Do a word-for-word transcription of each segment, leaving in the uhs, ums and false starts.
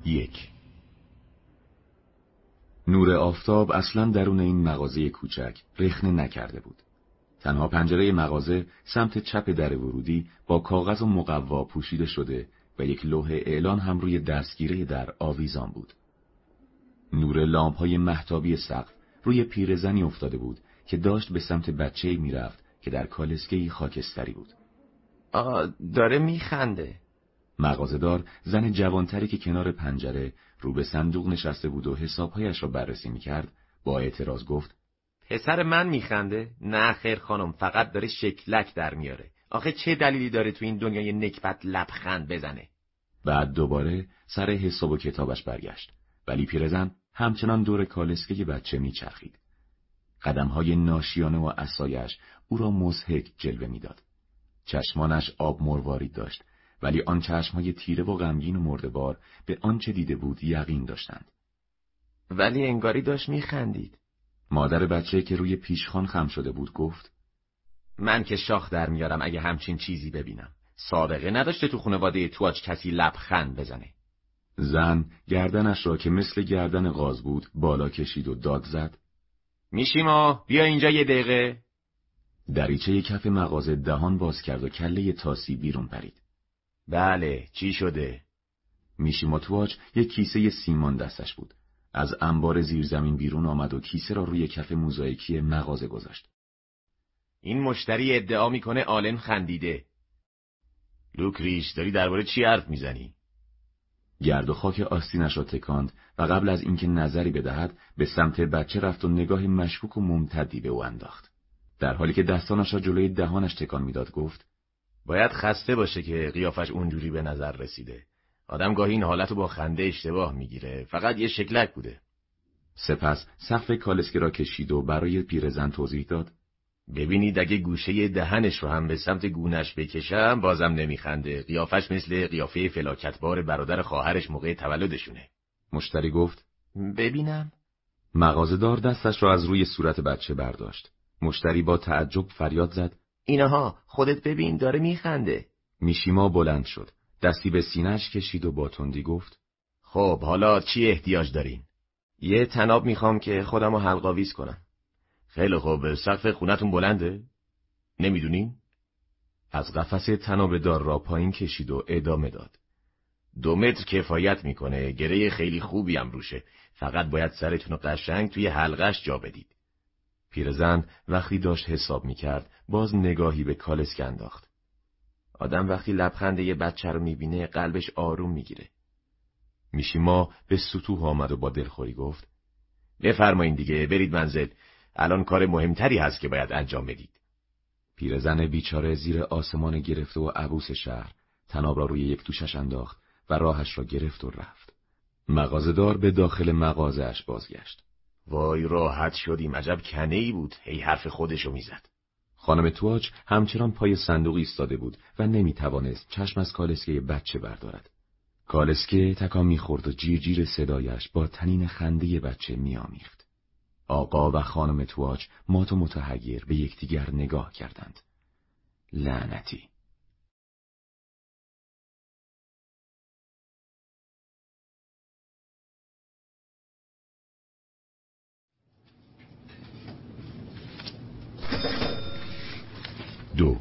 یک. نور آفتاب اصلا درون این مغازه کوچک رخنه نکرده بود. تنها پنجره مغازه سمت چپ در ورودی با کاغذ و مقوا پوشیده شده و یک لوح اعلان هم روی دستگیره در آویزان بود. نور لامپ‌های مهتابی سقف روی پیرزنی افتاده بود که داشت به سمت بچه‌ای میرفت که در کالسکه‌ای خاکستری بود. آه داره میخنده. مغازه‌دار زن جوانتری که کنار پنجره رو به صندوق نشسته بود و حسابهایش را بررسی میکرد با اعتراض گفت: پسر من میخنده؟ نه خیر خانم، فقط داره شکلک در میاره. آخه چه دلیلی داره تو این دنیای نکبت لبخند بزنه؟ بعد دوباره سر حساب و کتابش برگشت، ولی پیرزن همچنان دور کالسکه بچه میچرخید. قدمهای ناشیانه و عصایش او را مضحک جلوه میداد. چشمانش آب مروارید داشت، ولی آن چشمهای تیره و غمگین و مرده‌بار به آنچه دیده بود یقین داشتند. ولی انگاری داشت میخندید. مادر بچه که روی پیشخوان خم شده بود گفت: من که شاخ در میارم اگه همچین چیزی ببینم. سابقه نداشته تو خانواده تواچ کسی لبخند بزنه. زن گردنش را که مثل گردن غاز بود بالا کشید و داد زد: میشیما بیا اینجا یه دقیقه. دریچه کف مغازه دهان باز کرد و کله تاسی بیرون پرید. بله، چی شده؟ میشیما تواچ یک کیسه سیمان دستش بود. از انبار زیرزمین بیرون آمد و کیسه را روی کف موزاییکی مغازه گذاشت. این مشتری ادعا میکنه آلن خندیده. لوکریس، داری درباره چی حرف میزنی؟ گرد و خاک آستینش را تکاند و قبل از اینکه نظری بدهد به سمت بچه رفت و نگاه مشکوک و ممتدی به او انداخت. در حالی که دستانش را جلوی دهانش تکان میداد گفت: باید خسته باشه که قیافش اونجوری به نظر رسیده. آدم گاهی این حالت رو با خنده اشتباه میگیره. فقط یه شکلک بوده. سپس سقف کالسکه را کشید و برای پیرزن توضیح داد: ببینید اگه گوشه دهنش رو هم به سمت گونش بکشم بازم نمیخنده. قیافش مثل قیافه فلاکتبار برادر خواهرش موقع تولدشونه. مشتری گفت: ببینم. مغازه‌دار دستش را از روی صورت بچه برداشت. مشتری با تعجب فریاد زد: اینها، خودت ببین داره میخنده. میشیما بلند شد، دستی به سینه‌اش کشید و با تندی گفت: خب حالا چی احتیاج دارین؟ یه تناب میخوام که خودمو حلق‌آویز کنم. خیلی خوب، سقف خونتون بلنده؟ نمیدونین؟ از قفس تناب دار را پایین کشید و ادامه داد: دو متر کفایت میکنه، گره خیلی خوبی هم روشه. فقط باید سرتون رو قشنگ توی حلقش جا بدید. پیرزن وقتی داشت حساب میکرد باز نگاهی به کالسکه انداخت. آدم وقتی لبخند یه بچه رو میبینه قلبش آروم میگیره. میشیما به سطوح آمد و با دلخوری گفت: بفرمایین دیگه، برید منزل. الان کار مهمتری هست که باید انجام بدید. پیرزن بیچاره زیر آسمان گرفته و عبوس شهر تناب را روی یک دوشش انداخت و راهش را گرفت و رفت. مغازه‌دار به داخل مغازه‌اش بازگشت. وای راحت شدیم، عجب کنه‌ای بود، هی حرف خودشو میزد. خانم تواچ همچنان پای صندوق ایستاده بود و نمیتوانست چشم از کالسکه بچه بردارد. کالسکه تکان میخورد و جیر جیر صدایش با تنین خنده بچه میآمیخت. آقا و خانم تواچ مات و متحیر به یکدیگر نگاه کردند. لعنتی. دو.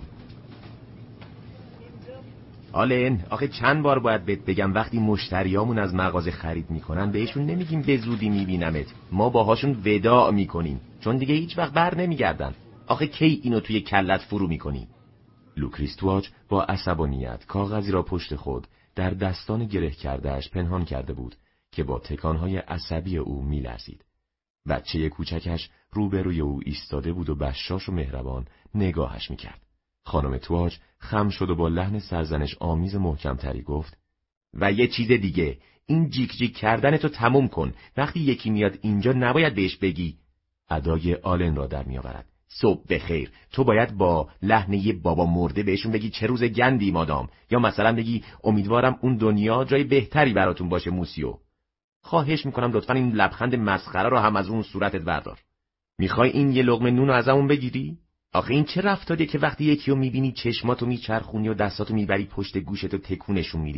آلن، آخه چند بار باید بهت بگم وقتی مشتریامون از مغازه خرید میکنن بهشون نمیگیم به زودی میبینمت. ما باهاشون وداع میکنیم، چون دیگه هیچ وقت بر نمیگردن. آخه کی اینو توی کلت فرو میکنی؟ لوکریس تواچ با عصبانیت کاغذی را پشت خود در دستان گره کردهش پنهان کرده بود که با تکانهای عصبی او میلرزید. بچه کوچکش روبروی او ایستاده بود و بشاش و مهربان نگاهش میکرد. خانم تواچ خم شد و با لحن سرزنش آمیز محکمتری گفت: و یه چیز دیگه، این جیک جیک کردن تو تموم کن. وقتی یکی میاد اینجا نباید بهش بگی. ادای آلن را در میآورد: صبح بخیر. تو باید با لحن یه بابا مرده بهشون بگی چه روز گندی مادام، یا مثلا بگی امیدوارم اون دنیا جای بهتری براتون باشه موسیو. خواهش میکنم لطفا این لبخند مسخره رو هم از اون صورتت بردار. میخوای این یه لقمه نون رو ازمون بگیری؟ آخه این چه رفتاریه که وقتی یکی رو میبینی چشماتو میچرخونی و دستاتو میبری پشت گوشتو تکونشون میدی؟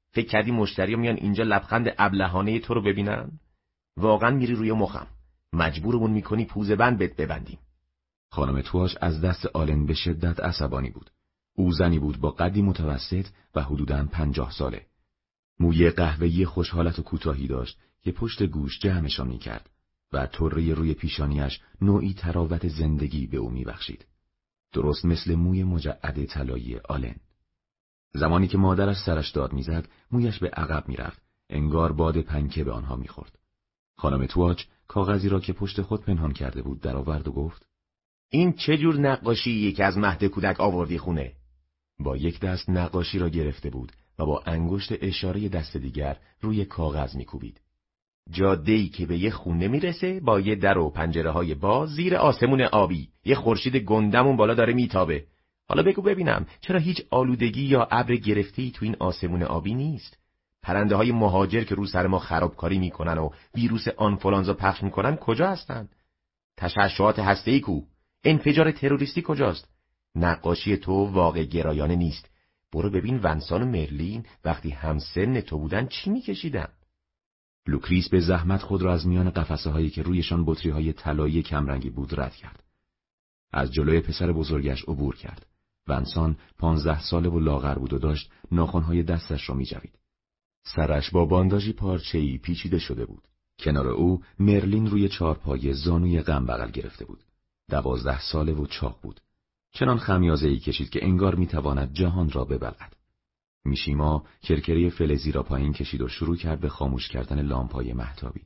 فکر کردی مشتری میان اینجا لبخند ابلهانه تو رو ببینن؟ واقعا میری روی مخم. مجبورمون میکنی پوزه بند بهت ببندیم. خانم تواش از دست آلن به شدت عصبانی بود. او زنی بود با قدی متوسط و حدوداً پنجاه ساله. موی قهوه‌ای خوشحالت و کوتاهی داشت که پشت گوش جمعشان میکرد و طره روی پیشانیش نوعی تراوت زندگی به او میبخشید. درست مثل موی مجعد طلایی آلن. زمانی که مادرش سرش داد میزد، مویش به عقب میرفت، انگار باد پنکه به آنها میخورد. خانم تواچ کاغذی را که پشت خود پنهان کرده بود درآورد و گفت: این چه جور نقاشیه که از مهد کودک آوردی خونه؟ با یک دست نقاشی را گرفته بود و با انگشت اشاره دست دیگر روی کاغذ میکوبید. جاده‌ای که به یه خونه میرسه با یه در و پنجره های باز زیر آسمون آبی، یه خورشید گندمون بالا داره میتابه. حالا بگو ببینم چرا هیچ آلودگی یا ابر گرفته‌ای تو این آسمون آبی نیست؟ پرنده های مهاجر که رو سر ما خرابکاری میکنن و ویروس آنفولانزا پخش میکنن کجا هستن؟ تشعشعات هسته‌ای کو؟ انفجار تروریستی کجاست؟ نقاشی تو واقع گرایانه نیست. برو ببین ونسان و مرلین وقتی همسن تو بودن چی میکشیدن. لوکریس به زحمت خود را از میان قفسه هایی که رویشان بطری های طلایی کمرنگی بود رد کرد. از جلوی پسر بزرگش عبور کرد. ونسان پانزده ساله و لاغر بود و داشت ناخن‌های دستش را می‌جوید. سرش با بانداژی پارچه‌ای پیچیده شده بود. کنار او مرلین روی چارپایه زانوی غم بغل گرفته بود. دوازده ساله و چاق بود. چنان خمیازه‌ای کشید که انگار می‌تواند جهان را ببلعد. میشیما کرکری فلزی را پایین کشید و شروع کرد به خاموش کردن لامپ‌های مهتابی.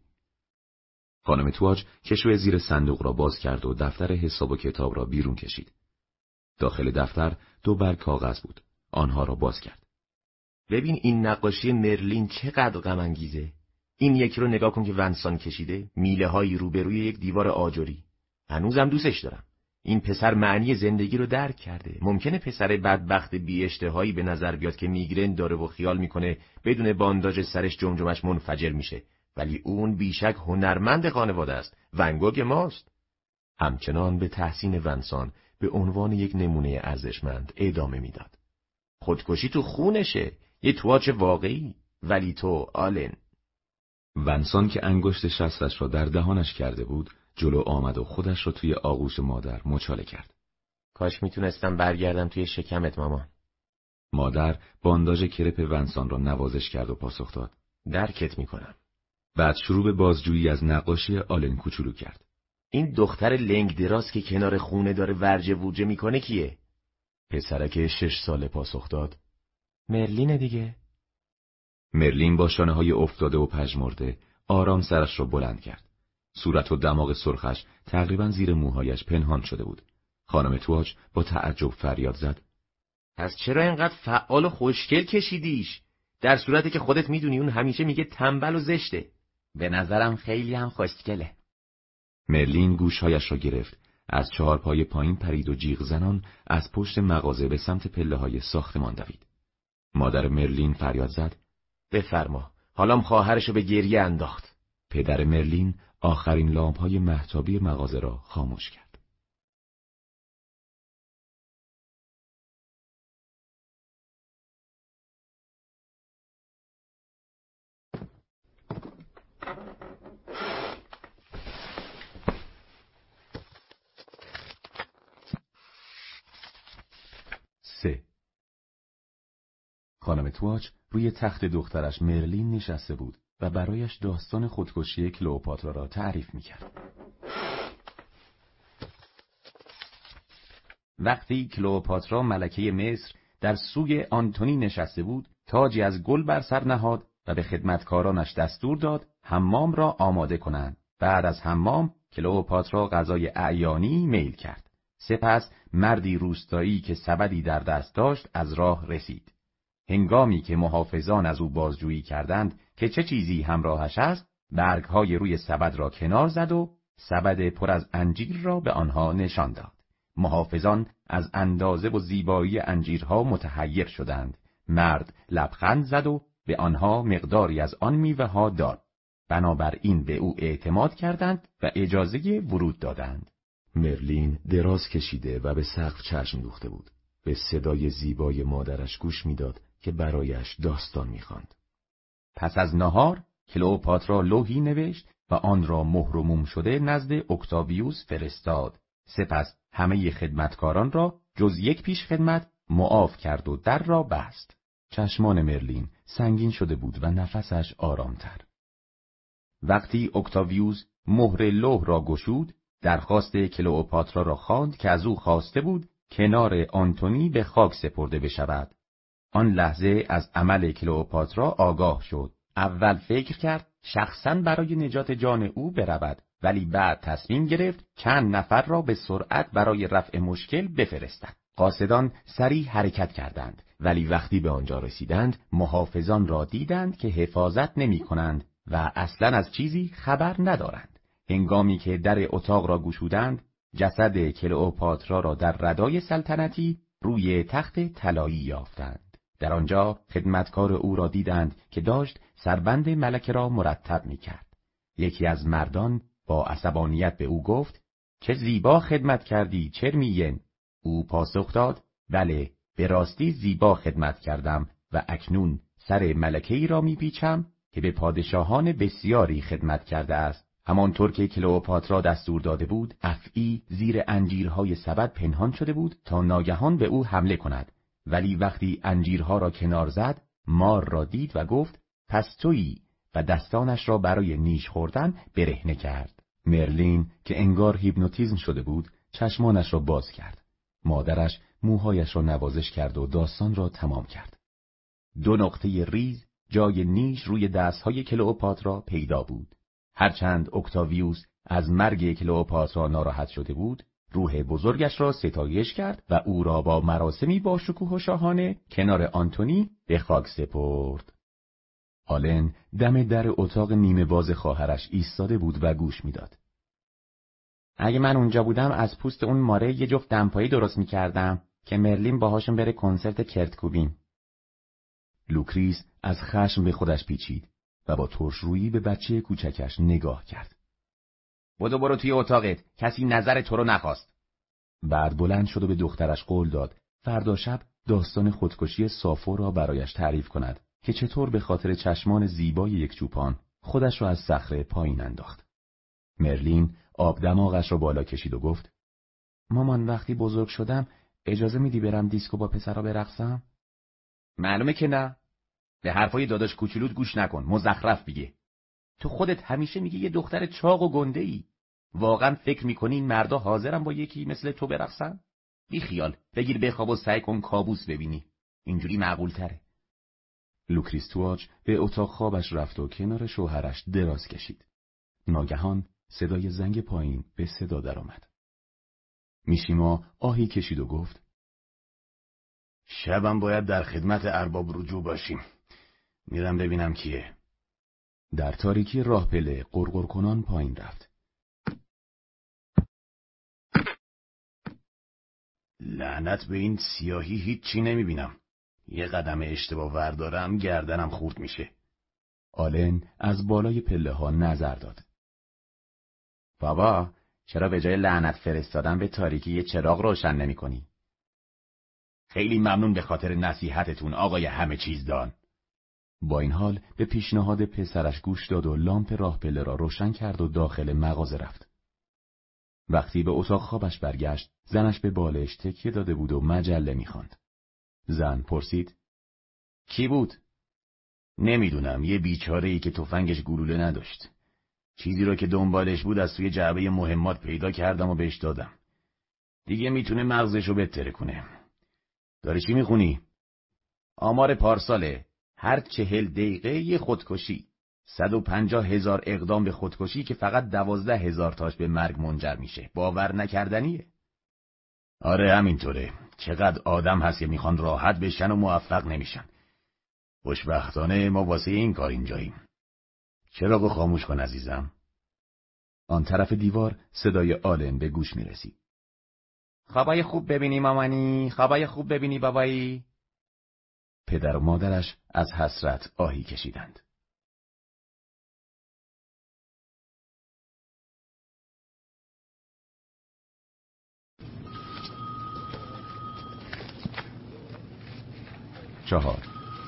خانم تواج کشوی زیر صندوق را باز کرد و دفتر حساب و کتاب را بیرون کشید. داخل دفتر دو برگ کاغذ بود. آنها را باز کرد. ببین این نقاشی مرلین چقدر غم انگیزه. این یکی رو نگاه کن که ونسان کشیده، میله هایی روبروی یک دیوار آجری. هنوزم دوستش دارم. این پسر معنی زندگی رو درک کرده. ممکنه پسر بدبخت بی اشتهایی به نظر بیاد که میگرن داره و خیال میکنه بدون بانداژ سرش جمجمش منفجر میشه، ولی اون بیشک هنرمند خانواده است. ونگوگ ماست. همچنان به تحسین ونسان به عنوان یک نمونه ارزشمند ادامه میداد. خودکشی تو خونشه، یه تواچ واقعی، ولی تو آلن. ونسان که انگشت شستش را در دهانش کرده بود، جلو آمد و خودش را توی آغوش مادر مچاله کرد. کاش میتونستم برگردم توی شکمت مامان. مادر بانداژ کرپ ونسان را نوازش کرد و پاسخ داد: درکت میکنم. بعد شروع به بازجویی از نقاشی آلن کوچولو کرد. این دختر لنگ دراز که کنار خونه داره ورجه وورجه میکنه کیه؟ پسرک شش ساله پاسخ داد: مرلینه دیگه. مرلین با شانه‌های افتاده و پژمرده آرام سرش را بلند کرد. صورت و دماغ سرخش تقریبا زیر موهایش پنهان شده بود. خانم تواج با تعجب فریاد زد: پس چرا اینقدر فعال و خوشگل کشیدیش؟ در صورتی که خودت میدونی اون همیشه میگه تنبل و زشته. به نظرم خیلی هم خوشگله. مرلین گوشهایش را گرفت، از چهار پای پایین پرید و جیغ زنان از پشت مغازه به سمت پله‌های ساختمان دوید. مادر مرلین فریاد زد: بفرما، حالام خواهرشو به گریه انداخت. پدر مرلین آخرین لامپ‌های مهتابی مغازه را خاموش کرد. سه. خانم تواچ روی تخت دخترش مرلین نشسته بود و برایش داستان خودکشی کلئوپاترا را تعریف می‌کرد. وقتی کلئوپاترا ملکه مصر در سوی آنتونی نشسته بود، تاجی از گل بر سر نهاد و به خدمتکارانش دستور داد حمام را آماده کنند. بعد از حمام کلئوپاترا غذای اعیانی میل کرد. سپس مردی روستایی که سبدی در دست داشت از راه رسید. هنگامی که محافظان از او بازجویی کردند که چه چیزی همراهش است، برگ‌های روی سبد را کنار زد و سبد پر از انجیر را به آنها نشان داد. محافظان از اندازه و زیبایی انجیرها متحیر شدند. مرد لبخند زد و به آنها مقداری از آن میوه‌ها داد. بنابراین به او اعتماد کردند و اجازه ورود دادند. مرلین دراز کشیده و به سقف چشم دوخته بود. به صدای زیبای مادرش گوش میداد که برایش داستان می‌خواند. پس از نهار کلئوپاترا لوحی نوشت و آن را مهر و موم شده نزد اکتاویوس فرستاد. سپس همه خدمتکاران را جز یک پیش خدمت معاف کرد و در را بست. چشمان مرلین سنگین شده بود و نفسش آرامتر. وقتی اکتاویوس مهر لوح را گشود، درخواست کلئوپاترا را خواند که از او خواسته بود کنار آنتونی به خاک سپرده بشود. آن لحظه از عمل کلئوپاترا آگاه شد. اول فکر کرد شخصاً برای نجات جان او برود، ولی بعد تصمیم گرفت چند نفر را به سرعت برای رفع مشکل بفرستد. قاصدان سریع حرکت کردند، ولی وقتی به آنجا رسیدند محافظان را دیدند که حفاظت نمی کنند و اصلاً از چیزی خبر ندارند. هنگامی که در اتاق را گشودند، جسد کلئوپاترا را در ردای سلطنتی روی تخت طلایی یافتند. در آنجا خدمتکار او را دیدند که داشت سربند ملکه را مرتب می کرد. یکی از مردان با عصبانیت به او گفت: چه زیبا خدمت کردی چرمیین. او پاسخ داد: بله، به راستی زیبا خدمت کردم و اکنون سر ملکه‌ای را می پیچم که به پادشاهان بسیاری خدمت کرده است. همانطور که کلئوپاترا دستور داده بود، افعی زیر انجیرهای سبد پنهان شده بود تا ناگهان به او حمله کند، ولی وقتی انجیرها را کنار زد، مار را دید و گفت: پس تویی، و دستانش را برای نیش خوردن برهنه کرد. مرلین که انگار هیپنوتیزم شده بود، چشمانش را باز کرد. مادرش موهایش را نوازش کرد و داستان را تمام کرد. دو نقطه ریز جای نیش روی دستهای کلئوپاترا پیدا بود. هرچند اکتاویوس از مرگ کلئوپاترا ناراحت شده بود، روح بزرگش را ستایش کرد و او را با مراسمی با شکوه و شاهانه کنار آنتونی به خاک سپرد. آلن دم در اتاق نیمه باز خواهرش ایستاده بود و گوش میداد. اگه من اونجا بودم از پوست اون ماره یه جفت دمپایی درست میکردم که مرلین باهاشون بره کنسرت کرتکوبین. لوکریس از خشم به خودش پیچید و با ترشرویی به بچه کوچکش نگاه کرد. بدو برو توی اتاقت، کسی نظر تو رو نخواست. بعد بلند شد و به دخترش قول داد فردا شب داستان خودکشی سافو را برایش تعریف کند که چطور به خاطر چشمان زیبای یک چوپان خودش را از صخره پایین انداخت. مرلین آب دماغش را بالا کشید و گفت: مامان وقتی بزرگ شدم اجازه میدی برم دیسکو با پسرا برقصم؟ معلومه که نه. به حرفای داداش کوچولوت گوش نکن، مزخرف میگه. تو خودت همیشه میگی یه دختر چاق و گنده ای. واقعا فکر میکنی این مردا حاضرن با یکی مثل تو برقصن؟ بی خیال، بگیر بخواب و سعی کن کابوس ببینی. اینجوری معقول تره. لوکریس تواج به اتاق خوابش رفت و کنار شوهرش دراز کشید. ناگهان صدای زنگ پایین به صدا درآمد. میشیما آهی کشید و گفت: شبم باید در خدمت ارباب رجوع باشیم. میرم ببینم کیه. در تاریکی راه پله قرقر کنان پایین رفت. لعنت به این سیاهی، هیچی نمیبینم. یه قدم اشتباه وردارم گردنم خورد میشه. آلن از بالای پله ها نظر داد. بابا، چرا به جای لعنت فرستادن به تاریکی یه چراغ روشن نمی کنی؟ خیلی ممنون به خاطر نصیحتتون آقای همه چیز دان. با این حال به پیشنهاد پسرش گوش داد و لامپ راه پله را روشن کرد و داخل مغازه رفت. وقتی به اتاق خوابش برگشت، زنش به بالش تکیه داده بود و مجله می‌خواند. زن پرسید: کی بود؟ نمیدونم، یه بیچاره‌ای که تفنگش گلوله نداشت. چیزی رو که دنبالش بود از توی جعبه مهمات پیدا کردم و بهش دادم. دیگه میتونه مغزشو بتره کنه. داری چی میخونی؟ آمار پارساله. هر چهل دقیقه یه خودکشی. صد و پنجاه هزار اقدام به خودکشی که فقط دوازده هزار تاش به مرگ منجر میشه. باور نکردنیه. آره همینطوره. چقدر آدم هست که میخوان راحت بشن و موفق نمیشن. خوشبختانه ما واسه این کار اینجاییم. چراغو خاموش کن عزیزم. آن طرف دیوار صدای آلن به گوش میرسید. خوابای خوب ببینی مامانی، خوابای خوب ببینی بابایی. پدر و مادرش از حسرت آهی کشیدند. چهار.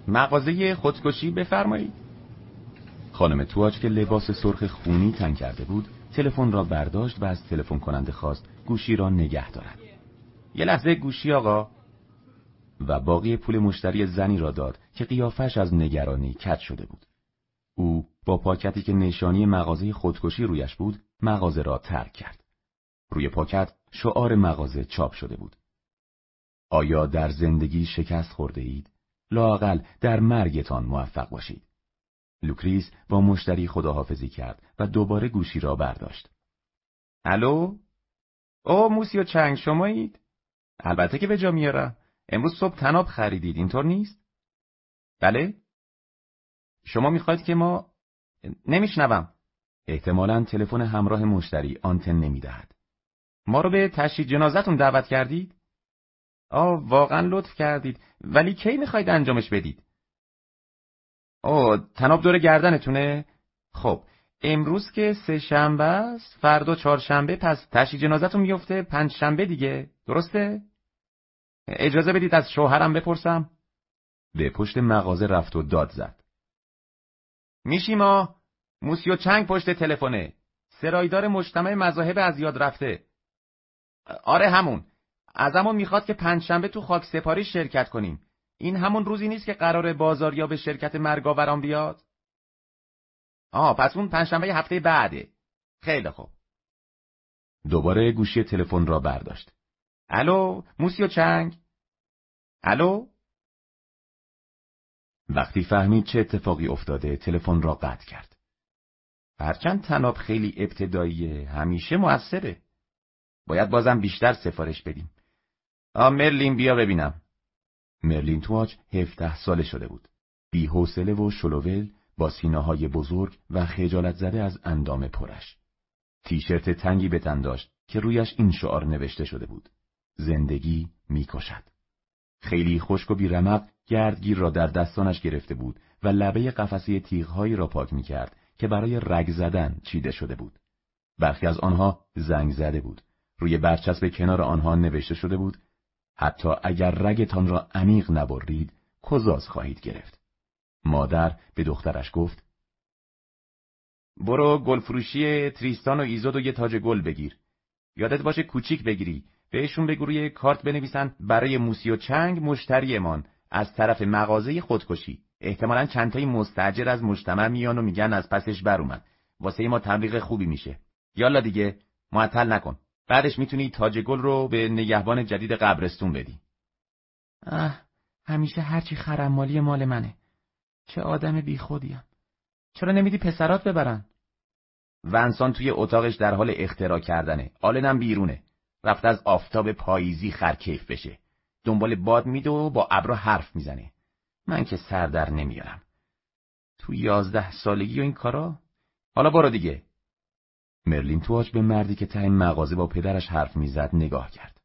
مغازه خودکشی بفرمایید. خانم تواج که لباس سرخ خونی تن کرده بود، تلفن را برداشت و از تلفن کننده خواست گوشی را نگه دارد. یه لحظه گوشی آقا. و باقی پول مشتری زنی را داد که قیافش از نگرانی کج شده بود. او با پاکتی که نشانی مغازه خودکشی رویش بود، مغازه را ترک کرد. روی پاکت شعار مغازه چاپ شده بود. آیا در زندگی شکست خورده اید؟ لااقل در مرگتان موفق باشید. لوکریس با مشتری خداحافظی کرد و دوباره گوشی را برداشت. الو؟ او موسیو چنگ شمایید؟ البته که به جا میارم. امروز صبح طناب خریدید، اینطور نیست؟ بله؟ شما میخواید که ما نمیشنوم. احتمالاً تلفن همراه مشتری آنتن نمیدهد. ما رو به تشییع جنازتون دعوت کردید؟ آه واقعا لطف کردید، ولی کی میخواید انجامش بدید؟ اوه طناب دور گردنتونه؟ خب امروز که سه شنبه است، فردا چهارشنبه، پس تشییع جنازتون میفته پنج شنبه دیگه، درسته؟ اجازه بدید از شوهرم بپرسم. به پشت مغازه رفت و داد زد. میشیما، موسیو چنگ پشت تلفنه، سرایدار مجتمع مذاهب از یاد رفته. آره همون. ازمون میخواد که پنجشنبه تو خاک سپاری شرکت کنیم. این همون روزی نیست که قراره بازاریاب شرکت مرگاوران بیاد؟ آه پس اون پنجشنبه هفته بعده. خیلی خوب. دوباره گوشی تلفن را برداشت. الو موسیو چنگ؟ الو؟ وقتی فهمید چه اتفاقی افتاده تلفن را قطع کرد. هرچند طناب خیلی ابتداییه، همیشه موثره. باید بازم بیشتر سفارش بدیم. آ مرلین بیا ببینم. مرلین تواج هفده ساله شده بود. بی حوصله و شلوول، با سینه‌های بزرگ و خجالت زده از اندام پرش. تیشرت تنگی به تن داشت که رویش این شعار نوشته شده بود: زندگی می‌کشد. خیلی خشک و بی‌رمق گردگیر را در دستانش گرفته بود و لبه قفسه تیغ‌هایی را پاک می‌کرد که برای رگ زدن چیده شده بود. برخی از آنها زنگ زده بود. روی برچسب کنار آنها نوشته شده بود: حتی اگر رگتان را عمیق نبرید، کزاز خواهید گرفت. مادر به دخترش گفت: برو گلفروشی تریستان و ایزود و یه تاج گل بگیر. یادت باشه کوچیک بگیری. بهشون بگو روی کارت بنویسن برای موسیو چنگ مشتریمان از طرف مغازه خودکشی. احتمالاً چند تایی مستاجر از مجتمع میان و میگن از پسش بر اومد. واسه ما تبلیغ خوبی میشه. یالا دیگه، معطل نکن. بعدش میتونی تاج گل رو به نگهبان جدید قبرستون بدی. اه، همیشه هرچی خرمالی مال منه. چه آدم بی خودیم. چرا نمیدی پسرات ببرن؟ ونسان توی اتاقش در حال اختراع کردنه. آلنم بیرونه. رفت از آفتاب پاییزی خرکیف بشه. دنبال باد میده و با ابرا حرف میزنه. من که سر در نمیارم. تو یازده سالگی و این کارا؟ حالا برو دیگه. مرلین تواج به مردی که ته مغازه با پدرش حرف میزد نگاه کرد.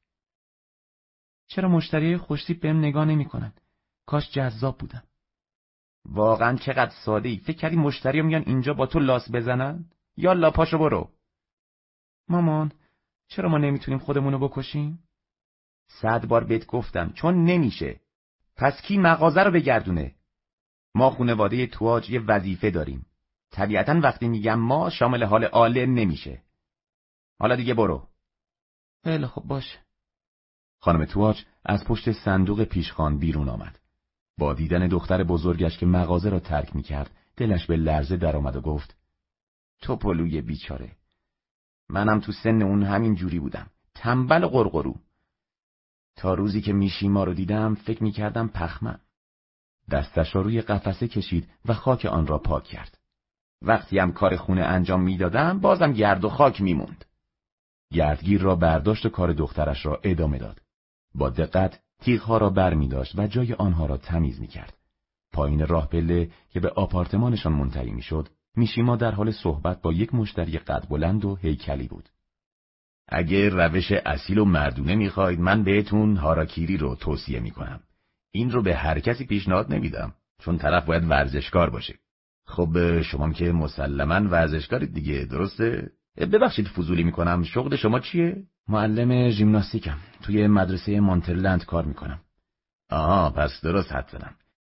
چرا مشتریای خوشتیپ بهم نگاه نمیکنن؟ کاش جذاب بودم. واقعا چقدر ساده ای. فکر کردی مشتریا میان اینجا با تو لاس بزنن؟ یالا پاشو برو. مامان، چرا ما نمیتونیم خودمونو بکشیم؟ صد بار بهت گفتم چون نمیشه. پس کی مغازه رو بگردونه؟ ما خانواده تواج یه وظیفه داریم. طبیعتاً وقتی میگم ما شامل حال عالم نمیشه. حالا دیگه برو. خیلی خوب باشه. خانم تواج از پشت صندوق پیشخوان بیرون آمد. با دیدن دختر بزرگش که مغازه را ترک میکرد دلش به لرزه درآمد و گفت: توپلوی بیچاره. منم تو سن اون همین جوری بودم. تنبل قرقرو. تا روزی که میشیما رو دیدم فکر میکردم پخمم. دستش را روی قفسه کشید و خاک آن را پاک کرد. وقتی هم کار خونه انجام میدادم بازم گرد و خاک میموند. گردگیر را برداشت و کار دخترش را ادامه داد. با دقت تیغ‌ها را بر می داشت و جای آنها را تمیز می کرد. پایین راه پله که به آپارتمانشان منتهی می شد، میشیما در حال صحبت با یک مشتری قد بلند و هیکلی بود. اگه روش اصیل و مردونه میخواید من بهتون هاراکیری رو توصیه میکنم. این رو به هر کسی پیشنهاد نمیدم چون طرف باید ورزشکار باشه. خب شما که مسلماً ورزشکارید دیگه، درسته؟ ببخشید فضولی میکنم، شغل شما چیه؟ معلم ژیمناستیکم. توی مدرسه مونترلند کار میکنم. آها، پس درست حد زدم.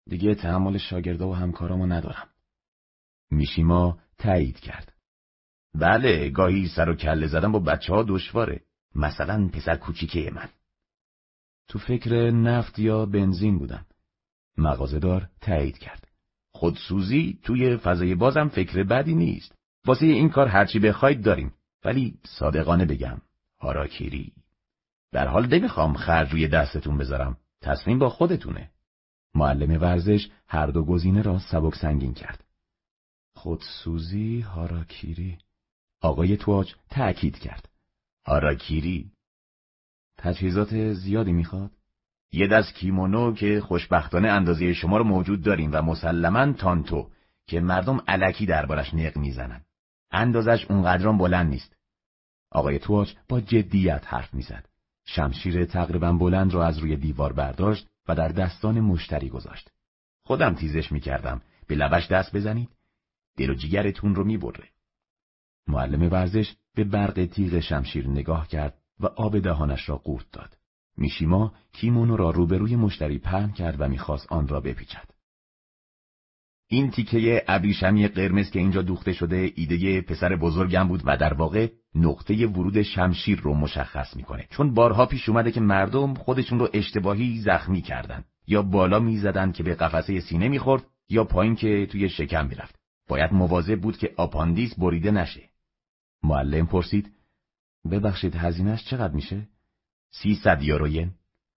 دیگه تحمل شاگردا و همکارامو ندارم. میشیما تایید کرد. بله، گاهی سر و کله زدن با بچه ها دشواره. مثلا پسر کوچیکه من. تو فکر نفت یا بنزین بودم. مغازه‌دار تایید کرد. خودسوزی توی فضای بازم فکر بدی نیست. واسه این کار هرچی بخواید داریم. ولی صادقانه بگم، هاراکیری. در حال نمیخوام خرج روی دستتون بذارم. تصمیم با خودتونه. معلم ورزش هر دو گزینه را سبک سنگین کرد. خودسوزی، هاراکیری. آقای تواج تأکید کرد. هاراکیری. تجهیزات زیادی میخواد؟ یه دست کیمونو که خوشبختانه اندازه شما رو موجود داریم و مسلماً تانتو که مردم الکی دربارش نق میزنن. اندازش اونقدرام بلند نیست. آقای تواج با جدیت حرف میزد. شمشیر تقریباً بلند را از روی دیوار برداشت و در دستان مشتری گذاشت. خودم تیزش میکردم. به لبش دست بزنید. دل و جیگرتون رو میبره. معلم ورزش به برق تیغ شمشیر نگاه کرد و آب دهانش را قورت داد. میشیما کیمونو را روبروی مشتری پهن کرد و میخواست آن را بپیچد. این تیکه ابریشمی قرمز که اینجا دوخته شده ایده پسر بزرگم بود و در واقع نقطه ورود شمشیر رو مشخص میکنه. چون بارها پیش اومده که مردم خودشون رو اشتباهی زخمی کردن. یا بالا میزدن که به قفسه سینه میخورد یا پایین که توی شکم میرفت. باید مواظب بود که آپاندیس بریده نشه. معلم پرسید: ببخشید هزینه‌اش چقدر میشه؟ سیصد یورو ین.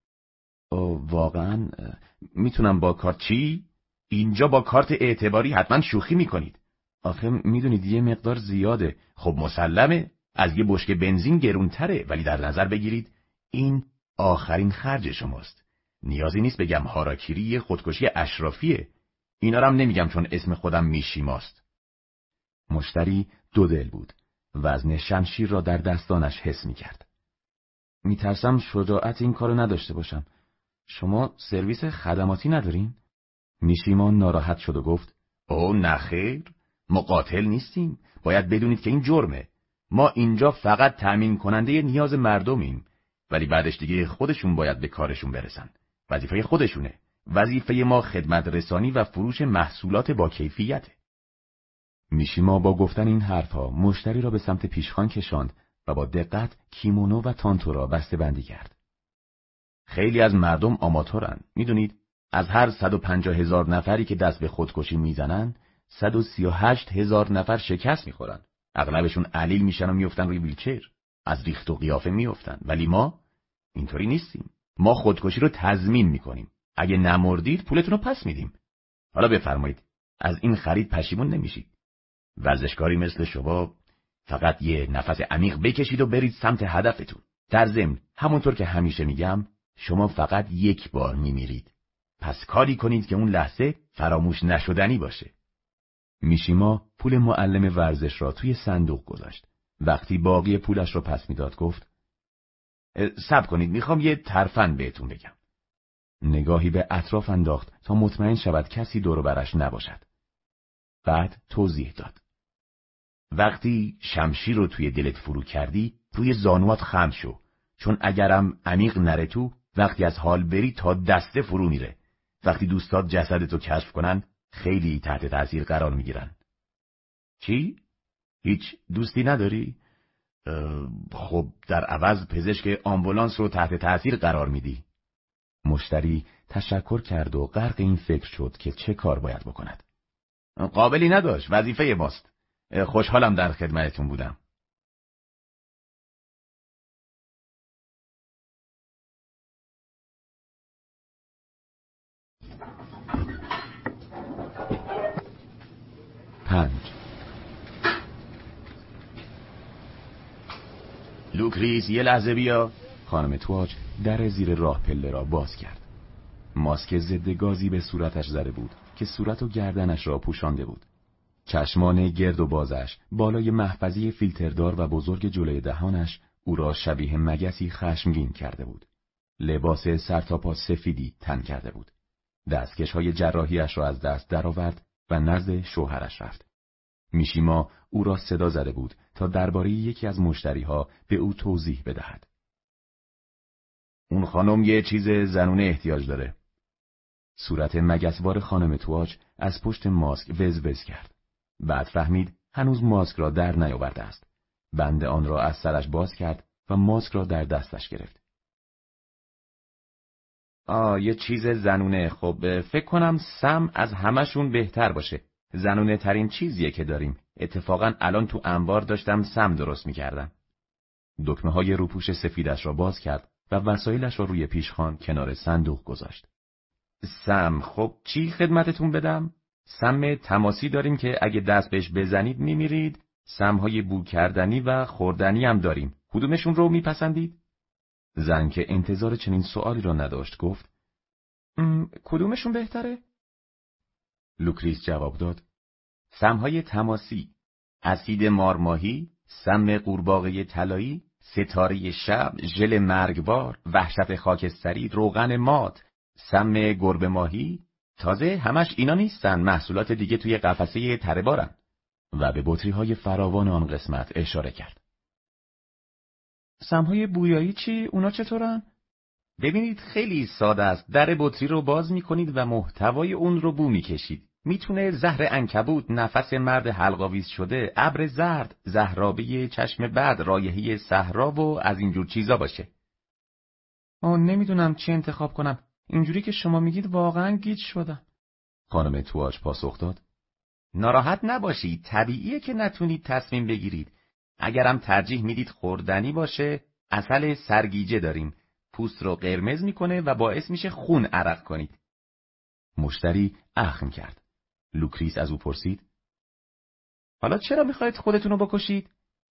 او واقعا میتونم با کارت؟ چی؟ اینجا با کارت اعتباری حتما شوخی میکنید. آخه میدونید یه مقدار زیاده. خب مسلمه، از یه بشکه بنزین گرونتره، ولی در نظر بگیرید این آخرین خرج شماست. نیازی نیست بگم هاراکیری یه خودکشی اشرافیه. اینا رو هم نمیگم چون اسم خودم میشیماست. مشتری دو دل بود. وزن شمشیر را در دستانش حس میکرد. میترسم شجاعت این کارو نداشته باشم. شما سرویس خدماتی ندارین؟ میشیما ناراحت شد و گفت: او نخیر، ما قاتل نیستیم. باید بدونید که این جرمه. ما اینجا فقط تأمین کننده نیاز مردمیم. ولی بعدش دیگه خودشون باید به کارشون برسن. وظیفه خودشونه. وظیفه ما خدمت رسانی و فروش محصولات با کیفیته. میشیما با گفتن این حرفها مشتری را به سمت پیشخوان کشاند و با دقت کیمونو و تانتو را بسته بندی کرد. خیلی از مردم آماتورن. میدونید از هر صد و پنجاه هزار نفری که دست به خودکشی میزنن صد و سی و هشت هزار نفر شکست میخورن. اغلبشون علیل میشن و میفتن روی ویلچر. از ریخت و قیافه میفتن. ولی ما اینطوری نیستیم. ما خودکشی رو تضمین میکنیم. اگه نمردید پولتون رو پس میدیم. حالا بفرمایید، از این خرید پشیمون نمیشید. ورزشکاری مثل شما فقط یه نفس عمیق بکشید و برید سمت هدفتون. در ضمن همونطور که همیشه میگم شما فقط یک بار میمیرید. پس کاری کنید که اون لحظه فراموش نشدنی باشه. میشیما پول معلم ورزش را توی صندوق گذاشت. وقتی باقی پولش را پس میداد گفت: صبر کنید، میخوام یه ترفند بهتون بگم. نگاهی به اطراف انداخت تا مطمئن شود کسی دور و برش نباشد. بعد توضیح داد: وقتی شمشیر رو توی دلت فرو کردی روی زانوات خم شو. چون اگرم عمیق نره تو، وقتی از حال بری تا دسته فرو میره. وقتی دوستات جسدتو کشف کنن خیلی تحت تاثیر قرار میگیرن. چی؟ هیچ دوستی نداری؟ خب در عوض پزشک آمبولانس رو تحت تاثیر قرار میدی. مشتری تشکر کرد و غرق این فکر شد که چه کار باید بکند. قابلی نداشت، وظیفه ماست. خوشحالم در خدمتتون بودم. پنج. لوکریس یه لحظه بیا. خانم تواج در زیر راه پله را باز کرد. ماسک ضد گازی به صورتش زده بود که صورت و گردنش را پوشانده بود. چشمان گرد و بازش بالای محفظه فیلتردار و بزرگ جلوی دهانش او را شبیه مگسی خشمگین کرده بود. لباس سرتاپا سفیدی تن کرده بود. دستکش‌های جراحیش را از دست درآورد و نزد شوهرش رفت. میشیما او را صدا زده بود تا درباره یکی از مشتریها به او توضیح بدهد. اون خانم یه چیز زنونه احتیاج داره. صورت مگسوار خانم تواج از پشت ماسک وز وز کرد. بعد فهمید هنوز ماسک را در نیاورده است. بند آن را از سرش باز کرد و ماسک را در دستش گرفت. آه یه چیز زنونه. خب فکر کنم سم از همشون بهتر باشه. زنونه ترین چیزیه که داریم. اتفاقا الان تو انبار داشتم سم درست میکردم. دکمه های روپوش سفیدش را باز کرد و وسایلش را روی پیشخوان کنار صندوق گذاشت. سم. خب چی خدمتتون بدم؟ سم تماسی داریم که اگه دست بهش بزنید میمیرید. سمهای بو کردنی و خوردنی هم داریم. کدومشون رو میپسندید؟ زن که انتظار چنین سوالی را نداشت گفت کدومشون بهتره؟ لوکریس جواب داد سمهای تماسی، اسید مارماهی، سم قورباغه طلایی، ستاره شب، ژل مرگبار، وحشت خاکستری، روغن مات، سم گربه ماهی. تازه همش اینا نیستن، محصولات دیگه توی قفسه تره بارن. و به بطری های فراوان آن قسمت اشاره کرد. سمهای بویایی چی؟ اونا چطورن؟ ببینید خیلی ساده است. در بطری رو باز میکنید و محتوای اون رو بو میکشید. میتونه زهر عنکبوت، نفس مرد حلق‌آویز شده، ابر زرد، زهرابه چشم بد، رایحه صحرا و از اینجور چیزا باشه. آه نمیدونم چی انتخاب کنم. اینجوری که شما میگید واقعا گیج شدم. خانم تواج پاسخ داد ناراحت نباشید، طبیعیه که نتونید تصمیم بگیرید. اگرم ترجیح میدید خوردنی باشه، عسل سرگیجه داریم. پوست رو قرمز میکنه و باعث میشه خون عرق کنید. مشتری اخم کرد. لوکریس از او پرسید حالا چرا میخواید خودتون رو بکشید؟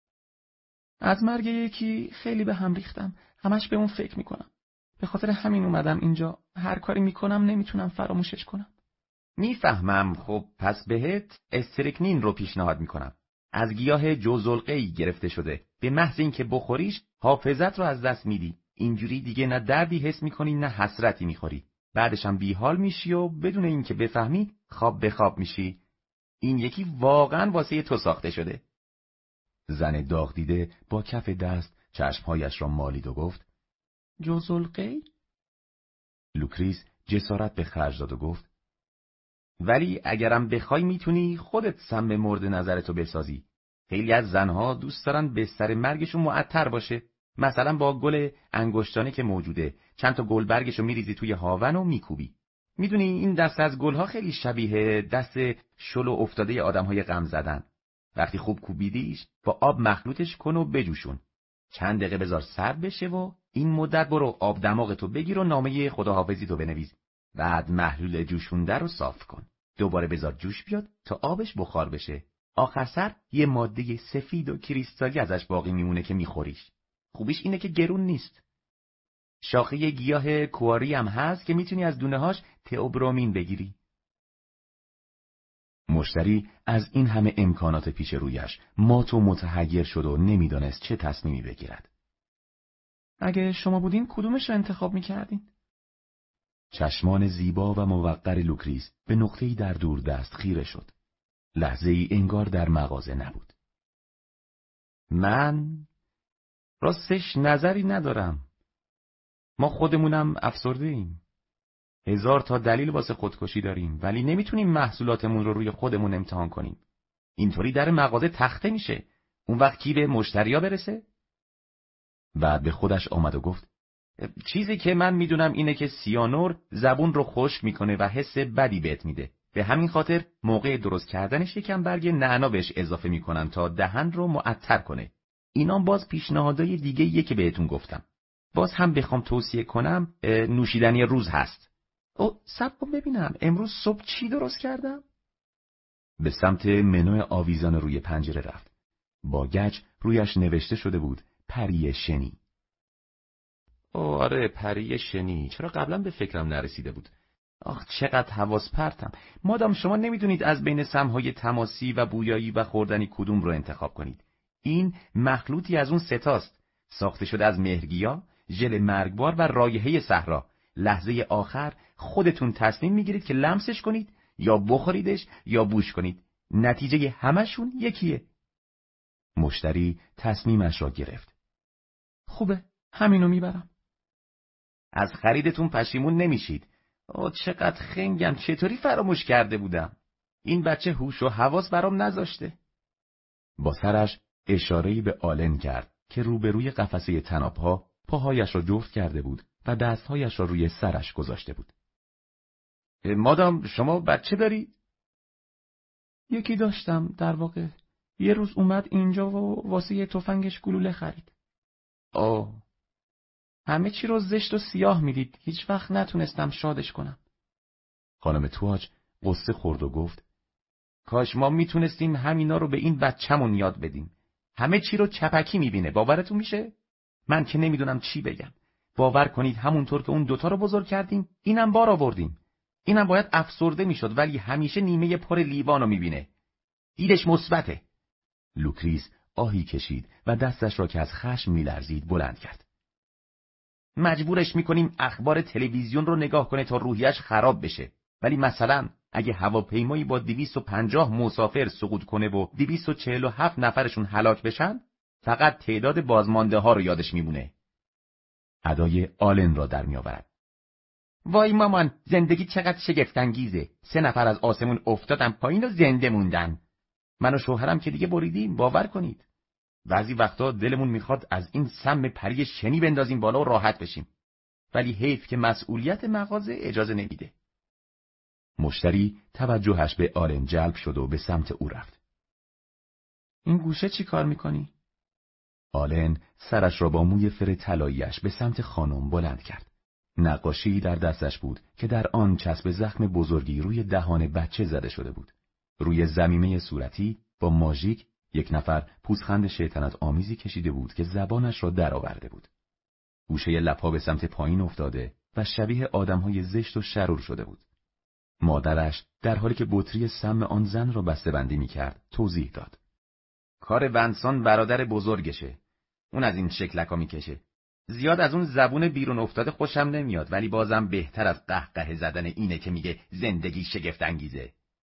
از مرگ یکی خیلی به هم ریختم. همش به اون فکر میکنم. به خاطر همین اومدم اینجا. هر کاری میکنم نمیتونم فراموشش کنم. میفهمم. خب پس بهت استرکنین رو پیشنهاد میکنم. از گیاه جوزلقی گرفته شده. به محض اینکه بخوریش حافظت رو از دست میدی. اینجوری دیگه نه دردی حس میکنی نه حسرتی میخوری. بعدش هم بیحال میشی و بدون اینکه بفهمی خواب به خواب میشی. این یکی واقعا واسه تو ساخته شده. زن داغ دیده با کف دست چشمهایش را مالید و گفت جوزلقی؟ لوکریس جسارت به خرج داد و گفت ولی اگرم بخوای میتونی خودت سم مورد نظرتو بسازی. خیلی از زنها دوست دارن بستر مرگشون معطر باشه. مثلا با گل انگشتانه که موجوده، چند تا گل برگشو میریزی توی هاون و میکوبی. میدونی این دست از گلها خیلی شبیه دست شل و افتاده آدمهای غم زدن. وقتی خوب کوبیدیش با آب مخلوطش کن و بجوشون. چند دقیقه بذار سرد بشه و این مدت برو آب دماغتو بگیر و نامه خداحافظی تو بنویس. بعد محلول جوشونده رو صاف کن. دوباره بذار جوش بیاد تا آبش بخار بشه. آخر سر یه ماده سفید و کریستالی ازش باقی میمونه که میخوریش. خوبیش اینه که گرون نیست. شاخه گیاه کواری هم هست که میتونی از دونه‌هاش تئوبرومین بگیری. مشتری از این همه امکانات پیش رویش مات و متحیر شد و نمیدانست چه تصمیمی بگیرد. اگه شما بودین کدومش رو انتخاب میکردین؟ چشمان زیبا و موقر لوکریس به نقطه‌ای در دور دست خیره شد. لحظه‌ای انگار در مغازه نبود. من راستش نظری ندارم. ما خودمونم افسرده ایم. هزار تا دلیل واسه خودکشی داریم ولی نمیتونیم محصولاتمون رو روی خودمون امتحان کنیم. اینطوری در مغازه تخته میشه. اون وقت کی به مشتریا برسه؟ بعد به خودش آمد و گفت چیزی که من میدونم اینه که سیانور زبون رو خشک میکنه و حس بدی بهت میده. به همین خاطر موقع درست کردنش یکم برگ نعنا بهش اضافه میکنن تا دهن رو معطر کنه. اینام باز پیشنهادای دیگه یه که بهتون گفتم. باز هم بخوام توصیه کنم نوشیدنی روز هست. او صبر کن ببینم امروز صبح چی درست کردم؟ به سمت منو آویزان روی پنجره رفت. با گچ رویش نوشته شده بود پری شنی. او آره پری شنی. چرا قبلا به فکرم نرسیده بود؟ آخ چقدر حواس پرتم. مادام شما نمیدونید از بین سمهای تماسی و بویایی و خوردنی کدوم رو انتخاب کنید. این مخلوطی از اون ستاست. ساخته شده از مهرگیا، ژل مرگبار و رایحه صحرا. لحظه آخر خودتون تصمیم میگیرید که لمسش کنید یا بخوریدش یا بوش کنید. نتیجه همشون یکیه. مشتری تصمیمش را گرفت. خوبه، همینو میبرم. از خریدتون پشیمون نمیشید. آه چقدر خنگم، چطوری فراموش کرده بودم. این بچه هوش و حواس برام نذاشته. با سرش اشاره‌ای به آلن کرد که روبروی قفسه طناب‌ها پاهایش را جفت کرده بود و دستهایش را روی سرش گذاشته بود. مادام شما بچه داری؟ یکی داشتم در واقع. یه روز اومد اینجا و واسه یه تفنگش گلوله خرید. آه. همه چی رو زشت و سیاه میدید. هیچ وقت نتونستم شادش کنم. خانم تواج قصه خورد و گفت کاش ما میتونستیم همینا رو به این بچه‌مون یاد بدیم. همه چی رو چپکی میبینه. باورتون میشه؟ من که نمیدونم چی بگم. باور کنید همونطور که اون دوتا رو بزرگ کردیم، اینم بار آوردیم. اینم باید افسرده میشد ولی همیشه نیمه پر لیوان رو میبینه. دیدش مثبته. لوکریس آهی کشید و دستش را که از خشم میلرزید بلند کرد. مجبورش میکنیم اخبار تلویزیون رو نگاه کنه تا روحیش خراب بشه. ولی مثلا اگه هواپیمایی با دویست و پنجاه مسافر سقوط کنه و دویست و چهل و هفت نفرشون هلاک بشن، فقط تعداد بازمانده ها رو یادش میمونه. ادای آلن را در میآورد. وای مامان، زندگی چقدر شگفت‌انگیزه. سه نفر از آسمون افتادن پایین و زنده موندن. من و شوهرم که دیگه بریدیم، باور کنید. بعضی وقتا دلمون میخواد از این سم پری شنی بندازیم بالا و راحت بشیم. ولی حیف که مسئولیت مغازه اجازه نمیده. مشتری توجهش به آلن جلب شد و به سمت او رفت. این گوشه چی کار میکنی؟ آلن سرش را با موی فر طلایی‌اش به سمت خانم بلند کرد. نقاشی در دستش بود که در آن چسب زخم بزرگی روی دهان بچه زده شده بود. روی زمینه صورتی با ماژیک یک نفر پوزخند شیطنت آمیزی کشیده بود که زبانش را درآورده بود. گوشه لب‌ها به سمت پایین افتاده و شبیه آدم‌های زشت و شرور شده بود. مادرش در حالی که بطری سم آن زن را بسته‌بندی می‌کرد توضیح داد. کار ونسان برادر بزرگشه. اون از این شکلکا میکشه. زیاد از اون زبون بیرون افتاده خوشم نمیاد، ولی بازم بهتر از قهقه زدن اینه که میگه زندگی شگفت انگیزه.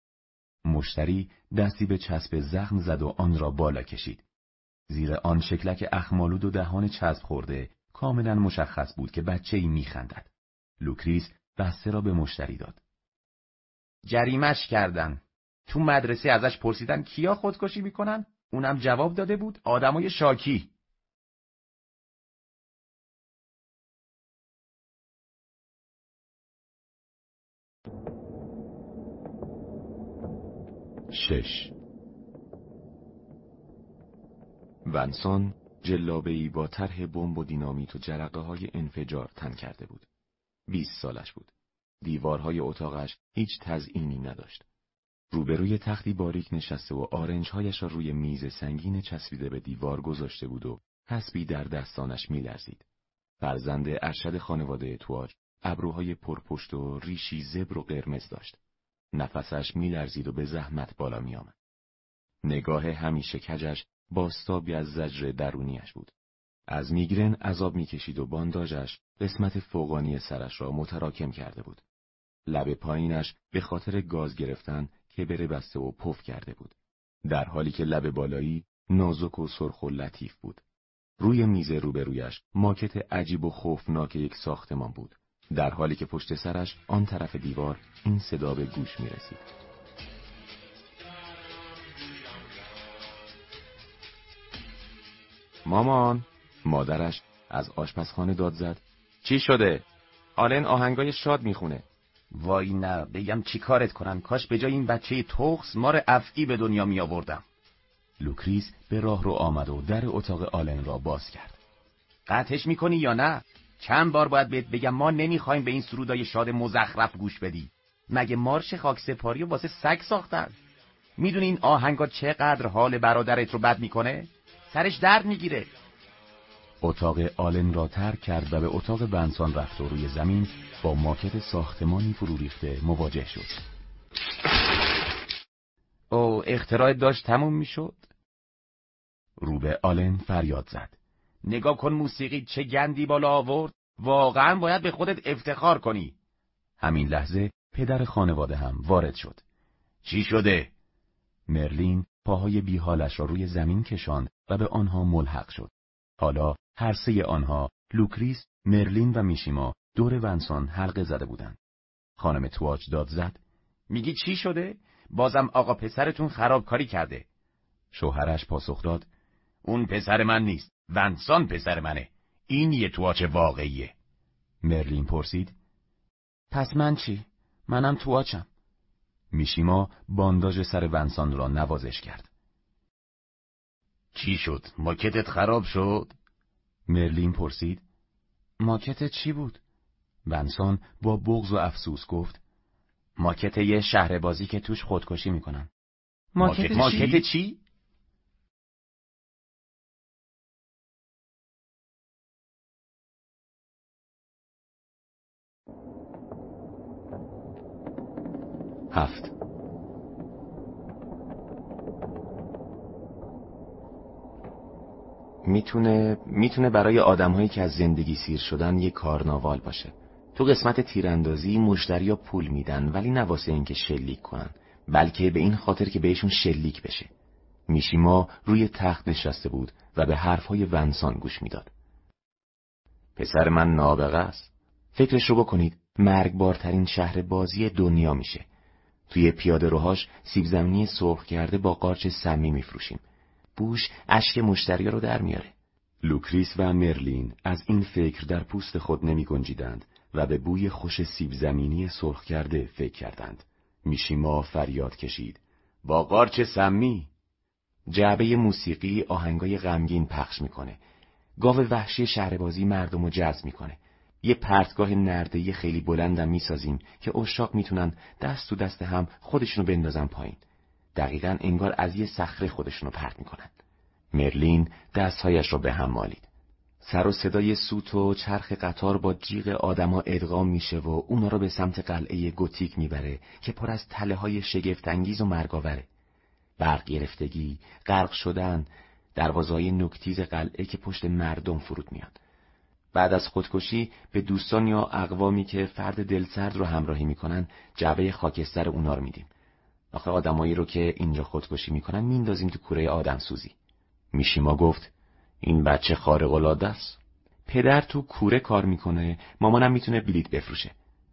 مشتری دستی به چسب زخم زد و آن را بالا کشید. زیر آن شکلک اخمالود و دهان چسب خورده کاملا مشخص بود که بچه‌ای میخندد. لوکریس بسته را به مشتری داد. جریمش کردن. تو مدرسه ازش پرسیدن کیا خودکشی میکنن؟ اونم جواب داده بود آدمای شاکی. شش. ونسان جلابه‌ای با طرح بمب و دینامیت و جرقه‌های انفجار تن کرده بود. بیست سالش بود. دیوارهای اتاقش هیچ تزئینی نداشت. روبروی تختی باریک نشسته و آرنج‌هایش را روی میز سنگین چسبیده به دیوار گذاشته بود و حسبی در دستانش می‌لرزید. فرزند ارشد خانواده تواج ابروهای پرپشت و ریشی زبر و قرمز داشت. نفسش می‌لرزید و به زحمت بالا می‌آمد. نگاه همیشه کجش بازتابی از زجر درونیش بود. از میگرن عذاب می‌کشید و بانداژش قسمت فوقانی سرش را متراکم کرده بود. لب پایینش به خاطر گاز گرفتن کبر بسته و پف کرده بود، در حالی که لب بالایی نازک و سرخ و لطیف بود. روی میز روبرویش ماکت عجیب و خوفناک یک ساختمان بود، در حالی که پشت سرش آن طرف دیوار این صدا به گوش می رسید. مامان، مادرش از آشپزخانه داد زد. چی شده؟ آلن آهنگای شاد میخونه. وای نه، بگم چی کارت کنم؟ کاش به جای این بچه تخس مار افعی به دنیا می آوردم. لوکریس به راه رو آمد و در اتاق آلن را باز کرد. قطعش میکنی یا نه؟ چند بار باید بهت بگم ما نمیخوایم به این سرودای شاد مزخرف گوش بدی. مگه مارش خاک سپاری و واسه سگ ساختن؟ میدونی این آهنگا چقدر حال برادرت رو بد میکنه؟ سرش درد میگیره. اتاق آلن را ترک کرد و به اتاق ونسان رفت و روی زمین با ماکت ساختمانی فرو ریخته مواجه شد. او اختراع داشت تموم میشد. رو به آلن فریاد زد. نگاه کن موسیقی چه گندی بالا آورد. واقعا باید به خودت افتخار کنی. همین لحظه پدر خانواده هم وارد شد. چی شده؟ مرلین پاهای بیحالش را روی زمین کشاند و به آنها ملحق شد. حالا هر سه آنها، لوکریس، مرلین و میشیما، دور ونسان حلقه زده بودند. خانم تواچ داد زد. میگی چی شده؟ بازم آقا پسرتون خرابکاری کرده. شوهرش پاسخ داد. اون پسر من نیست. ونسان پسر منه. این یه تواچ واقعیه. مرلین پرسید. پس من چی؟ منم تواچم. میشیما بانداژ سر ونسان را نوازش کرد. چی شد؟ ماکتت خراب شد؟ مرلین پرسید. ماکت چی بود؟ ونسان با بغض و افسوس گفت. ماکت یه شهر بازی که توش خودکشی میکنن. ماکت, ماکت چی؟ چی؟ هفت. میتونه میتونه برای آدم‌هایی که از زندگی سیر شدن یه کارناوال باشه. تو قسمت تیراندازی مشتریا پول میدن، ولی نه واسه اینکه شلیک کنن، بلکه به این خاطر که بهشون شلیک بشه. میشیما روی تخت نشسته بود و به حرفهای ونسان گوش میداد. پسر من نابغه است. فکرش رو بکنید، مرگبارترین شهر بازی دنیا میشه. توی پیاده روهاش سیب زمینی سرخ کرده با قارچ سمی میفروشیم. بوش اشک مشتریا رو در میاره. لوکریس و مرلین از این فکر در پوست خود نمی گنجیدند و به بوی خوش سیب زمینی سرخ کرده فکر کردند. میشیما فریاد کشید. با قارچ سمی! جعبه موسیقی آهنگای غمگین پخش میکنه. گاو وحشی شهربازی مردمو جذب میکنه. یه پرتگاه نرده‌ای خیلی بلندم میسازیم که عشاق میتونن دست تو دست هم خودشونو بندازن پایین. دقیقاً انگار از یه صخره خودشونو پرت میکنن. مرلین دستهایش رو به هم مالید. سر و صدای سوت و چرخ قطار با جیغ آدما ادغام میشه و اونا رو به سمت قلعه گوتیک میبره که پر از تله‌های شگفت‌انگیز و مرگاوره. برق گرفتگی، غرق شدن، دروازه‌های نوک‌تیز قلعه که پشت مردم فرود میاد. بعد از خودکشی به دوستان یا اقوامی که فرد دلسرد رو همراهی میکنن جعبه خاکستر اونا رو میدیم. آخه آدمایی رو که اینجا خودکشی میکنن میندازیم تو کوره آدم سوزی. میشیما گفت این بچه خارق العاده است. پدر تو کوره کار میکنه، مامانم میتونه بلیط بفروشه.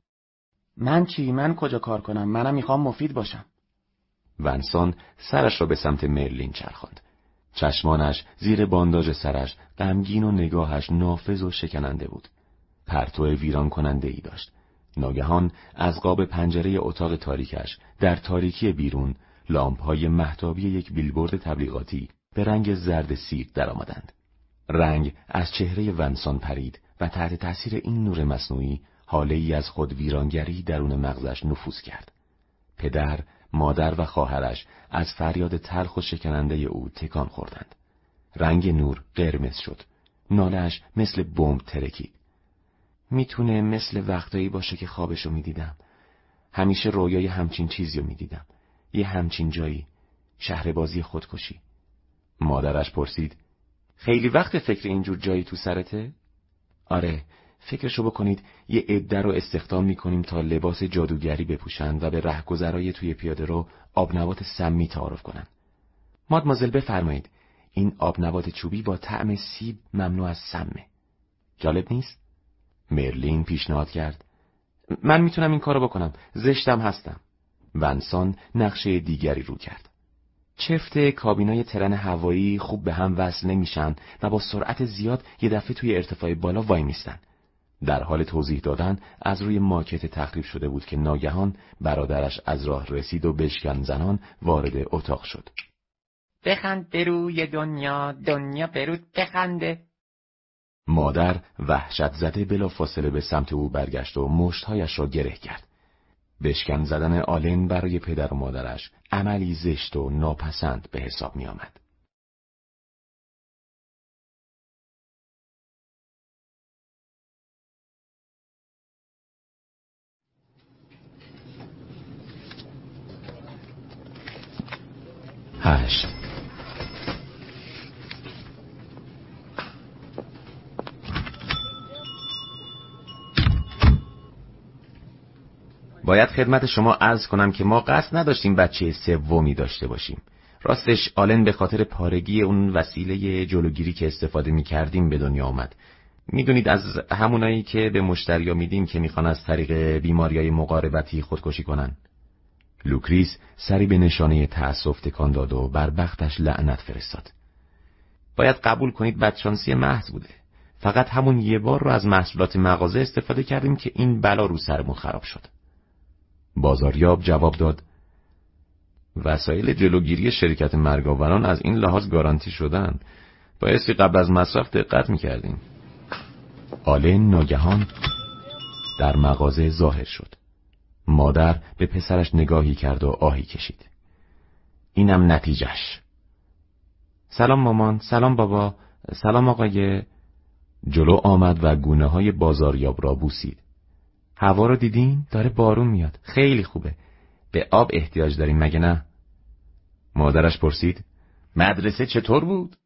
من چی؟ من کجا کار کنم؟ منم میخوام مفید باشم. ونسان سرش را به سمت مرلین چرخاند. چشمانش زیر بانداژ سرش غمگین و نگاهش نافذ و شکننده بود. پرتو ویران کننده ای داشت. ناگهان از قاب پنجره اتاق تاریکش در تاریکی بیرون لامپ‌های مهتابی یک بیلبورد تبلیغاتی به رنگ زرد سیب درآمدند. رنگ از چهره ونسان پرید و تحت تاثیر این نور مصنوعی حاله‌ای از خود ویرانگری درون مغزش نفوذ کرد. پدر، مادر و خواهرش از فریاد تلخ و شکننده او تکان خوردند. رنگ نور قرمز شد. ناله‌اش مثل بمب ترکید. میتونه مثل وقتایی باشه که خوابشو میدیدم. همیشه رویای همچین چیزی رو میدیدم. یه همچین جایی. شهربازی خودکشی. مادرش پرسید خیلی وقت فکر اینجور جایی تو سرته؟ آره، فکرشو بکنید یه عده رو استخدام میکنیم تا لباس جادوگری بپوشن و به رهگذرای توی پیاده رو آبنبات سمی تعارف کنن. مادمازل بفرمایید، این آبنبات چوبی با طعم سیب ممنوع از سمه. جالب نیست؟ مرلین پیشنهاد کرد. من میتونم این کارو بکنم، زشتم هستم. ونسان نقشه دیگری رو کرد. چفت کابینای ترن هوایی خوب به هم وصل نمیشن و با سرعت زیاد یه دفعه توی ارتفاع بالا وای میستن. در حال توضیح دادن از روی ماکت تخریب شده بود که ناگهان برادرش از راه رسید و بشکن زنان وارد اتاق شد. بخند بروی دنیا، دنیا برود بخنده. مادر وحشت زده بلا فاصله به سمت او برگشت و مشتهایش را گره کرد. بشکن زدن آلن برای پدر و مادرش عملی زشت و ناپسند به حساب می آمد. هشت. باید خدمت شما عرض کنم که ما قصد نداشتیم بچه سومی داشته باشیم. راستش آلن به خاطر پارگی اون وسیله جلوگیری که استفاده می کردیم به دنیا آمد. میدونید از همونایی که به مشتریا میدیم که میخوان از طریق بیماریای مقاربتی خودکشی کنن. لوکریس سری به نشانه تأسف تکان داد و بر بختش لعنت فرستاد. باید قبول کنید بدشانسی محض بوده. فقط همون یه بار رو از محصولات مغازه استفاده کردیم که این بلا رو سرمون خراب شد. بازاریاب جواب داد: وسایل جلوگیری شرکت مرگاوران از این لحاظ گارانتی شدن، بایستی قبل از مصرف دقت میکردیم. آلن ناگهان در مغازه ظاهر شد. مادر به پسرش نگاهی کرد و آهی کشید. اینم نتیجهش. سلام مامان، سلام بابا، سلام آقای. جلو آمد و گونه های بازاریاب را بوسید. هوا رو دیدین؟ داره بارون میاد. خیلی خوبه. به آب احتیاج داریم مگه نه؟ مادرش پرسید: مدرسه چطور بود؟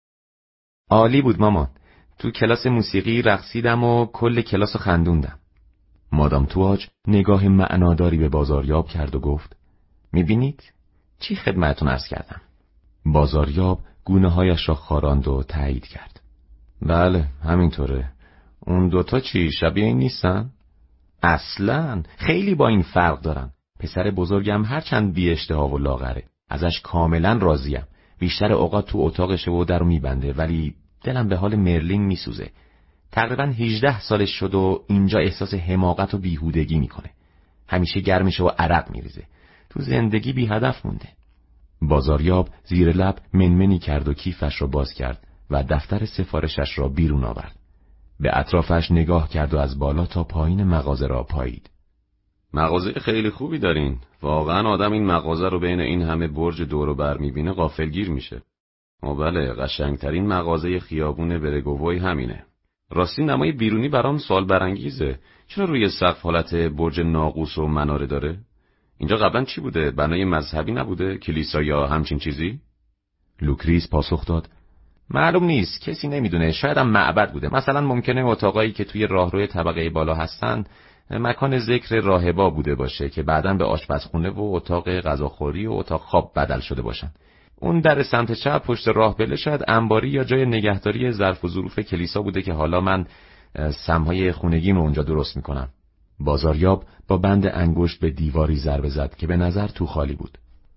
عالی بود مامان. تو کلاس موسیقی رقصیدم و کل کلاس خندوندم. مادام تواج نگاه معناداری به بازاریاب کرد و گفت: میبینید؟ چی خدمتتون عرض کردم؟ بازاریاب گونه هایش را خاراند و تایید کرد. بله همینطوره. اون دوتا چی شبیه این نیستن؟ اصلاً خیلی با این فرق دارن. پسر بزرگم هرچند بی اشتها و لاغره، ازش کاملا راضیم. بیشتر اوقات تو اتاقشه و درو میبنده، ولی دلم به حال مرلین میسوزه. تقریبا هجده سالش شد و اینجا احساس حماقت و بیهودگی میکنه. همیشه گرمشه و عرق میریزه. تو زندگی بی هدف مونده. بازاریاب زیر لب منمنی کرد و کیفش را باز کرد و دفتر سفارشش را بیرون آورد. به اطرافش نگاه کرد و از بالا تا پایین مغازه را پایید. مغازه خیلی خوبی دارین. واقعا آدم این مغازه رو بین این همه برج دور و بر میبینه غافلگیر میشه. او بله، قشنگترین مغازه خیابون برگووی همینه. راستی نمای بیرونی برام سوال برانگیزه. چرا روی سقف حالت برج ناقوس و مناره داره؟ اینجا قبلا چی بوده؟ بنای مذهبی نبوده؟ کلیسا یا همچین چیزی؟ لوکریس پاسخ داد: معلوم نیست، کسی نمیدونه. شاید هم معبد بوده. مثلا ممکنه اتاقایی که توی راهروی طبقه بالا هستن مکان ذکر راهبا بوده باشه که بعداً به آشپزخونه و اتاق غذاخوری و اتاق خواب بدل شده باشن. اون در سمت چپ پشت راه بله شاید انباری یا جای نگهداری ظرف و ظروف کلیسا بوده که حالا من سمهای خونگیم رو اونجا درست میکنم. بازاریاب با بند انگشت به دیواری ضربه زد که به نظر تو خالی بود.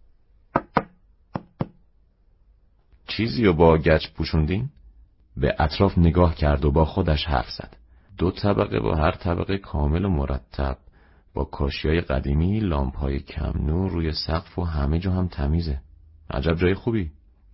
چیزی رو با گچ پوشوندین؟ به اطراف نگاه کرد و با خودش حرف زد. دو طبقه با هر طبقه کامل و مرتب، با کاشیای قدیمی، لامپ‌های کم نور روی سقف و همه جا هم تمیزه. عجب جای خوبی.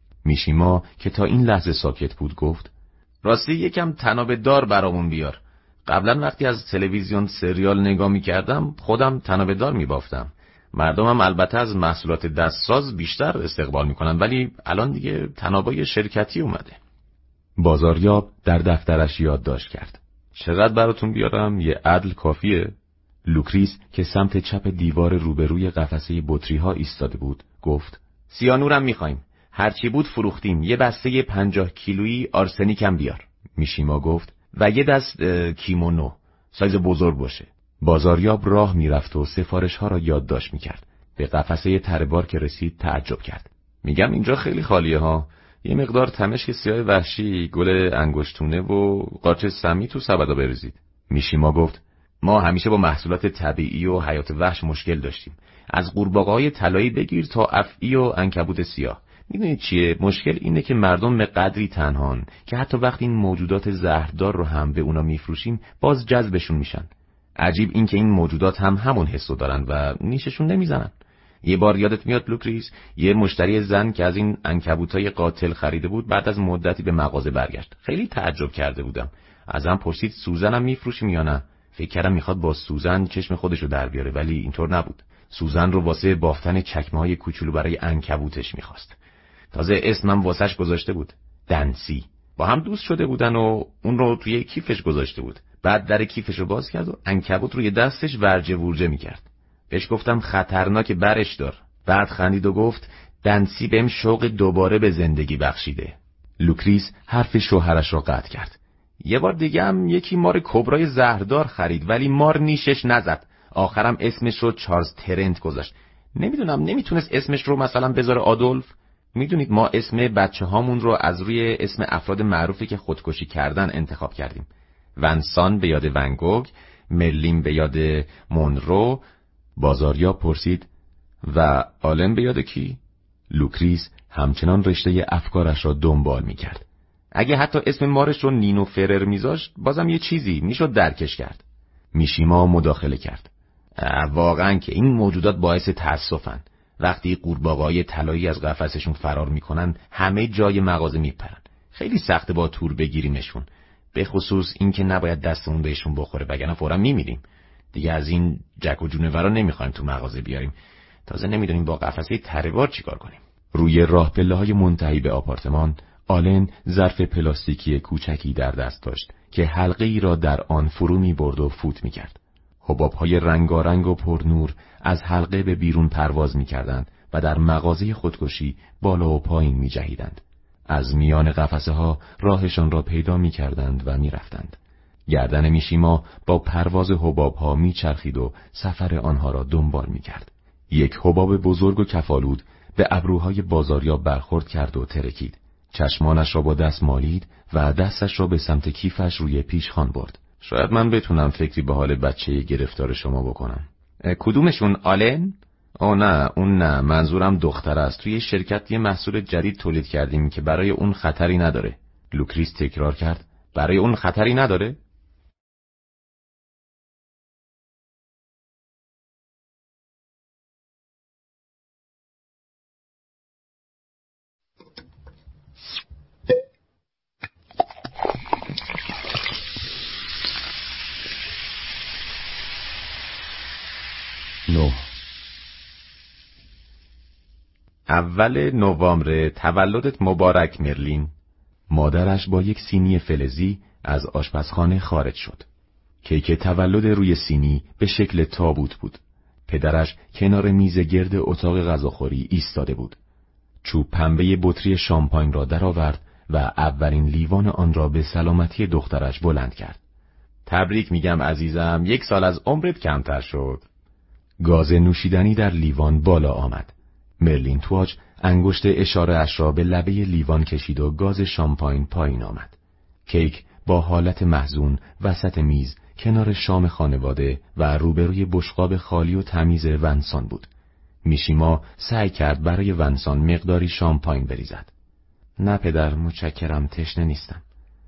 میشیما که تا این لحظه ساکت بود گفت: راستی یکم تناب دار برامون بیار. قبلا وقتی از تلویزیون سریال نگاه میکردم خودم تناب دار میبافتم. مردمم البته از محصولات دستساز بیشتر استقبال میکنن، ولی الان دیگه تنابای شرکتی اومده. بازاریاب در دفترش یادداشت کرد. چقدر براتون بیارم؟ یه عدل کافیه؟ لوکریس که سمت چپ دیوار روبروی قفسه بطری ها ایستاده بود گفت: سیانورم میخوایم. هرچی بود فروختیم. یه بسته پنجاه کیلویی آرسنیک هم بیار. میشیما گفت: و یه دست کیمونو سایز بزرگ باشه. بازاریاب راه میرفت و سفارش ها را یادداشت میکرد. به قفسه تره‌بار که رسید تعجب کرد. میگم اینجا خیلی خالیه ها. یه مقدار تمشک سیاه وحشی، گل انگشتونه و قارچ سمی تو سبدا بریزید. میشیما گفت: ما همیشه با محصولات طبیعی و حیات وحش مشکل داشتیم. از قورباغه‌های طلایی بگیر تا افعی و عنکبوت سیاه. میدونید چیه؟ مشکل اینه که مردم به قدری تنهان که حتی وقتی این موجودات زهردار رو هم به اونا میفروشیم باز جذبشون میشن. عجیب این که این موجودات هم همون حسو دارن و نیششون نمیزنن. یه بار یادت میاد لوکریس، یه مشتری زن که از این عنکبوتای قاتل خریده بود بعد از مدتی به مغازه برگشت. خیلی تعجب کرده بودم. ازم پرسید سوزنم میفروشیم یا نه. فکر کردم میخواد با سوزن چشم خودشو در بیاره، ولی اینطور نبود. سوزن رو واسه بافتن چکمه‌های کوچولو برای عنکبوتش میخواست. تازه اسمم واسش گذاشته بود، دنسی. با هم دوست شده بودن و اون رو توی کیفش گذاشته بود. بعد در کیفش رو باز کرد و عنکبوت روی دستش ورجه ورجه میکرد. بهش گفتم خطرناک، برش دار. بعد خندید و گفت دنسی بهم شوق دوباره به زندگی بخشیده. لوکریس حرف شوهرش را قطع کرد. یه بار دیگه هم یکی مار کبرای زهردار خرید، ولی مار نیشش نزد. آخرم اسمش رو چارلز ترنت گذاشت. نمیدونم نمیتونست اسمش رو مثلا بذاره آدولف. میدونید ما اسم بچه هامون رو از روی اسم افراد معروفی که خودکشی کردن انتخاب کردیم. ونسان به یاد ونگوگ، مرلین به یاد مونرو. بازاریا پرسید و آلن به یاد کی؟ لوکریس همچنان رشته افکارش را دنبال می‌کرد. اگه حتی اسم مارش رو نینو فرر میذاشت بازم یه چیزی میشد درکش کرد. میشیما مداخله کرد. واقعا که این موجودات باعث تأسفن. وقتی قورباغه‌های طلایی از قفسشون فرار میکنن همه جای مغازه میپرن. خیلی سخته با تور بگیریمشون، به خصوص این که نباید دستمون بهشون بخوره وگرنه فوراً میمیریم. دیگه از این جک و جونورا نمیخوایم تو مغازه بیاریم، تازه نمیدونیم با قفسه تره‌وار چیکار کنیم. روی راه پله‌های منتهی به آپارتمان، آلن ظرف پلاستیکی کوچکی در دست داشت که حلقه‌ای را در آن فرو می‌برد و فوت می‌کرد. حباب‌های رنگارنگ و پرنور از حلقه به بیرون پرواز می‌کردند و در مغازه خودکشی بالا و پایین می‌جهیدند. از میان قفسه‌ها راهشان را پیدا می‌کردند و می‌رفتند. گردن میشیما با پرواز حباب‌ها می‌چرخید و سفر آنها را دنبال می‌کرد. یک حباب بزرگ و کفالود به ابروهای بازاریا برخورد کرد و ترکید. چشمانش را با دست مالید و دستش را به سمت کیفش روی پیشخوان برد. شاید من بتونم فکری به حال بچه گرفتار شما بکنم. کدومشون آلن؟ آه نه، اون نه، منظورم دختر است. توی شرکت یه محصول جدید تولید کردیم که برای اون خطری نداره. لوکریس تکرار کرد. برای اون خطری نداره؟ نو اول نوامبر تولدت مبارک مرلین. مادرش با یک سینی فلزی از آشپزخانه خارج شد. کیک تولد روی سینی به شکل تابوت بود. پدرش کنار میز گرد اتاق غذاخوری ایستاده بود. چوب پنبه بطری شامپاین را درآورد و اولین لیوان آن را به سلامتی دخترش بلند کرد. تبریک میگم عزیزم، یک سال از عمرت کمتر شد. گاز نوشیدنی در لیوان بالا آمد. مرلین تواج انگشت اشاره اش را به لبه لیوان کشید و گاز شامپاین پایین آمد. کیک با حالت محزون وسط میز کنار شام خانواده و روبروی بشقاب خالی و تمیز ونسان بود. میشیما سعی کرد برای ونسان مقداری شامپاین بریزد. نه پدر، متشکرم، تشنه نیستم.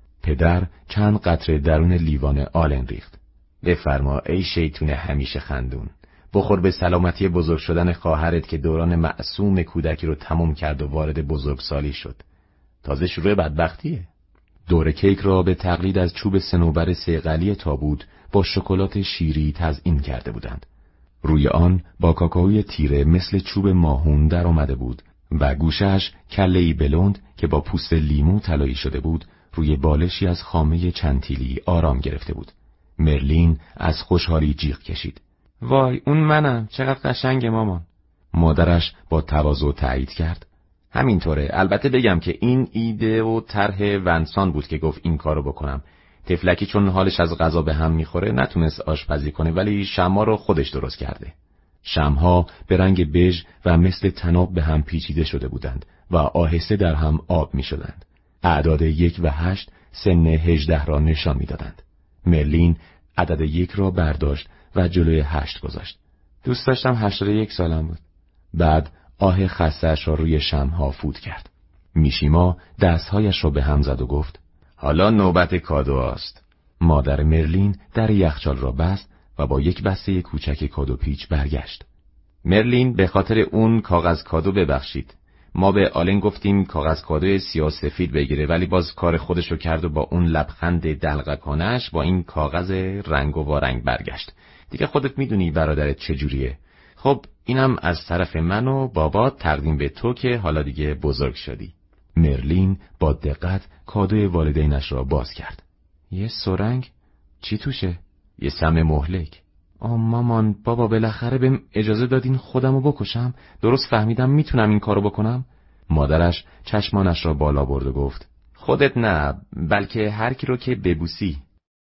پدر چند قطره درون لیوان آلن ریخت. بفرما ای شیطون همیشه خندون. بخور به سلامتی بزرگ شدن خواهرت که دوران معصوم کودکی رو تموم کرد و وارد بزرگسالی شد. تازه شروع بدبختیه. دور کیک را به تقلید از چوب صنوبر صیقلی تابوت با شکلات شیری تزیین کرده بودند. روی آن با کاکائوی تیره مثل چوب ماهون در آمده بود و گوشش کله‌ای بلند که با پوست لیمو طلایی شده بود روی بالشی از خامه چنتیلی آرام گرفته بود. مرلین از خوشحالی جیغ کشید. وای، اون منم، چقدر قشنگه مامان. مادرش با تواضع تایید کرد. همینطوره. البته بگم که این ایده و طرح ونسان بود که گفت این کارو بکنم. تفلکی چون حالش از غذا به هم میخوره نتونست آشپزی کنه، ولی شمع رو خودش درست کرده. شمعها به رنگ بژ و مثل طناب به هم پیچیده شده بودند و آهسته در هم آب میشدند. اعداد یک و هشت سن هجده را نشان میدادند. مرلین عدد یک را برداشت و جلوی هشت گذاشت. دوست داشتم هشتاد و یک سالم بود. بعد آه خسته‌اش را روی شمعها فوت کرد. میشیما دستهایش را به هم زد و گفت حالا نوبت کادو است. مادر مرلین در یخچال را بست و با یک بسته کوچک کادو پیچ برگشت. مرلین به خاطر اون کاغذ کادو ببخشید. ما به آلن گفتیم کاغذ کادو سیاه سفید بگیره، ولی باز کار خودشو کرد و با اون لبخند دلغکانش با این کاغذ رنگ و وارنگ برگشت. دیگه خودت میدونی برادرت چجوریه. خب اینم از طرف من و بابات تقدیم به تو که حالا دیگه بزرگ شدی. مرلین با دقت کادوی والدینش را باز کرد. یه سرنگ؟ چی توشه؟ یه سم مهلک. آه مامان، بابا بالاخره بهم اجازه دادین خودمو بکشم؟ درست فهمیدم میتونم این کارو بکنم؟ مادرش چشمانش را بالا برد و گفت خودت نه، بلکه هر کی رو که ببوسی.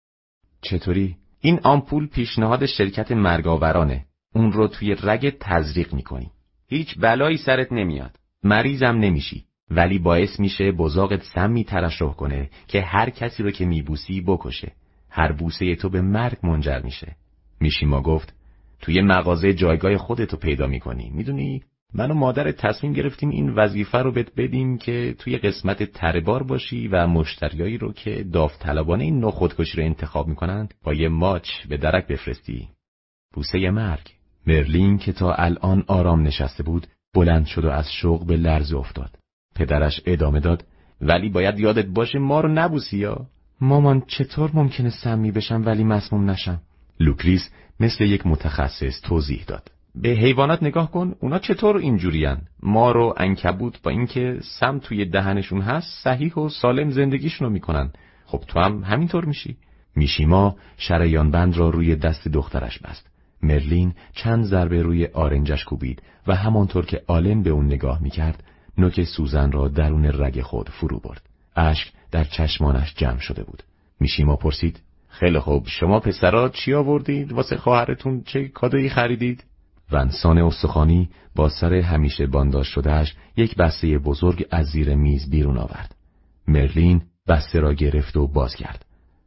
چطوری؟ این آمپول پیشنهاد شرکت مرگاورانه. اون رو توی رگت تزریق میکنی. هیچ بلایی سرت نمیاد. مریضم نمیشی. ولی باعث میشه بزاقت سمی ترشح کنه که هر کسی رو که میبوسی بکشه. هر بوسه تو به مرگ منجر میشه. میشیما گفت توی مغازه جایگاه خودتو پیدا میکنی. میدونی من و مادر تصمیم گرفتیم این وظیفه رو بهت بدیم که توی قسمت تره بار باشی و مشتریایی رو که داوطلبانه این نوع خودکشی رو انتخاب میکنن با یه ماچ به درک بفرستی. بوسه مرگ. مرلین که تا الان آرام نشسته بود بلند شد و از شوق به لرزه افتاد. پدرش ادامه داد ولی باید یادت باشه ما رو نبوسی یا. مامان چطور ممکنه سمی بشم ولی مسموم نشم؟ لوکریس مثل یک متخصص توضیح داد. به حیوانات نگاه کن، اونا چطور اینجورین؟ مار و عنکبوت با اینکه سم توی دهنشون هست صحیح و سالم زندگیشونو میکنن. خب تو هم همینطور میشی. میشیما شریان بند را روی دست دخترش بست. مرلین چند ضربه روی آرنجش کوبید و همانطور که آلن به اون نگاه میکرد نوک سوزن را درون رگ خود فرو برد. اشک در چشمانش جمع شده بود. میشیما پرسید خیلی خوب، شما پسرا چی آوردید؟ واسه خواهرتون چه کادویی خریدید؟ ونسان استخوانی با سر همیشه بانداژ شدهش یک بسته بزرگ از زیر میز بیرون آورد. مرلین بسته را گرفت و باز کرد.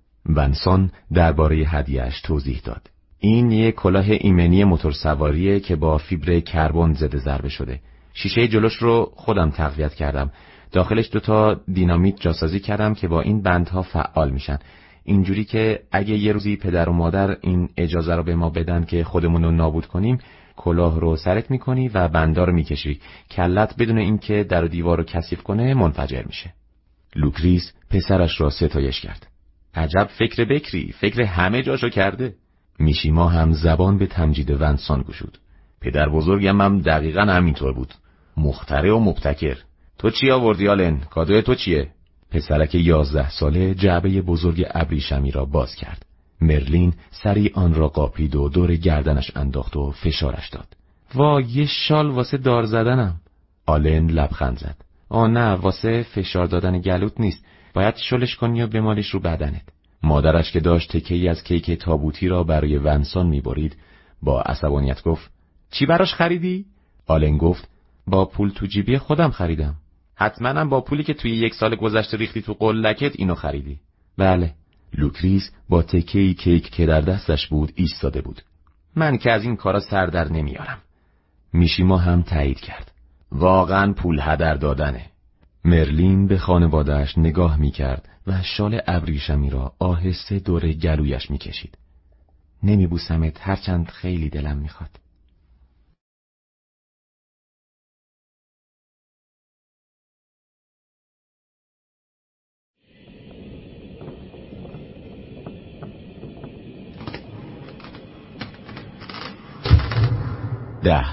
ونسان درباره هدیه‌اش توضیح داد. این یک کلاه ایمنی موتورسواریه که با فیبر کربن زده ضربه شده. شیشه جلوش رو خودم تقویت کردم. داخلش دوتا دینامیت جاسازی کردم که با این بندها فعال میشن. اینجوری که اگه یه روزی پدر و مادر این اجازه رو به ما بدن که خودمون رو نابود کنیم، کلاه رو سرت میکنی و بندا رو میکشی. کلت بدون اینکه در و دیوار رو کثیف کنه منفجر میشه. لوکریس پسرش را ستایش کرد. عجب فکر بکری، فکر همه جاشو کرده. میشیما هم زبان به تمجید ونسان گشود. پدر بزرگم هم دقیقاً همینطور بود. مخترع و مبتکر. تو چی آوردی آلن؟ کادوی تو چیه؟ پسرک یازده ساله جعبه بزرگ ابریشمی را باز کرد. مرلین سریع آن را قاپید و دور گردنش انداخت و فشارش داد. وا یه شال واسه دار زدنم. آلن لبخند زد. آه نه، واسه فشار دادن گلوت نیست. باید شلش کنی و بمالیش رو بدنت. مادرش که داشت تکه‌ای از کیک تابوتی را برای ونسان می‌برید با عصبانیت گفت چی براش خریدی؟ آلن گفت با پول تو جیبی خودم خریدم. حتماً با پولی که توی یک سال گذشته ریختی تو قلکت اینو خریدی. بله. لوکریس با تکه‌ای کیک که در دستش بود ایستاده بود. من که از این کارا سر در نمیارم. میشیما هم تایید کرد. واقعاً پول هدر دادنه. مرلین به خانواده‌اش نگاه میکرد و شال ابریشمی را آهسته دور گلویش میکشید. نمیبوسمت هرچند خیلی دلم میخواد. ده.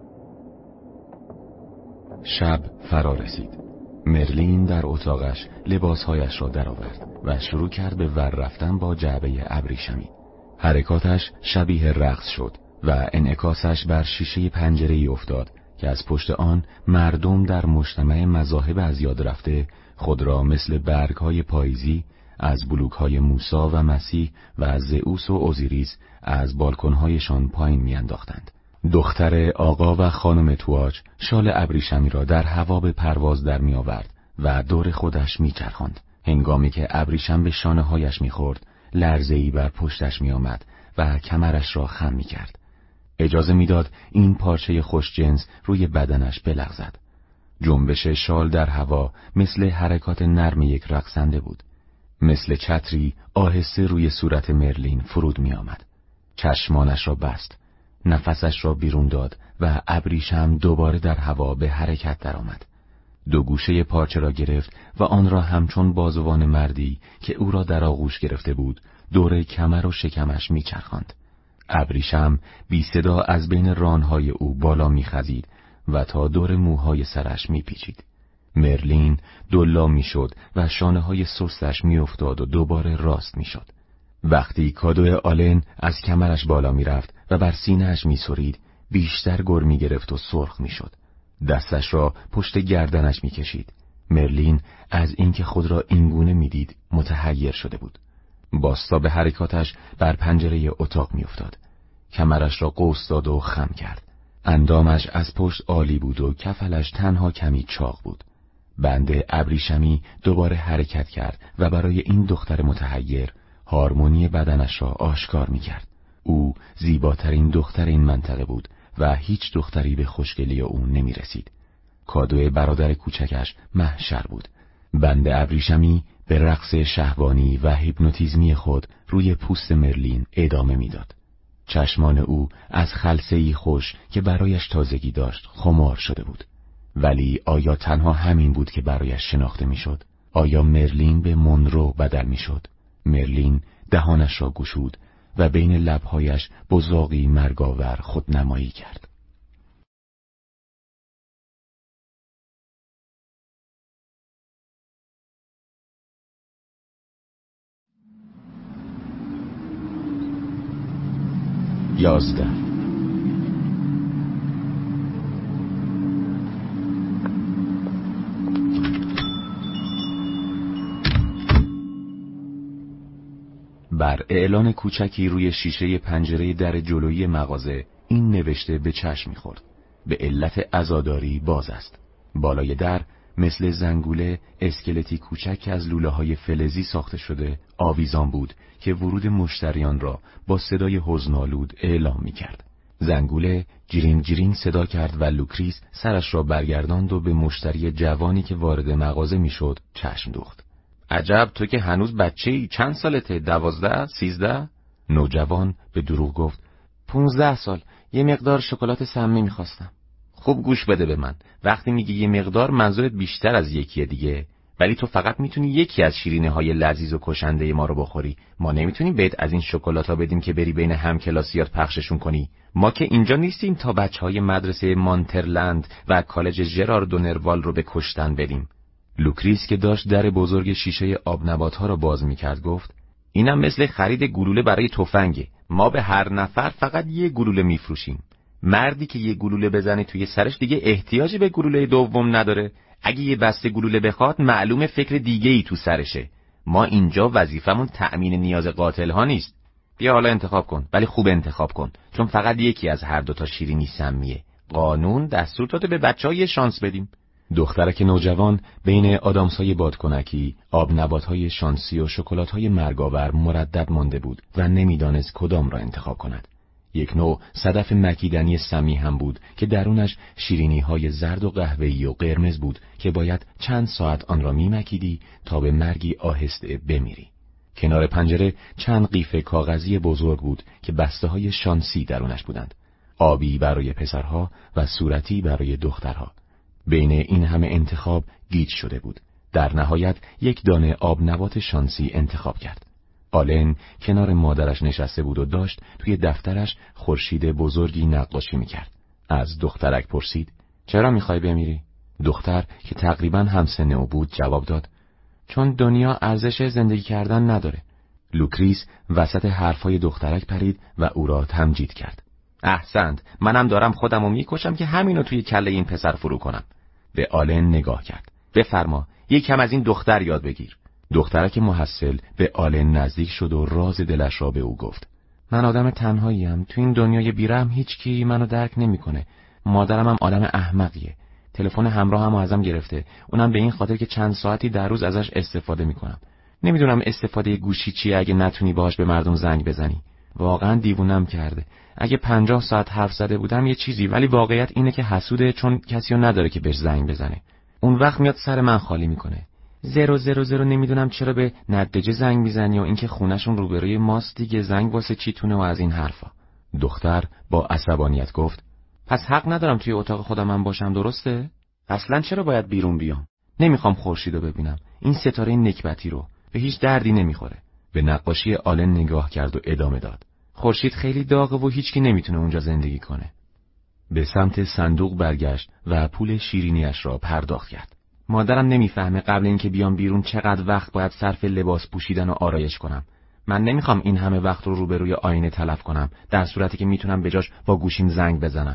شب فرا رسید. مرلین در اتاقش لباسهایش را درآورد و شروع کرد به ور رفتن با جعبه ابریشمی. حرکاتش شبیه رقص شد و انعکاسش بر شیشه پنجره‌ای افتاد که از پشت آن مردم در مجتمع مذاهب از یاد رفته خود را مثل برگ‌های پاییزی از بلوک‌های موسی و مسیح و از زئوس و اوزیریس از بالکن‌هایشان پایین می‌انداختند. دختر آقا و خانم تواج شال ابریشمی را در هوا به پرواز در می آورد و دور خودش می چرخاند. هنگامی که ابریشم به شانه هایش می خورد، لرزه‌ای بر پشتش می آمد و کمرش را خم می کرد. اجازه می داد این پارچه خوش جنس روی بدنش بلغزد. جنبش شال در هوا مثل حرکات نرم یک رقصنده بود. مثل چتری آهسته روی صورت مرلین فرود می آمد. چشمانش را بست. نفسش را بیرون داد و ابریشم دوباره در هوا به حرکت درآمد. دو گوشه پارچه را گرفت و آن را همچون بازوان مردی که او را در آغوش گرفته بود دور کمر و شکمش میچرخاند. ابریشم بی صدا از بین رانهای او بالا میخزید و تا دور موهای سرش میپیچید. مرلین دلا میشد و شانه های سستش میافتاد و دوباره راست میشد. وقتی کادو آلن از کمرش بالا میرفت و بر سینه‌اش میسرید، بیشتر گر میگرفت و سرخ میشد. دستش را پشت گردنش میکشید. مرلین از اینکه خود را اینگونه میدید متحیر شده بود. باستا به حرکاتش بر پنجره اتاق میافتاد. کمرش را قوس داد و خم کرد. اندامش از پشت عالی بود و کفلش تنها کمی چاق بود. بند ابریشمی دوباره حرکت کرد و برای این دختر متحیر هارمونی بدنش را آشکار می‌کرد. او زیباترین دختر این منطقه بود و هیچ دختری به خوشگلی او نمی‌رسید. کادو برادر کوچکش محشر بود. بند ابریشمی به رقص شهوانی و هیپنوتیزمی خود روی پوست مرلین ادامه می‌داد. چشمان او از خلسه‌ای خوش که برایش تازگی داشت خمار شده بود. ولی آیا تنها همین بود که برایش شناخته می‌شد؟ آیا مرلین به مونرو بدل می‌شد؟ مرلین دهانش را گشود و بین لب‌هایش بزاقی مرگاور خودنمایی کرد. یازده. بر اعلان کوچکی روی شیشه پنجره در جلویی مغازه این نوشته به چشم می‌خورد: به علت عزاداری باز است. بالای در مثل زنگوله اسکلتی کوچک که از لوله‌های فلزی ساخته شده آویزان بود که ورود مشتریان را با صدای حزن‌آلود اعلام می‌کرد. زنگوله جیرینگ جیرینگ صدا کرد و لوکریس سرش را برگرداند و به مشتری جوانی که وارد مغازه می‌شد چشم دوخت. عجب، تو که هنوز بچه‌ای. چند سالته؟ دوازده؟ سیزده؟ نوجوان به دروغ گفت: پونزده سال. یه مقدار شکلات سمی می‌خواستم. خوب گوش بده به من. وقتی میگی یه مقدار منظورت بیشتر از یکیه دیگه. ولی تو فقط میتونی یکی از شیرینی‌های لذیذ و کشنده ما رو بخوری. ما نمیتونیم بهت از این شکلات‌ها بدیم که بری بین همکلاسیات پخششون کنی. ما که اینجا نیستیم تا بچه‌های مدرسه مانترلند و کالج ژرار و نروال رو به کشتن بدیم. لوکریس که داشت در بزرگ شیشه آب نبات‌ها را باز می‌کرد گفت: اینم مثل خرید گلوله برای تفنگه. ما به هر نفر فقط یه گلوله میفروشیم. مردی که یه گلوله بزنه توی سرش دیگه احتیاجی به گلوله دوم نداره. اگه یه بسته گلوله بخواد معلومه فکر دیگه ای تو سرشه. ما اینجا وظیفمون تأمین نیاز قاتل ها نیست. بیا حالا انتخاب کن، ولی خوب انتخاب کن، چون فقط یکی از هر دوتا شیرینی سمیه. قانون دستور داده به بچه‌ها یه شانس بدیم. دخترک نوجوان بین آدامسای بادکنکی، آب نبات‌های شانسی و شکلات‌های مرگاور مردد مانده بود و نمیدانست کدام را انتخاب کند. یک نوع صدف مکیدنی سمی هم بود که درونش شیرینی‌های زرد و قهوه‌ای و قرمز بود که باید چند ساعت آن را می‌مکیدی تا به مرگی آهسته بمیری. کنار پنجره چند قیف کاغذی بزرگ بود که بسته‌های شانسی درونش بودند. آبی برای پسرها و صورتی برای دخترها. بین این همه انتخاب گیج شده بود. در نهایت یک دانه آب نبات شانسی انتخاب کرد. آلن کنار مادرش نشسته بود و داشت توی دفترش خورشید بزرگی نقاشی میکرد. از دخترک پرسید: چرا میخوای بمیری؟ دختر که تقریباً همسن او بود جواب داد: چون دنیا ارزش زندگی کردن نداره. لوکریس وسط حرفای دخترک پرید و او را تمجید کرد. احسنت، منم دارم خودمو میکشم که همینو توی کله این پسر فرو کنم. به آلن نگاه کرد. بفرما، یک کم از این دختر یاد بگیر. دخترک محصل به آلن نزدیک شد و راز دلش را به او گفت. من آدم تنهاییم. تو این دنیای بیرحم هیچ کی منو درک نمیکنه. مادرم هم آدم احمقیه. تلفن همراهم ازم گرفته. اونم به این خاطر که چند ساعتی در روز ازش استفاده میکنم. نمیدونم استفاده گوشی چیه اگه نتونی باهاش به مردم زنگ بزنی. واقعا دیوونم کرده. اگه پنجاه ساعت حرف زده بودم یه چیزی، ولی واقعیت اینه که حسوده، چون کسی رو نداره که بهش زنگ بزنه. اون وقت میاد سر من خالی میکنه. زرو زرو زرو نمیدونم چرا به ندجه زنگ میزنی و اینکه خونه‌شون روبروی ماست دیگه، زنگ واسه چی تونه و از این حرفا. دختر با عصبانیت گفت: پس حق ندارم توی اتاق خودم من باشم، درسته؟ اصلا چرا باید بیرون بیام؟ نمیخوام خورشیدو ببینم. این ستاره نکبتی رو به هیچ دردی نمیخوره. به نقاشی آلن نگاه کرد و ادامه داد: خورشید خیلی داغه و هیچکی نمیتونه اونجا زندگی کنه. به سمت صندوق برگشت و پول شیرینیش را پرداخت کرد. مادرم نمیفهمه قبل اینکه بیام بیرون چقدر وقت باید صرف لباس پوشیدن و آرایش کنم. من نمیخوام این همه وقت رو روبروی آینه تلف کنم، در صورتی که میتونم بجاش با گوشیم زنگ بزنم.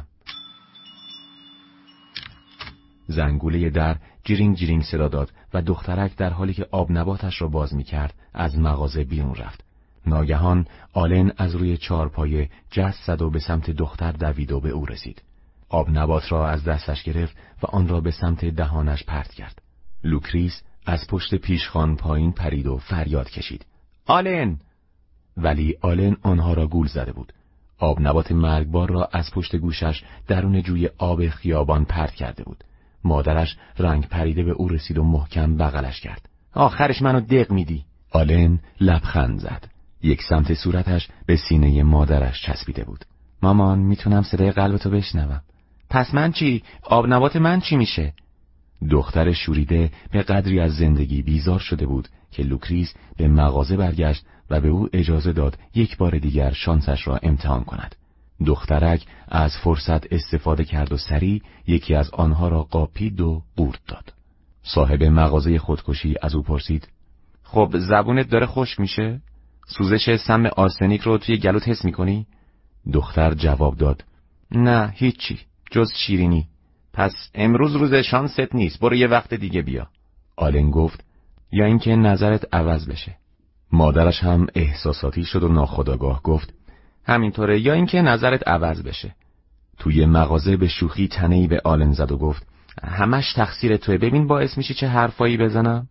زنگوله در جیرینگ جیرینگ صدا داد و دخترک در حالی که آب نباتش را باز میکرد از مغازه بیرون رفت. ناگهان آلن از روی چارپایه جست زد و به سمت دختر دوید و به او رسید. آب نبات را از دستش گرفت و آن را به سمت دهانش پرت کرد. لوکریس از پشت پیشخوان پایین پرید و فریاد کشید: آلن! ولی آلن آنها را گول زده بود. آب نبات مرگبار را از پشت گوشش درون جوی آب خیابان پرت کرده بود. مادرش رنگ پریده به او رسید و محکم بغلش کرد. آخرش منو دق میدی. آلن لبخند زد. یک سمت صورتش به سینه مادرش چسبیده بود. مامان، میتونم صدای قلبتو بشنوم. پس من چی؟ آب نبات من چی میشه؟ دختر شوریده به قدری از زندگی بیزار شده بود که لوکریس به مغازه برگشت و به او اجازه داد یک بار دیگر شانسش را امتحان کند. دخترک از فرصت استفاده کرد و سریع یکی از آنها را قاپید و قورت داد. صاحب مغازه خودکشی از او پرسید: خب زبونت داره خشک میشه؟ سوزش سم آرسنیک رو توی گلوت حس میکنی؟ دختر جواب داد: نه هیچی جز شیرینی. پس امروز روز شانست نیست، برو یه وقت دیگه بیا. آلن گفت: یا اینکه نظرت عوض بشه. مادرش هم احساساتی شد و ناخودآگاه گفت: همینطوره، یا اینکه نظرت عوض بشه. توی مغازه به شوخی تنه‌ای به آلن زد و گفت: همش تقصیر توئه، ببین باعث میشی چه حرفایی بزنم.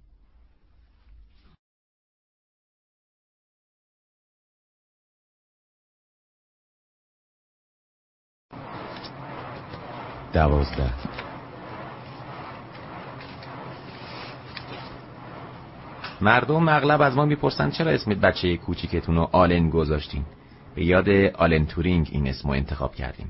دوازده. مردم اغلب از ما میپرسن چرا اسم بچه کوچیکتون رو آلن گذاشتین. به یاد آلن تورینگ این اسمو انتخاب کردیم.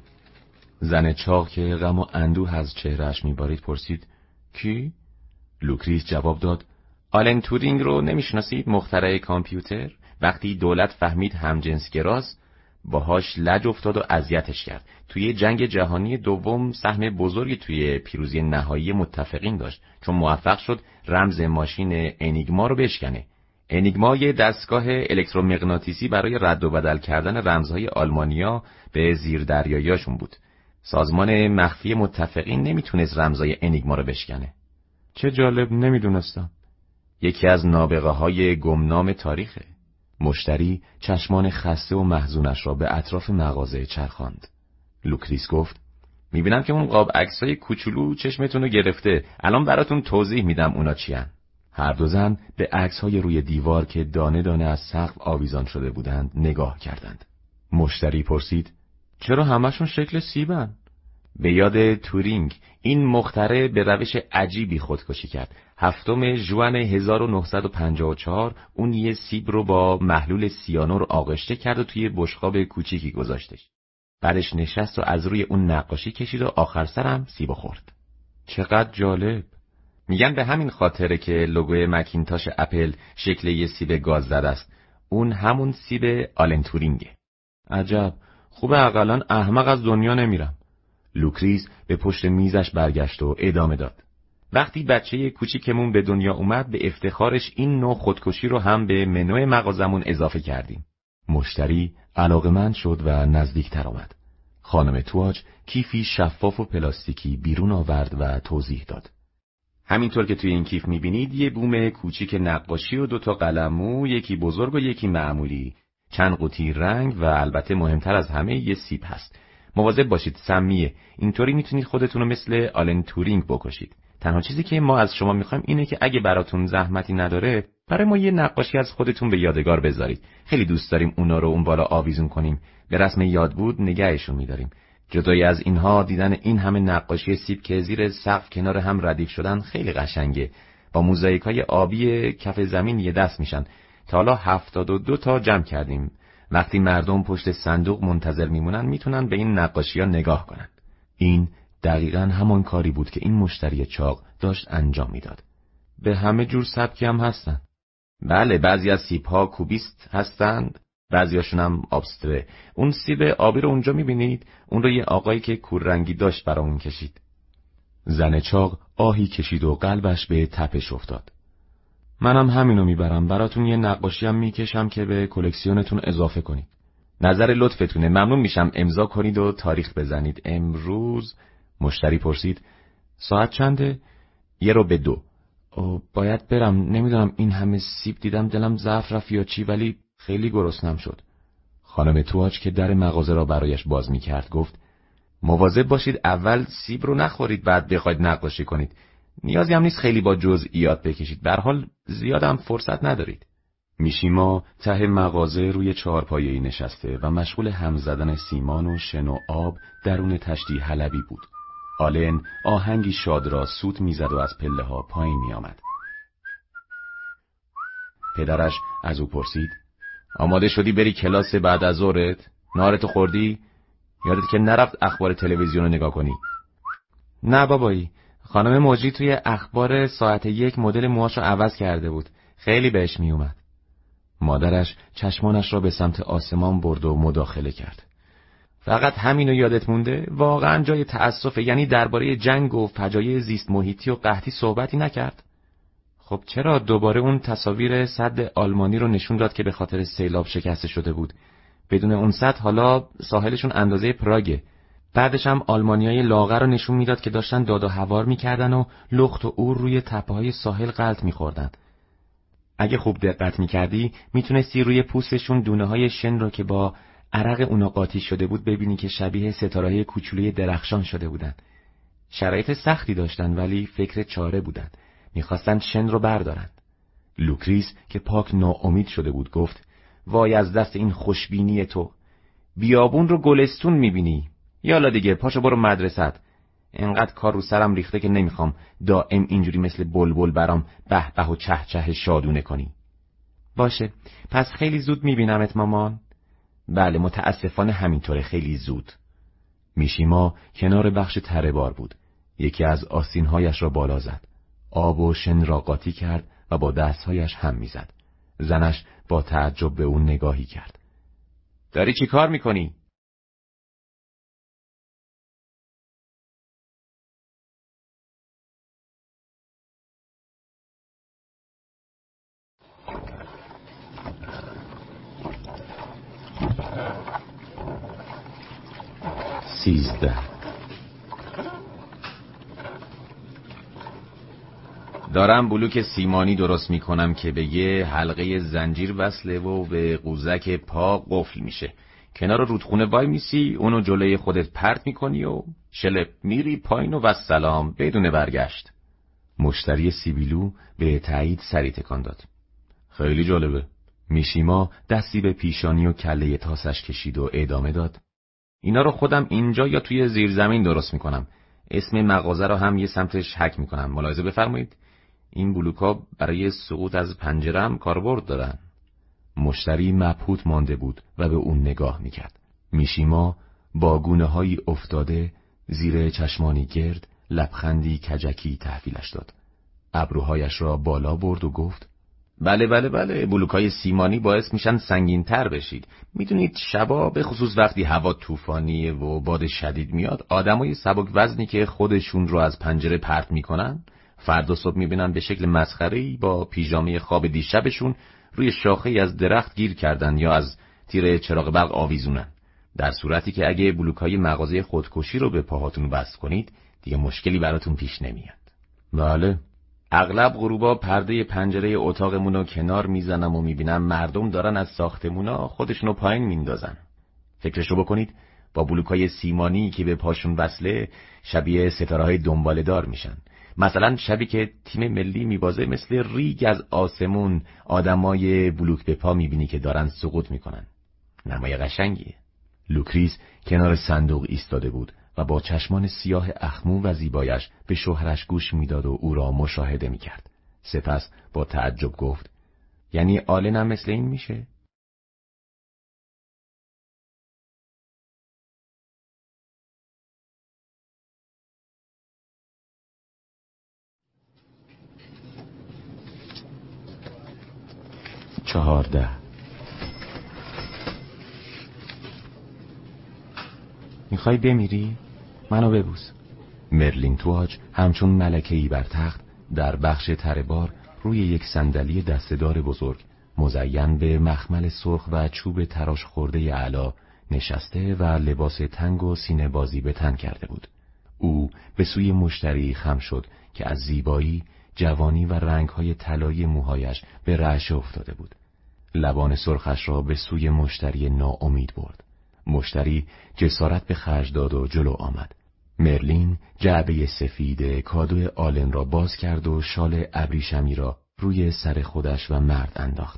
زن چاق که غم و اندوه از چهرهش میبارید پرسید: کی؟ لوکریس جواب داد: آلن تورینگ رو نمیشناسید؟ مخترع کامپیوتر. وقتی دولت فهمید همجنسگراست باهاش لج افتاد و اذیتش کرد. توی جنگ جهانی دوم سهم بزرگی توی پیروزی نهایی متفقین داشت، چون موفق شد رمز ماشین انیگما رو بشکنه. انیگما یه دستگاه الکترومغناطیسی برای رد و بدل کردن رمزهای آلمانیا به زیردریاییاشون بود. سازمان مخفی متفقین نمیتونست رمزهای انیگما رو بشکنه. چه جالب، نمیدونستم. یکی از نابغه های گمنام تاریخه. مشتری چشمان خسته و محزونش را به اطراف مغازه چرخاند. لوکریس گفت: میبینم که اون قاب عکسای کوچولو چشمتون رو گرفته. الان براتون توضیح میدم اونا چیان. هر دو زن به عکس‌های روی دیوار که دانه دانه از سقف آویزان شده بودند نگاه کردند. مشتری پرسید: چرا همشون شکل سیبن؟ به یاد تورینگ، این مخترع به روش عجیبی خودکشی کرد. هفتم ژوئن هزار و نهصد و پنجاه و چهار اون یه سیب رو با محلول سیانور آغشته کرد و توی بشقاب کوچیکی گذاشتش. بعدش نشست و از روی اون نقاشی کشید و آخر سرم سیب خورد. چقدر جالب. میگن به همین خاطره که لوگوی مکینتاش اپل شکل یه سیب گاز زده است. اون همون سیب آلن تورینگه. عجب. خوبه حداقل احمق از دنیا نمیرم. لوکریس به پشت میزش برگشت و ادامه داد: وقتی بچه کوچیکمون به دنیا اومد به افتخارش این نوع خودکشی رو هم به منوی مغازمون اضافه کردیم. مشتری علاقمند شد و نزدیکتر آمد. خانم تواج کیفی شفاف و پلاستیکی بیرون آورد و توضیح داد: همینطور که توی این کیف میبینید یه بوم کوچیک نقاشی و دوتا قلمو، یکی بزرگ و یکی معمولی، چند قوطی رنگ و البته مهمتر از همه یه سیب هست. مواظب باشید، سمیه. اینطوری میتونید خودتون رو مثل آلن تورینگ بکشید. تنها چیزی که ما از شما میخوایم اینه که اگه براتون زحمتی نداره برای ما یه نقاشی از خودتون به یادگار بذارید. خیلی دوست داریم اونا رو اون بالا آویزون کنیم. به رسم یاد بود نگهشون میداریم. جدای از اینها دیدن این همه نقاشی سیب که زیر سقف کنار هم ردیف شدن خیلی قشنگه. با موزاییکای آبی کف زمین یه دست میشن. تا حالا هفتاد و دو تا جمع کردیم. وقتی مردم پشت صندوق منتظر میمونن میتونن به این نقاشی‌ها نگاه کنن. این دقیقاً همان کاری بود که این مشتری چاق داشت انجام میداد. به همه جور سبکی هم هستن. بله، بعضی از سیب‌ها کوبیست هستند، بعضیاشون هم آبستره. اون سیب آبی رو اونجا میبینید؟ اون رو یه آقایی که کوررنگی داشت برامون کشید. زن چاق آهی کشید و قلبش به تپش افتاد. منم همینو میبرم، براتون یه نقاشی هم میکشم که به کلکسیونتون اضافه کنید. نظر لطفتونه، ممنون میشم امضا کنید و تاریخ بزنید. امروز مشتری پرسید: ساعت چنده؟ یه رو به دو. او باید برم، نمیدونم این همه سیب دیدم دلم ضعف رفت یا چی، ولی خیلی گرسنم شد. خانم تواج که در مغازه را برایش باز میکرد گفت: مواظب باشید اول سیب رو نخورید بعد بخواید نقاشی کنید. نیازی هم نیست خیلی با جزئیات بکشید، به هر حال زیادم فرصت ندارید. میشیما ته مغازه روی چهارپایه‌ای نشسته و مشغول هم زدن سیمان و شن و آب درون تشتی حلبی بود. آلن آهنگی شاد را سوت میزد و از پله ها پایین می آمد. پدرش از او پرسید: آماده شدی بری کلاس بعد از ظهرت؟ نهارتو خوردی؟ یادت که نرفت اخبار تلویزیون رو نگاه کنی؟ نه بابایی، خانم موجی توی اخبار ساعت یک مدل موهاشو عوض کرده بود. خیلی بهش می اومد. مادرش چشمانش را به سمت آسمان برد و مداخله کرد: فقط همینو یادت مونده؟ واقعا جای تأسفه. یعنی درباره جنگ و فجایع زیست محیطی و قحطی صحبتی نکرد؟ خب چرا دوباره اون تصاویر سد آلمانی رو نشون داد که به خاطر سیلاب شکسته شده بود؟ بدون اون سد حالا ساحلشون اندازه پراگه. بعدش هم آلمانیای لاغر رو نشون میداد که داشتن داد و هوار میکردن و لخت و اور روی تپه‌های ساحل غلط میخوردن. اگه خوب دقت میکردی میتونستی روی پوستشون دونه‌های شن رو که با عرق اونا قاطی شده بود ببینی که شبیه ستاره‌های کوچولوی درخشان شده بودن. شرایط سختی داشتن ولی فکر چاره بودن. میخواستن شن رو بردارن. لوکریس که پاک ناامید شده بود گفت: وای از دست این خوشبینی تو. بیابون رو گلستون میبینی. یالا دیگه پاشو برو مدرسه‌ت. انقدر کار رو سرم ریخته که نمیخوام دائم اینجوری مثل بلبل برام به به و چه چه شادونه کنی. باشه، پس خیلی زود میبینمت مامان. بله متاسفانه همینطوره، خیلی زود. میشیما کنار بخش تره بار بود. یکی از آستین‌هایش را بالا زد. آب و شن را قاطی کرد و با دستهایش هم میزد. زنش با تعجب به اون نگاهی کرد. داری چی کار میکنی؟ سیزده. دارم بلوک سیمانی درست میکنم که به یه حلقه زنجیر وصله و به قوزک پا قفل میشه. کنار رودخونه وای میسی، اونو جلوی خودت پرت میکنی و شلپ میری پایین و والسلام بدون برگشت. مشتری سیبیلو به تایید سری تکان داد. خیلی جالبه. میشیما دستی به پیشانی و کله تاسش کشید و ادامه داد: اینا رو خودم اینجا یا توی زیرزمین درست میکنم. اسم مغازه رو هم یه سمتش حک میکنم. ملاحظه بفرمایید. این بلوکا برای سقوط از پنجره هم کاربرد دارن. مشتری مبهوت مانده بود و به اون نگاه میکرد. میشیما با گونه‌هایی افتاده زیر چشمانی گرد لبخندی کجکی تحویلش داد. ابروهایش را بالا برد و گفت: بله بله بله، بلوکای سیمانی باعث میشن سنگین تر بشید. میدونید شبا به خصوص وقتی هوا طوفانیه و باد شدید میاد، آدمای سبک وزنی که خودشون رو از پنجره پرت میکنن فردا صبح میبینن به شکل مسخره‌ای با پیژامه خواب دیشبشون روی شاخه‌ای از درخت گیر کردن یا از تیر چراغ برق آویزونن. در صورتی که اگه بلوکای مغازه خودکشی رو به پاهاتون وصل کنید دیگه مشکلی براتون پیش نمیاد. بله. اغلب غروبا پرده پنجره اتاقمونو کنار میزنم و میبینم مردم دارن از ساختمونا خودشونو پایین میندازن. فکرشو بکنید، با بلوکای سیمانی که به پاشون وصله شبیه ستاره‌های دنباله‌دار میشن. مثلا شبی که تیم ملی میبازه مثل ریگ از آسمون آدمای بلوک به پا میبینی که دارن سقوط میکنن. نمای قشنگیه. لوکریس کنار صندوق ایستاده بود و با چشمان سیاه اخمو و زیبایش به شوهرش گوش میداد و او را مشاهده میکرد. سپس با تعجب گفت: یعنی آلن هم مثل این میشه؟ چهارده. میخوای بمیری؟ منو ببوس. مرلین تواج همچون ملکه‌ای بر تخت در بخش تره بار روی یک صندلی دسته‌دار بزرگ مزین به مخمل سرخ و چوب تراش خورده اعلی نشسته و لباس تنگ و سینه بازی به تن کرده بود. او به سوی مشتری خم شد که از زیبایی، جوانی و رنگ‌های طلایی موهایش به رعشه افتاده بود. لبان سرخش را به سوی مشتری ناامید برد. مشتری جسارت به خرج داد و جلو آمد. مرلین جعبه سفید کادو آلن را باز کرد و شال ابریشمی را روی سر خودش و مرد انداخت.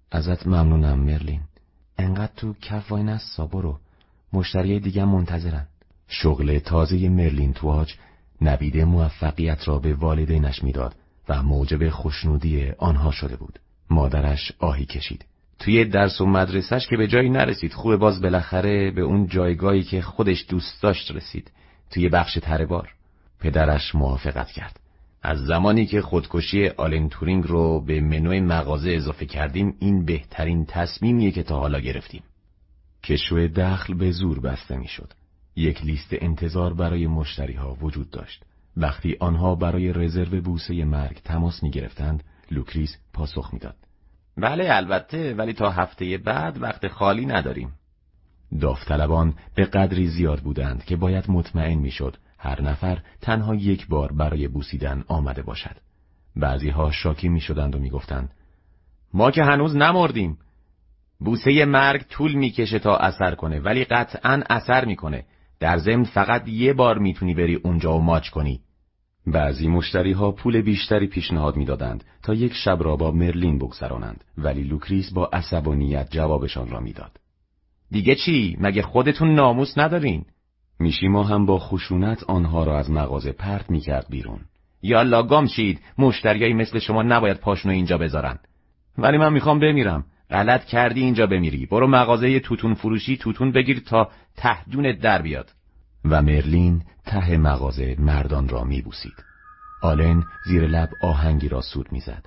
ازت ممنونم مرلین. انقدر تو کف وای نستا، برو. مشتری دیگه منتظرن. شغل تازه مرلین تواج نوید موفقیت را به والدینش میداد و موجب خوشنودی آنها شده بود. مادرش آهی کشید. توی درس و مدرسهش که به جایی نرسید، خوبه باز بالاخره به اون جایگاهی که خودش دوست داشت رسید، توی بخش تره‌بار. پدرش موافقت کرد. از زمانی که خودکشی آلن تورینگ رو به منوی مغازه اضافه کردیم، این بهترین تصمیمیه که تا حالا گرفتیم. کشو دخل به زور بسته میشد. یک لیست انتظار برای مشتری ها وجود داشت. وقتی آنها برای رزرو بوسه مرگ تماس می گرفتند، لوکریس پاسخ میداد: بله البته، ولی تا هفته بعد وقت خالی نداریم. داوطلبان به قدری زیاد بودند که باید مطمئن میشد هر نفر تنها یک بار برای بوسیدن آمده باشد. بعضی ها شاکی می شدند و می گفتند: ما که هنوز نمردیم. بوسه مرگ طول میکشه تا اثر کنه، ولی قطعاً اثر میکنه. در ضمن فقط یه بار میتونی بری اونجا و ماچ کنی. بعضی مشتری ها پول بیشتری پیشنهاد میدادند تا یک شب را با مرلین بگذرانند، ولی لوکریس با عصبانیت جوابشان را میداد: دیگه چی؟ مگه خودتون ناموس ندارین؟ میشیما هم با خشونت آنها را از مغازه پرت میکرد بیرون. یالا گم شید، مشتریایی مثل شما نباید پاشنو اینجا بذارن. ولی من میخوام بمیرم. غلط کردی اینجا بمیری. برو مغازه توتون فروشی توتون بگیر تا ته جونت در بیاد. و مرلین ته مغازه مردان را میبوسید. آلن زیر لب آهنگی را سود میزد.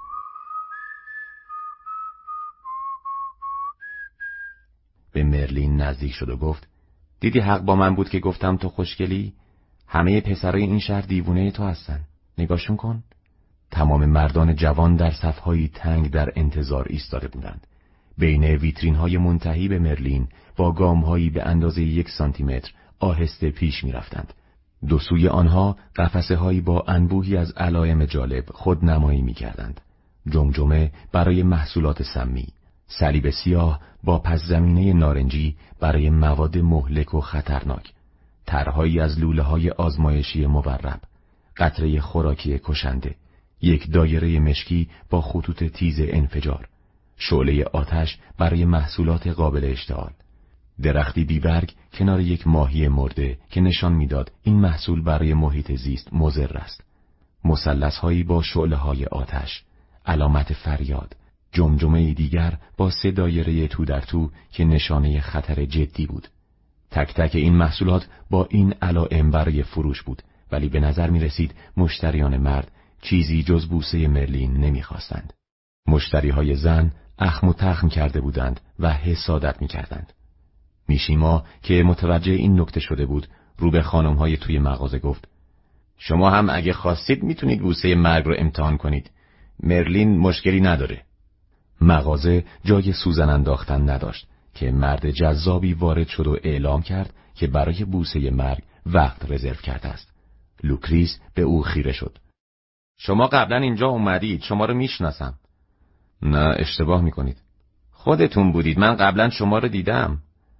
به مرلین نزدیک شد و گفت: دیدی حق با من بود که گفتم تو خوشگلی؟ همه پسرای این شهر دیوونه تو هستن. نگاهشون کن. تمام مردان جوان در صف‌های تنگ در انتظار ایستاده بودند. بین ویترین‌های منتهی به مرلین با گام‌هایی به اندازه یک سانتی متر آهسته پیش می‌رفتند. دو سوی آنها قفسه‌هایی با انبوهی از علائم جالب خودنمایی می‌کردند. جمجمه برای محصولات سمی، صلیب سیاه با پس زمینه نارنجی برای مواد مهلک و خطرناک، طرحهایی از لوله‌های آزمایشی مورب، قطره خوراکی کشنده، یک دایره مشکی با خطوط تیز انفجار، شعله آتش برای محصولات قابل اشتعال، درختی بیبرگ کنار یک ماهی مرده که نشان میداد این محصول برای محیط زیست مضر است، مثلث‌هایی با شعله‌های آتش، علامت فریاد، جمجمه دیگر با سه دایره تو در تو که نشانه خطر جدی بود. تک تک این محصولات با این علائم برای فروش بود، ولی به نظر می رسید مشتریان مرد چیزی جز بوسه مرلین نمی خواستند. مشتری های زن اخم و تخم کرده بودند و حسادت می کردند. میشیما که متوجه این نکته شده بود رو به خانم های توی مغازه گفت: شما هم اگه خواستید میتونید بوسه مرگ رو امتحان کنید. مرلین مشکلی نداره. مغازه جای سوزن انداختن نداشت که مرد جذابی وارد شد و اعلام کرد که برای بوسه مرگ وقت رزرو کرده است. لوکریس به او خیره شد. شما قبلا اینجا اومدید، شما رو میشناسم. نه، اشتباه میکنید. خودتون بودید، من قبلا شما رو دیدم.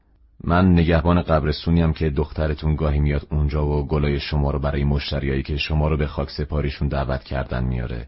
من نگهبان قبرستونیم که دخترتون گاهی میاد اونجا و گلای شما رو برای مشتریایی که شما رو به خاک سپاریشون دعوت کردن میاره.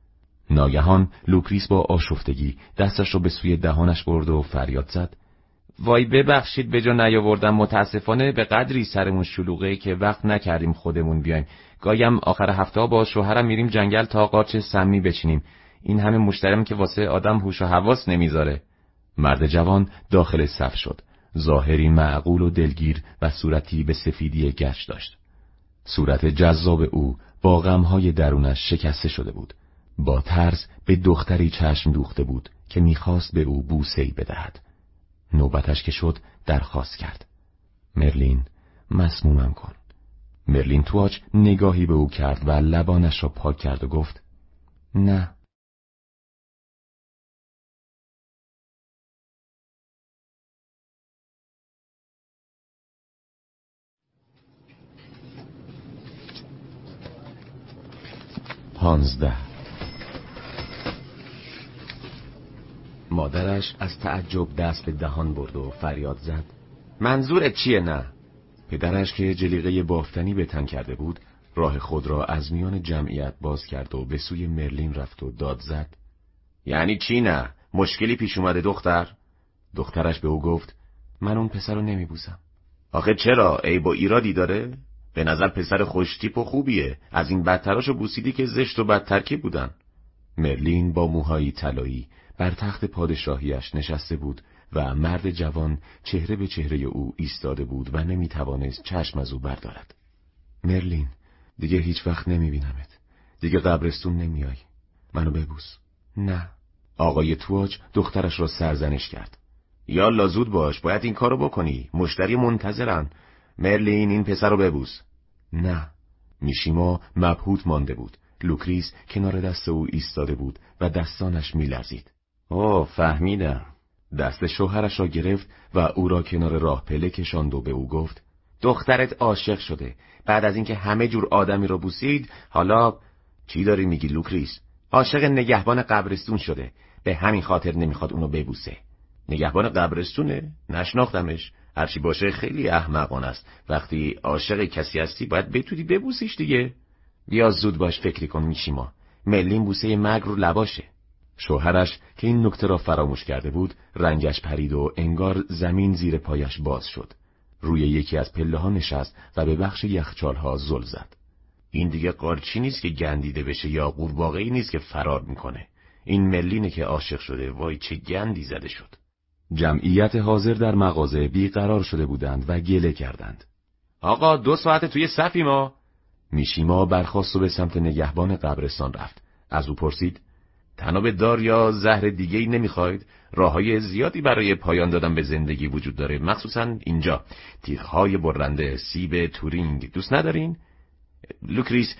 ناگهان لوکریس با آشفتگی دستش رو به سوی دهانش برد و فریاد زد: وای ببخشید به جا نیاوردم، متاسفانه به قدری سرمون شلوغه که وقت نکردیم خودمون بیایم. گاهیم آخر هفته با شوهرم میریم جنگل تا قارچ سمی بچینیم. این همه مشتریم که واسه آدم هوش و حواس نمیذاره. مرد جوان داخل صف شد. ظاهری معقول و دلگیر و صورتی به سفیدی گچ داشت. صورت جذاب او با غمهای درونش شکسته شده بود. با ترس به دختری چشم دوخته بود که میخواست به او بوسه‌ای بدهد. نوبتش که شد درخواست کرد: مرلین، مسمومم کن. مرلین تواج نگاهی به او کرد و لبانش را پاک کرد و گفت: نه. پانزده. مادرش از تعجب دست به دهان برد و فریاد زد: منظورت چیه؟ نه. پدرش که جلیقه بافتنی به تن کرده بود راه خود را از میان جمعیت باز کرد و به سوی مرلین رفت و داد زد: یعنی چی نه؟ مشکلی پیش اومده دختر؟ دخترش به او گفت من اون پسر رو نمیبوسم. آخه چرا؟ عیب و ایرادی داره؟ به نظر پسر خوشتیپ و خوبیه. از این بدتراشو بوسیدی که زشت و بدترکیب بودن. مرلین با موهایی طلایی بر تخت پادشاهیش نشسته بود و مرد جوان چهره به چهره او ایستاده بود و نمیتوانست چشم از او بردارد. مرلین، دیگه هیچ وقت نمیبینمت. دیگه قبرستون نمیای. منو ببوس. نه. آقای تواج دخترش را سرزنش کرد. یالا زود باش، باید این کارو بکنی. مشتری منتظرن. مرلین، این پسر رو ببوس. نه. میشیما مبهوت مانده بود. لوکریس کنار دست او ایستاده بود و دستانش میلرزید. اوه فهمیدم. دست شوهرش را گرفت و او را کنار راه پله کشاند و به او گفت دخترت عاشق شده. بعد از اینکه همه جور آدمی را بوسید، حالا چی داری میگی لوکریس؟ عاشق نگهبان قبرستون شده. به همین خاطر نمیخواد اونو ببوسه. نگهبان قبرستونه؟ نشناختمش. هرچی باشه خیلی احمقانه است. وقتی عاشق کسی هستی باید بتونی ببوسیش دیگه. بیا زود باش فکری کن میشیما. مرلین بوسه مرگ رو لباشه. شوهرش که این نکته را فراموش کرده بود رنگش پرید و انگار زمین زیر پایش باز شد. روی یکی از پله ها نشست و به بخش یخچال ها زل زد. این دیگه قارچی نیست که گندیده بشه یا قورباغه‌ای نیست که فرار میکنه. این مرلینه که عاشق شده. وای چه گندی زده شد. جمعیت حاضر در مغازه بیقرار شده بودند و گله کردند. آقا دو ساعت توی صفی ما. میشیما برخاست و به سمت نگهبان قبرستان رفت. از او پرسید تناب دار یا زهر دیگه‌ای نمیخواید؟ راههای زیادی برای پایان دادن به زندگی وجود داره، مخصوصا اینجا. تیغ‌های برنده، سیب تورینگ دوست ندارین؟ لوکریس،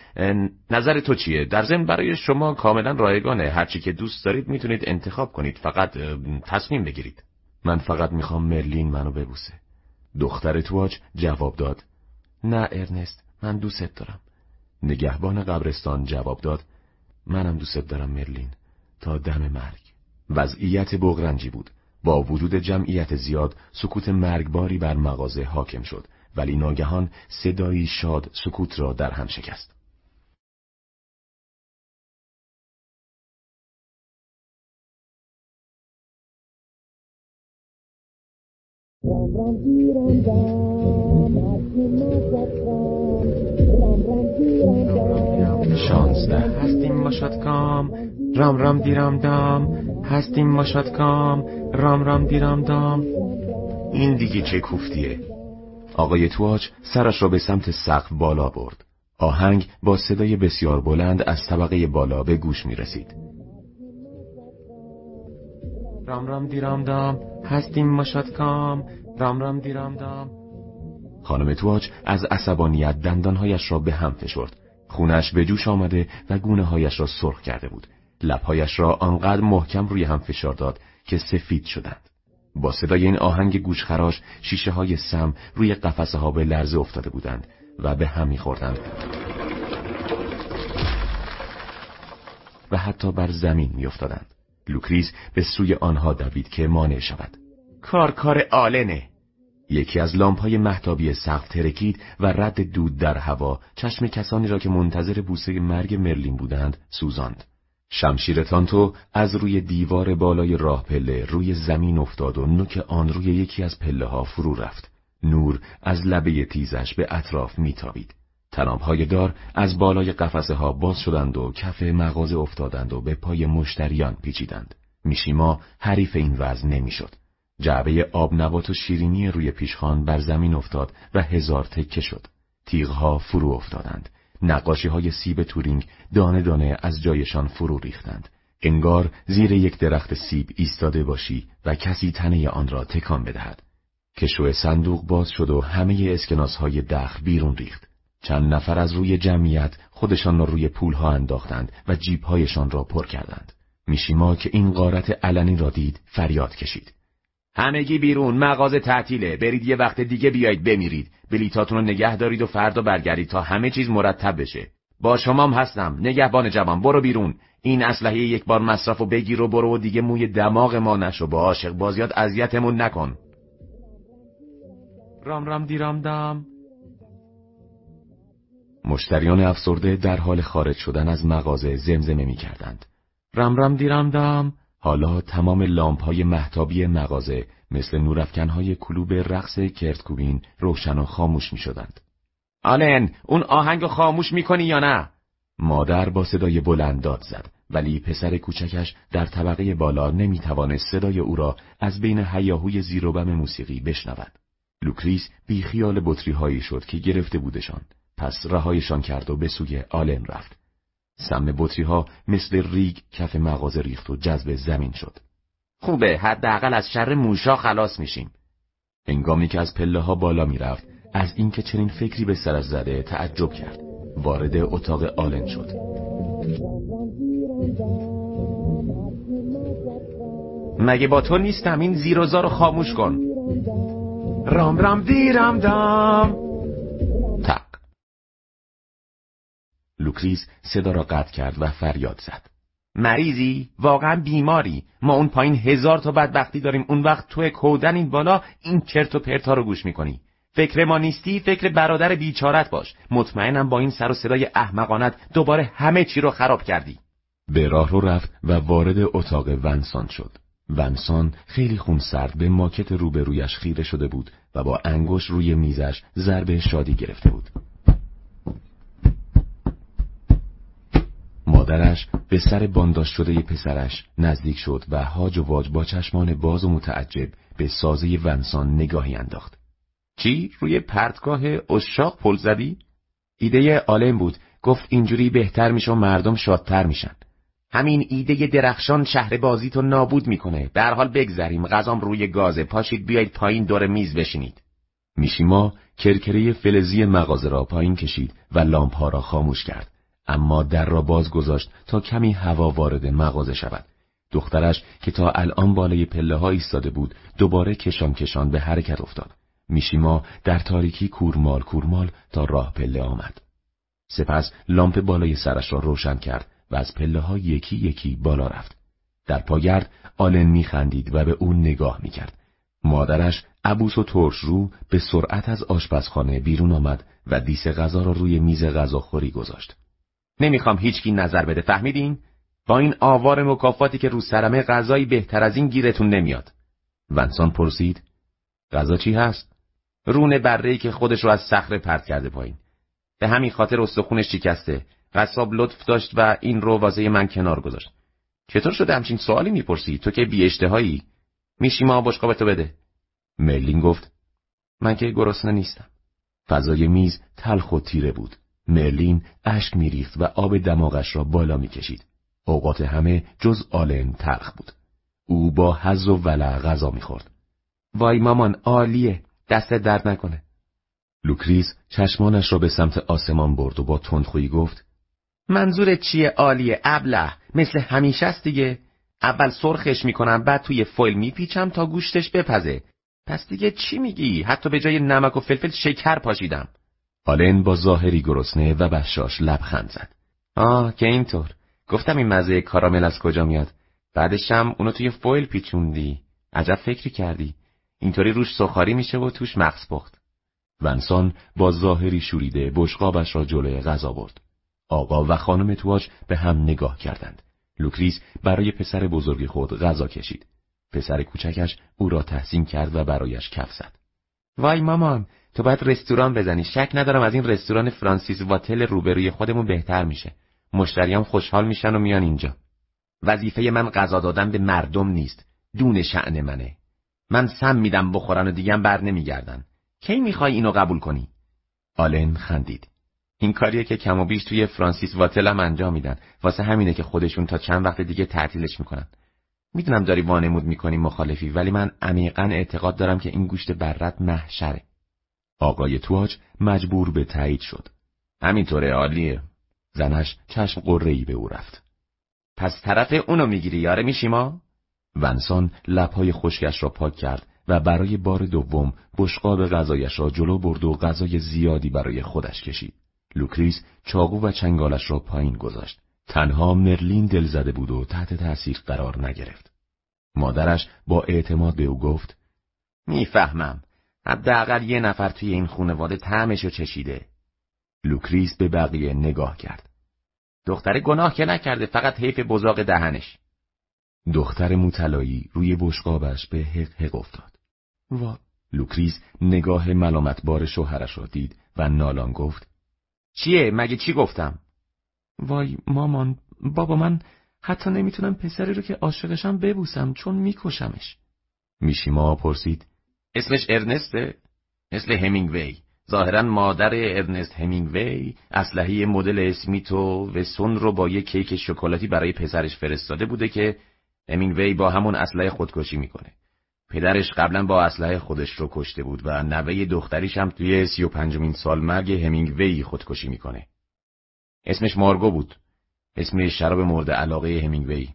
نظر تو چیه؟ در ضمن برای شما کاملا رایگانه. هرچی که دوست دارید میتونید انتخاب کنید، فقط تصمیم بگیرید. من فقط میخوام مرلین منو ببوسه. دختر تواج جواب داد نه ارنست، من دوست دارم. نگهبان قبرستان جواب داد منم دوست دارم مرلین، تا دم مرگ. وضعیت بغرنجی بود. با وجود جمعیت زیاد سکوت مرگباری بر مغازه حاکم شد، ولی ناگهان صدایی شاد سکوت را در هم شکست. شانزده هستیم ماشاد کام رام رام دیرام دام. هستیم ماشاد کام رام رام دیرام دام. این دیگه چه کوفتیه؟ آقای تواج سرش را به سمت سقف بالا برد. آهنگ با صدای بسیار بلند از طبقه بالا به گوش می رسید. رام رام دیرام دام. هستیم ماشاد کام رام رام دیرام دام. خانم تواج از عصبانیت دندانهایش را به هم فشرد. خونش به جوش آمده و گونه هایش را سرخ کرده بود. لبهایش را آنقدر محکم روی هم فشار داد که سفید شدند. با صدای این آهنگ گوشخراش شیشه های سم روی قفسه ها به لرزه افتاده بودند و به هم می‌خوردند و حتی بر زمین می‌افتادند. لوکریس به سوی آنها دوید که مانع شود. کار کار آلنه. یکی از لامپ‌های مهتابی سقف ترکید و رد دود در هوا چشم کسانی را که منتظر بوسه مرگ مرلین بودند سوزاند. شمشیر تانتو از روی دیوار بالای راه پله روی زمین افتاد و نوک آن روی یکی از پله ها فرو رفت. نور از لبه تیزش به اطراف میتابید. تناب‌های دار از بالای قفسه ها باز شدند و کف مغازه افتادند و به پای مشتریان پیچیدند. میشیما حریف این وضع نمیشد. جعبه آب نبات و شیرینی روی پیشخوان بر زمین افتاد و هزار تکه شد. تیغ‌ها فرو افتادند. نقاشی‌های سیب تورینگ دانه دانه از جایشان فرو ریختند. انگار زیر یک درخت سیب ایستاده باشی و کسی تنه آن را تکان بدهد. کشو صندوق باز شد و همه اسکناس‌های دخل بیرون ریخت. چند نفر از روی جمعیت خودشان را روی پول‌ها انداختند و جیب‌هایشان را پر کردند. میشیما که این غارت علنی را دید فریاد کشید. همگی بیرون، مغازه تعطیله. برید یه وقت دیگه بیایید بمیرید. بلیطاتون رو نگه دارید و فردا برگردید تا همه چیز مرتب بشه. با شمام هستم. نگهبان جوان برو بیرون. این اسلحه یک بار مصرفو بگیر و برو و دیگه موی دماغ ما نشو. با عاشق بازیات اذیتمون نکن. رام رام دیرام دام. مشتریان افسرده در حال خارج شدن از مغازه زمزمه می کردند. رام رام دیرام دام. حالا تمام لامپ‌های مهتابی مغازه مثل نورافکن‌های کلوب رقص کرتکوبین روشن و خاموش می‌شدند. آلن، اون آهنگو خاموش می‌کنی یا نه؟ مادر با صدای بلند داد زد، ولی پسر کوچکش در طبقه بالا نمی‌توانست صدای او را از بین هیاهوی زیر و بم موسیقی بشنود. لوکریس بی خیال بطری‌هایی شد که گرفته بودشان، پس رهایشان کرد و به سوی آلن رفت. سم بطری‌ها مثل ریگ کف مغازه ریخت و جذب زمین شد. خوبه، حداقل از شر موشا خلاص میشیم. هنگامی که از پله‌ها بالا میرفت، از اینکه چنین فکری به سرش زده تعجب کرد. وارد اتاق آلن شد. مگه با تو نیستم؟ این زیر و زار رو خاموش کن. رام رام دیرم دام. تق. لوکریس صدا را قطع کرد و فریاد زد. مریضی؟ واقعا بیماری؟ ما اون پایین هزار تا بدبختی داریم، اون وقت توی کودن این بالا این چرت و پرتا رو گوش میکنی. فکر ما نیستی، فکر برادر بیچارت باش. مطمئنم با این سر و صدای احمقانت دوباره همه چی رو خراب کردی. به راه رو رفت و وارد اتاق ونسان شد. ونسان خیلی خونسرد به ماکت روبرویش خیره شده بود و با انگشت روی میزش ضربه شادی گرفته بود. مادرش به سر بانداش شده پسرش نزدیک شد و هاج و واج با چشمان باز و متعجب به سازه ونسان نگاهی انداخت. چی؟ روی پرتگاه عشاق پل زدی؟ ایده آلن بود، گفت اینجوری بهتر میشه و مردم شادتر میشن. همین ایده درخشان شهر بازیتو نابود میکنه. به هر حال بگذریم، غذام روی گازه، پاشید بیایید پایین دور میز بشینید. میشیما کرکره فلزی مغازه را پایین کشید و لامپ‌ها را خاموش کرد، اما در را باز گذاشت تا کمی هوا وارد مغازه شود. دخترش که تا الان بالای پله‌ها ایستاده بود دوباره کشان کشان به حرکت افتاد. میشیما در تاریکی کورمال کورمال تا راه پله آمد. سپس لامپ بالای سرش را روشن کرد و از پله‌ها یکی یکی بالا رفت. در پاگرد آلن میخندید و به اون نگاه میکرد. مادرش عبوس و ترش رو به سرعت از آشپزخانه بیرون آمد و دیس غذا را روی میز غذاخوری گذاشت. نمیخوام هیچکی نظر بده، فهمیدین؟ با این آوار مکافاتی که رو سرمه غذایی بهتر از این گیرتون نمیاد. ونسان پرسید: غذا چی هست؟ رون بره‌ای که خودش رو از صخره پرت کرده پایین. به همین خاطر استخونش شکسته. قصاب لطف داشت و این رو واسه من کنار گذاشت. چطور شده همچین سوالی میپرسی؟ تو که بی اشتهایی. میشیما بشقاب تو بده. مرلین گفت: من که گرسنه نیستم. فضای میز تلخ و تیره بود. مرلین اشک میریخت و آب دماغش را بالا میکشید. اوقات همه جز آلن تلخ بود. او با حظ و ولع غذا میخورد. وای مامان، عالیه، دست درد نکنه. لوکریس چشمانش را به سمت آسمان برد و با تندخویی گفت: منظورت چیه عالیه ابله؟ مثل همیشه است دیگه. اول سرخش میکنم، بعد توی فویل میپیچم تا گوشتش بپزه. پس دیگه چی میگی؟ حتی به جای نمک و فلفل شکر پاشیدم. آلن با ظاهری گرسنه و بشاش لبخند زد. آه که اینطور. گفتم این مزه کارامل از کجا میاد. بعدش هم اونو توی فویل پیچوندی. عجب فکری کردی. اینطوری روش سوخاری میشه و توش مغز پخت. ونسان با ظاهری شوریده بشقابش را جلوی غذا برد. آقا و خانم تواج به هم نگاه کردند. لوکریس برای پسر بزرگ خود غذا کشید. پسر کوچکش او را تحسین کرد و برایش کف زد. وای مامان، تو باید رستوران بزنی. شک ندارم از این رستوران فرانسیس واتل روبروی خودمون بهتر میشه. مشتریام خوشحال میشن و میان اینجا. وظیفه من غذا دادن به مردم نیست. دون شأن منه. من سم میدم بخورن و دیگه بر نمیگردن. کی میخوای اینو قبول کنی؟ آلن خندید. این کاریه که کم و بیش توی فرانسیس واتل هم انجام میدن. واسه همینه که خودشون تا چند وقت دیگه تعطیلش میکنن. میدونم داری وانمود میکنی مخالفی، ولی من عمیقاً اعتقاد دارم که این گوشت بررت محشره. آقای تواج مجبور به تایید شد. همینطوره، عالیه. زنش چشم قره‌ای به او رفت. پس طرف اونو میگیری یاره میشیما؟ ونسان لبهای خشکش را پاک کرد و برای بار دوم بشقاب غذایش را جلو برد و غذای زیادی برای خودش کشید. لوکریس چاقو و چنگالش را پایین گذاشت. تنها مرلین دل زده بود و تحت تأثیر قرار نگرفت. مادرش با اعتماد به او گفت: میفهمم. حداقل یه نفر توی این خانواده طعمشو چشیده. لوکریس به بقیه نگاه کرد. دختره گناه که نکرده، فقط حیف بزاق دهنش. دختر موطلایی روی بشقابش به حق حق افتاد. وا لوکریس نگاه ملامتبار شوهرش را دید و نالان گفت: چیه؟ مگه چی گفتم؟ وای مامان، بابا، من حتی نمیتونم پسری رو که عاشقشم ببوسم چون میکشمش. میشیما پرسید: اسمش ارنسته؟ مثل همینگوی. ظاهراً مادر ارنست همینگوی اسلحه مدل اسمیت و وسون رو با یک کیک شکلاتی برای پسرش فرستاده بوده که همینگوی با همون اسلحه خودکشی میکنه. پدرش قبلا با اسلحه خودش رو کشته بود و نوه دختریش هم توی سی و پنجمین سال مرگ همینگوی خودکشی میکنه. اسمش مارگو بود، اسم شراب مورد علاقه همینگوی.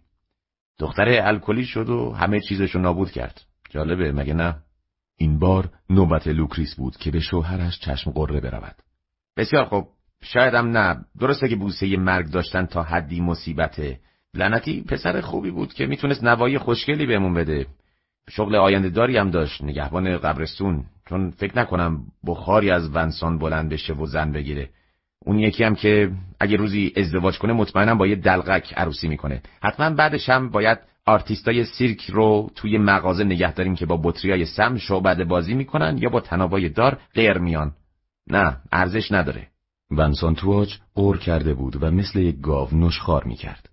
دختر الکلی شد و همه چیزشو نابود کرد. جالبه مگه نه؟ این بار نوبت لوکریس بود که به شوهرش چشم قره برود. بسیار خوب، شایدم نه. درسته که بوسه مرگ داشتن تا حدی مصیبته. لعنتی پسر خوبی بود که میتونست نوایی خوشگلی بهمون بده. شغل آینده داری هم داشت، نگهبان قبرستون. چون فکر نکنم بخاری از ونسان بلند بشه و زن بگیره. اون یکی هم که اگه روزی ازدواج کنه مطمئنم با یه دلقک عروسی میکنه. حتما بعدش هم باید آرتیستای سیرک رو توی مغازه نگه داریم که با بطریای سم شعبده بازی میکنن یا با تنابای دار غیر میان. نه، ارزش نداره. ونسان تواج غر کرده بود و مثل یک گاو نشخوار میکرد.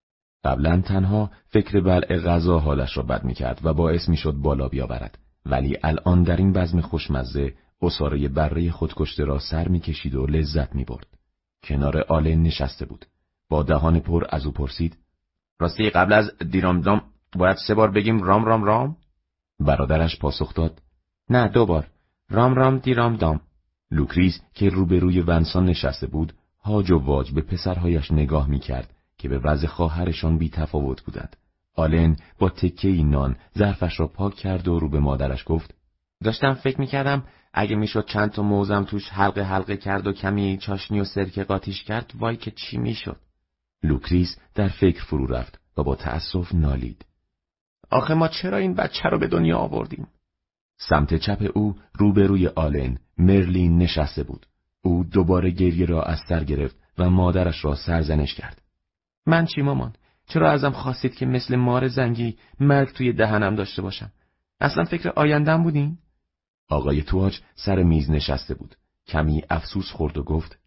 قبلا تنها فکر بلع غذا حالش را بد میکرد و باعث میشد بالا بیاورد، ولی الان در این بزم خوشمزه عصاره بره خودکشته را سر میکشید و لذت میبرد. کنار آلن نشسته بود. با دهان پر از او پرسید: راستی قبل از دیرامدام باید سه بار بگیم رام رام رام؟ برادرش پاسخ داد: نه، دو بار. رام رام دیرامدام. لوکریس که روبروی ونسان نشسته بود هاج و واج به پسرهایش نگاه میکرد که به وضع خواهرشان بی تفاوت بودند. آلن با تکه‌ای نان ظرفش را پاک کرد و رو به مادرش گفت: داشتم فکر میکردم اگه میشد چند تا موزم توش حلقه حلقه کرد و کمی چاشنی و سرکه قاطیش کرد، وای که چی میشد. لوکریس در فکر فرو رفت و با تأسف نالید: آخه ما چرا این بچه رو به دنیا آوردیم؟ سمت چپ او روبروی آلن مرلین نشسته بود. او دوباره گریه را از سر گرفت و مادرش را سرزنش کرد. من چی مامان؟ چرا ازم خواستید که مثل مار زنگی مرگ توی دهنم داشته باشم؟ اصلا فکر آیندم بودین؟ آقای تواج سر میز نشسته بود. کمی افسوس خورد و گفت: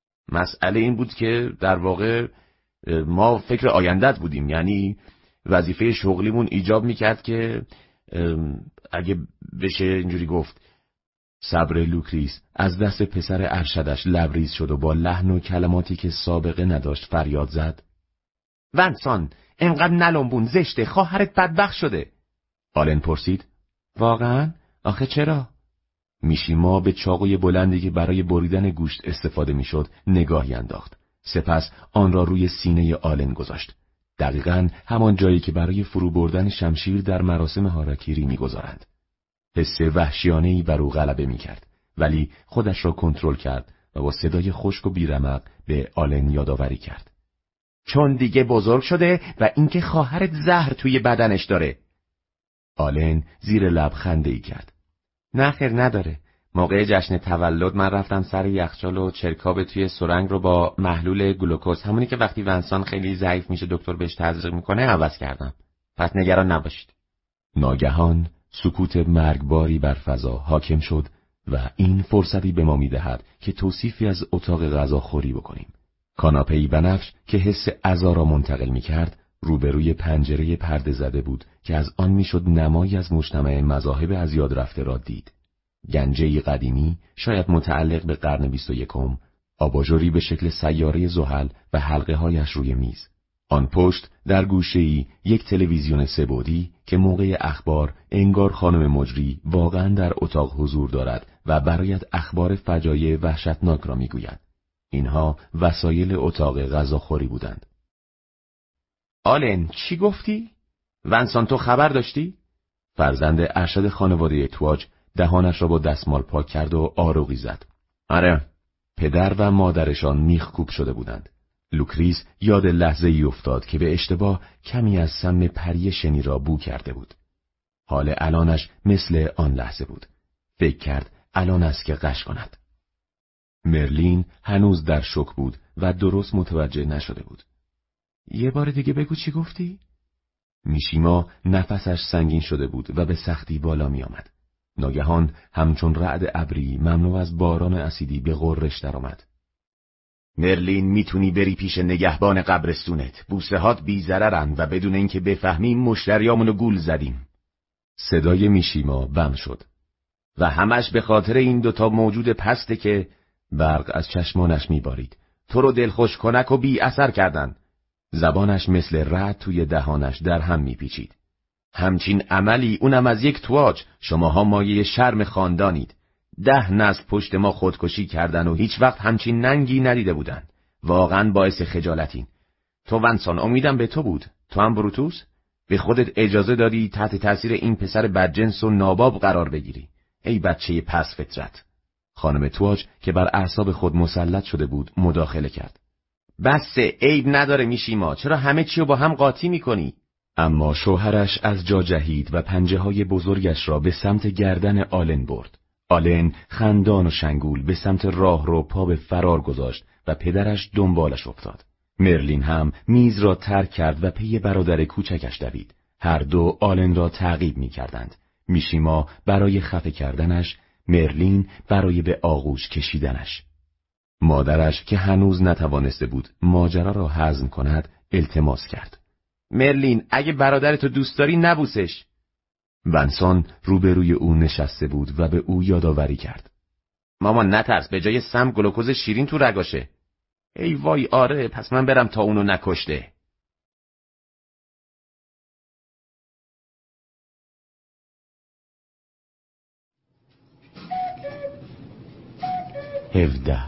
مسئله این بود که در واقع ما فکر آیندت بودیم. یعنی وظیفه شغلیمون ایجاب میکرد که اگه بشه اینجوری گفت. صبر لوکریس از دست پسر ارشدش لبریز شد و با لحن و کلماتی که سابقه نداشت فریاد زد: ونسان، انقدر نلنبون، زشته، خواهرت بدبخت شده. آلن پرسید: واقعا؟ آخه چرا؟ میشیما به چاقوی بلندی که برای بریدن گوشت استفاده میشد نگاهی انداخت. سپس آن را روی سینه آلن گذاشت. دقیقاً همان جایی که برای فرو بردن شمشیر در مراسم هاراکیری میگذارند. حس وحشیانه‌ای بر او غلبه میکرد، ولی خودش را کنترل کرد و با صدای خشک و بیرمق به آلن یادآوری کرد: چون دیگه بزرگ شده و اینکه خواهرت زهر توی بدنش داره. آلن زیر لب خنده‌ای کرد: نه خیر نداره. موقع جشن تولد من رفتم سر یخچال و چرکاب توی سرنگ رو با محلول گلوکوز، همونی که وقتی ونسان خیلی ضعیف میشه دکتر بهش تزریق میکنه، عوض کردم. پس نگران نباشید. ناگهان سکوت مرگباری بر فضا حاکم شد و این فرصتی به ما میدهد که توصیفی از اتاق غذاخوری بکنیم. کاناپه‌ای بنفش که حس عزا را منتقل میکرد روبروی پنجره پرده زده بود که از آن میشد نمایی از مجتمع مذاهب از یاد رفته را دید. گنجه‌ای قدیمی، شاید متعلق به قرن بیست و یکم، آباژوری به شکل سیاره زحل و حلقه هایش روی میز. آن پشت در گوشه‌ای یک تلویزیون سه‌بعدی که موقع اخبار انگار خانم مجری واقعا در اتاق حضور دارد و برایت اخبار فجایع وحشتناک را میگوید. اینها وسایل اتاق غذاخوری بودند. آلن چی گفتی؟ ونسان تو خبر داشتی؟ فرزند ارشد خانواده تواج دهانش را با دستمال پاک کرد و آروغی زد. آره. پدر و مادرشان میخکوب شده بودند. لوکریس یاد لحظه ای افتاد که به اشتباه کمی از سم پری شنی را بو کرده بود. حال الانش مثل آن لحظه بود. فکر کرد الان است که غش کند. مرلین هنوز در شوک بود و درست متوجه نشده بود. یه بار دیگه بگو چی گفتی؟ میشیما نفسش سنگین شده بود و به سختی بالا می آمد. ناگهان همچون رعد ابری مملو از باران اسیدی به غرش درآمد. مرلین میتونی بری پیش نگهبان قبرستونت. بوسه هات بی ضررن و بدون اینکه بفهمیم مشتریامونو گول زدیم. صدای میشیما بم شد. و همش به خاطر این دوتا موجود پسته که برق از چشمانش میبارید. تو رو دلخوش کنک و بی اثر کردن. زبانش مثل رعد توی دهانش در هم میپیچید. همچین عملی، اونم از یک تواج. شماها مایه شرم خاندانید. ده نسل پشت ما خودکشی کردن و هیچ وقت همچین ننگی ندیده بودن. واقعا باعث خجالتین. تو ونسان، امیدم به تو بود. تو هم بروتوس؟ به خودت اجازه دادی تحت تاثیر این پسر بدجنس و ناباب قرار بگیری. ای بچه پس فطرت. خانم تواج که بر اعصاب خود مسلط شده بود مداخله کرد. بسه، عیب نداره میشیما. چرا همه چیو با هم قاطی میکنی؟ اما شوهرش از جا جهید و پنجه های بزرگش را به سمت گردن آلن برد. آلن خندان و شنگول به سمت راه رو پا به فرار گذاشت و پدرش دنبالش افتاد. مرلین هم میز را ترک کرد و پی برادر کوچکش دوید. هر دو آلن را تعقیب می کردند. میشیما برای خفه کردنش، مرلین برای به آغوش کشیدنش. مادرش که هنوز نتوانسته بود ماجرا را هضم کند التماس کرد. مرلین، اگه برادرتو دوست داری نبوسش. ونسان روبروی او نشسته بود و به او یادآوری کرد. مامان نترس، به جای سم گلوکوز شیرین تو رگاشه. ای وای، آره، پس من برم تا اونو نکشته. هفده.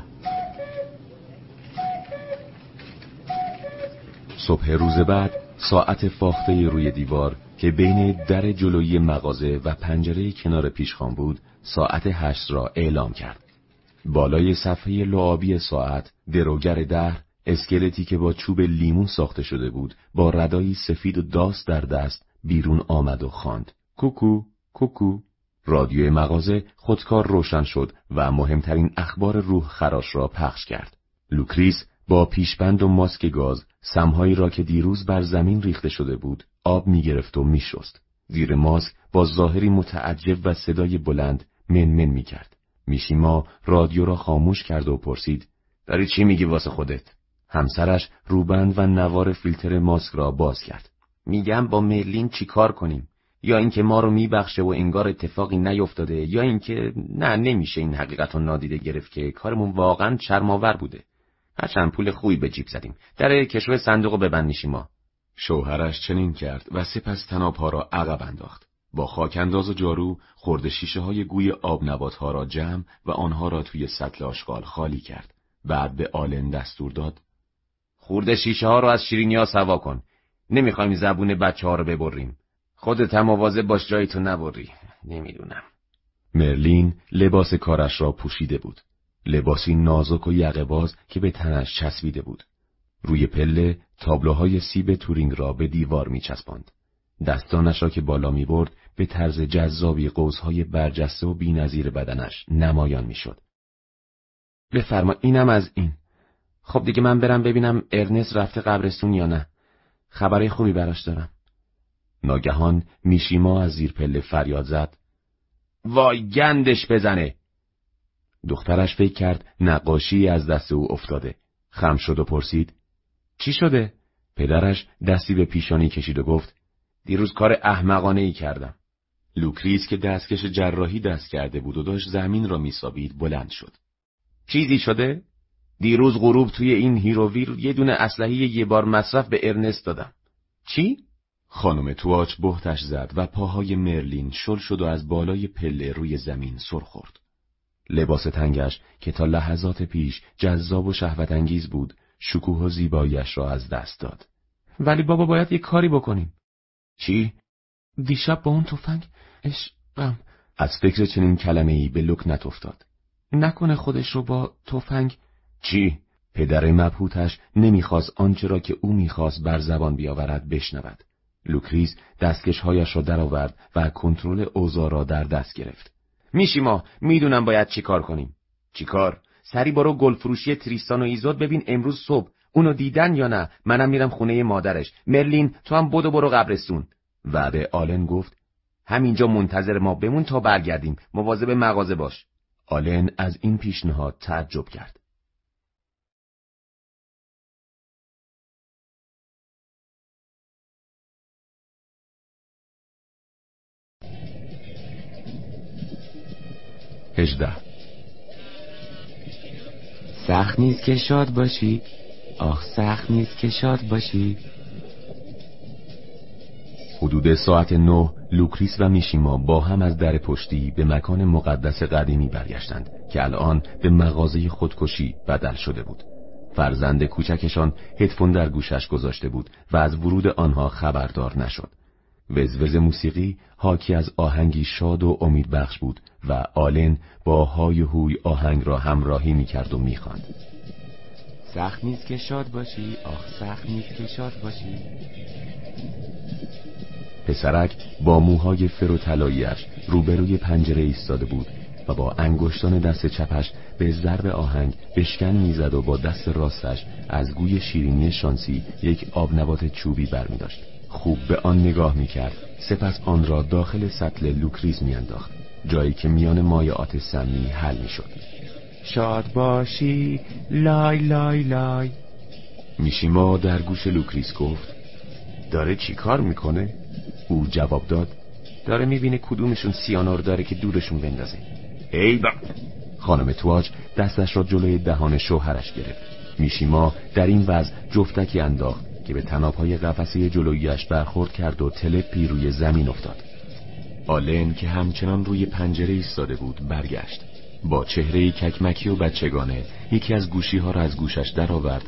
صبح روز بعد ساعت فاخته روی دیوار که بین در جلویی مغازه و پنجره کنار پیشخوان بود ساعت هشت را اعلام کرد. بالای صفحه لعابی ساعت دروگر دهر، اسکلتی که با چوب لیمون ساخته شده بود با ردایی سفید و داس در دست بیرون آمد و خواند: کوکو کوکو. رادیوی مغازه خودکار روشن شد و مهمترین اخبار روح خراش را پخش کرد. لوکریس با پیشبند و ماسک گاز سمهایی را که دیروز بر زمین ریخته شده بود آب می‌گرفت و می‌شست. زیر ماسک با ظاهری متعجب و صدای بلند منمن می‌کرد. میشیما رادیو را خاموش کرد و پرسید: داری چی میگی واسه خودت؟ همسرش روبند و نوار فیلتر ماسک را باز کرد. میگم با مرلین چی کار کنیم؟ یا اینکه ما رو میبخشه و انگار اتفاقی نیفتاده، یا اینکه نه، نمیشه این حقیقت رو نادیده گرفت که کارمون واقعا شرم‌آور بوده. هرچند پول خوبی به جیب زدیم. در کشو صندوق ببند میشیما. شوهرش چنین کرد و سپس طناب‌ها را عقب انداخت. با خاک‌انداز و جارو خرد شیشه‌های گوی آب نبات‌ها را جمع و آنها را توی سطل آشغال خالی کرد. بعد به آلن دستور داد: خرد شیشه‌ها را از شیرینی‌ها سوا کن. نمیخوایم زبون بچه‌ها رو ببریم. خودت هم مواظب باش جایی تو نبری. نمیدونم. مرلین لباس کارش را پوشیده بود. لباسی نازک و یقه‌باز که به تنش چسبیده بود. روی پله تابلوهای سیب تورینگ را به دیوار می‌چسباند. دستانش را که بالا می‌برد به طرز جذابی قوس‌های برجسته و بی‌نظیر بدنش نمایان می‌شد. بفرما، اینم از این. خب دیگه من برم ببینم ارنست رفته قبرستون یا نه. خبری خوبی براش دارم. ناگهان میشیما از زیر پله فریاد زد: وای گندش بزنه! دخترش فکر کرد نقاشی از دست او افتاده. خم شد و پرسید: چی شده؟ پدرش دستی به پیشانی کشید و گفت: دیروز کار احمقانه ای کردم. لوکریس که دستکش جراحی دست کرده بود و داشت زمین را میسابید بلند شد. چیزی شده؟ دیروز غروب توی این هیروویر یه دونه اسلحه یه بار مصرف به ارنست دادم. چی؟ خانم تواچ بهتش زد و پاهای مرلین شل شد و از بالای پله روی زمین سر خورد. لباس تنگش که تا لحظات پیش جذاب و شهوت انگیز بود، شکوه و زیباییش را از دست داد. ولی بابا باید یه کاری بکنیم. چی؟ دیشب با اون تفنگ عشقم. از فکر چنین کلمه‌ای به لکنت افتاد. نکنه خودش رو با تفنگ. چی؟ پدر مبهوتش نمیخواست آنچه را که او میخواست بر زبان بیاورد بشنود. لوکریس دستکش‌هایش را درآورد و کنترل اوضاع را در دست گرفت. میشیما، میدونم باید چی کار کنیم. چی کار؟ سری برو گل فروشی تریستان و ایزود ببین امروز صبح اونو دیدن یا نه؟ منم میرم خونه مادرش. مرلین تو هم بدو برو قبرستون. و به آلن گفت همینجا منتظر ما بمون تا برگردیم. مواظب مغازه باش. آلن از این پیشنهاد تعجب کرد. هجده. سخت نیست که شاد باشی، آخ سخت نیست که شاد باشی. حدود ساعت نه لوکریس و میشیما با هم از در پشتی به مکان مقدس قدیمی برگشتند که الان به مغازه خودکشی بدل شده بود. فرزند کوچکشان هدفون در گوشش گذاشته بود و از ورود آنها خبردار نشد. وزوز موسیقی حاکی از آهنگی شاد و امیدبخش بود و آلن با های و هوی آهنگ را همراهی می‌کرد و می‌خواند. سخت نیست که شاد باشی، آخ سخت نیست که شاد باشی. پسرک با موهای فر و طلایی‌اش روبروی پنجره ایستاده بود و با انگشتان دست چپش به ضرب آهنگ بشکن میزد و با دست راستش از گوی شیرینی شانسی یک آب نبات چوبی برمی داشت. خوب به آن نگاه میکرد، سپس آن را داخل سطل لوکریس میانداخت، جایی که میان مایعات سمی حل میشد. شاد باشی لای لای لای. میشیما در گوش لوکریس گفت داره چی کار میکنه؟ او جواب داد داره میبینه کدومشون سیانور داره که دورشون بندازه. ای با خانم تواج دستش را جلوی دهان شوهرش گرفت. میشیما در این وضع جفتکی انداخت که به طناب‌های قفسه جلویش برخورد کرد و تلپی روی زمین افتاد. آلن که همچنان روی پنجره ایستاده بود برگشت. با چهره‌ای ککمکی و بچگانه یکی از گوشی‌ها را از گوشش درآورد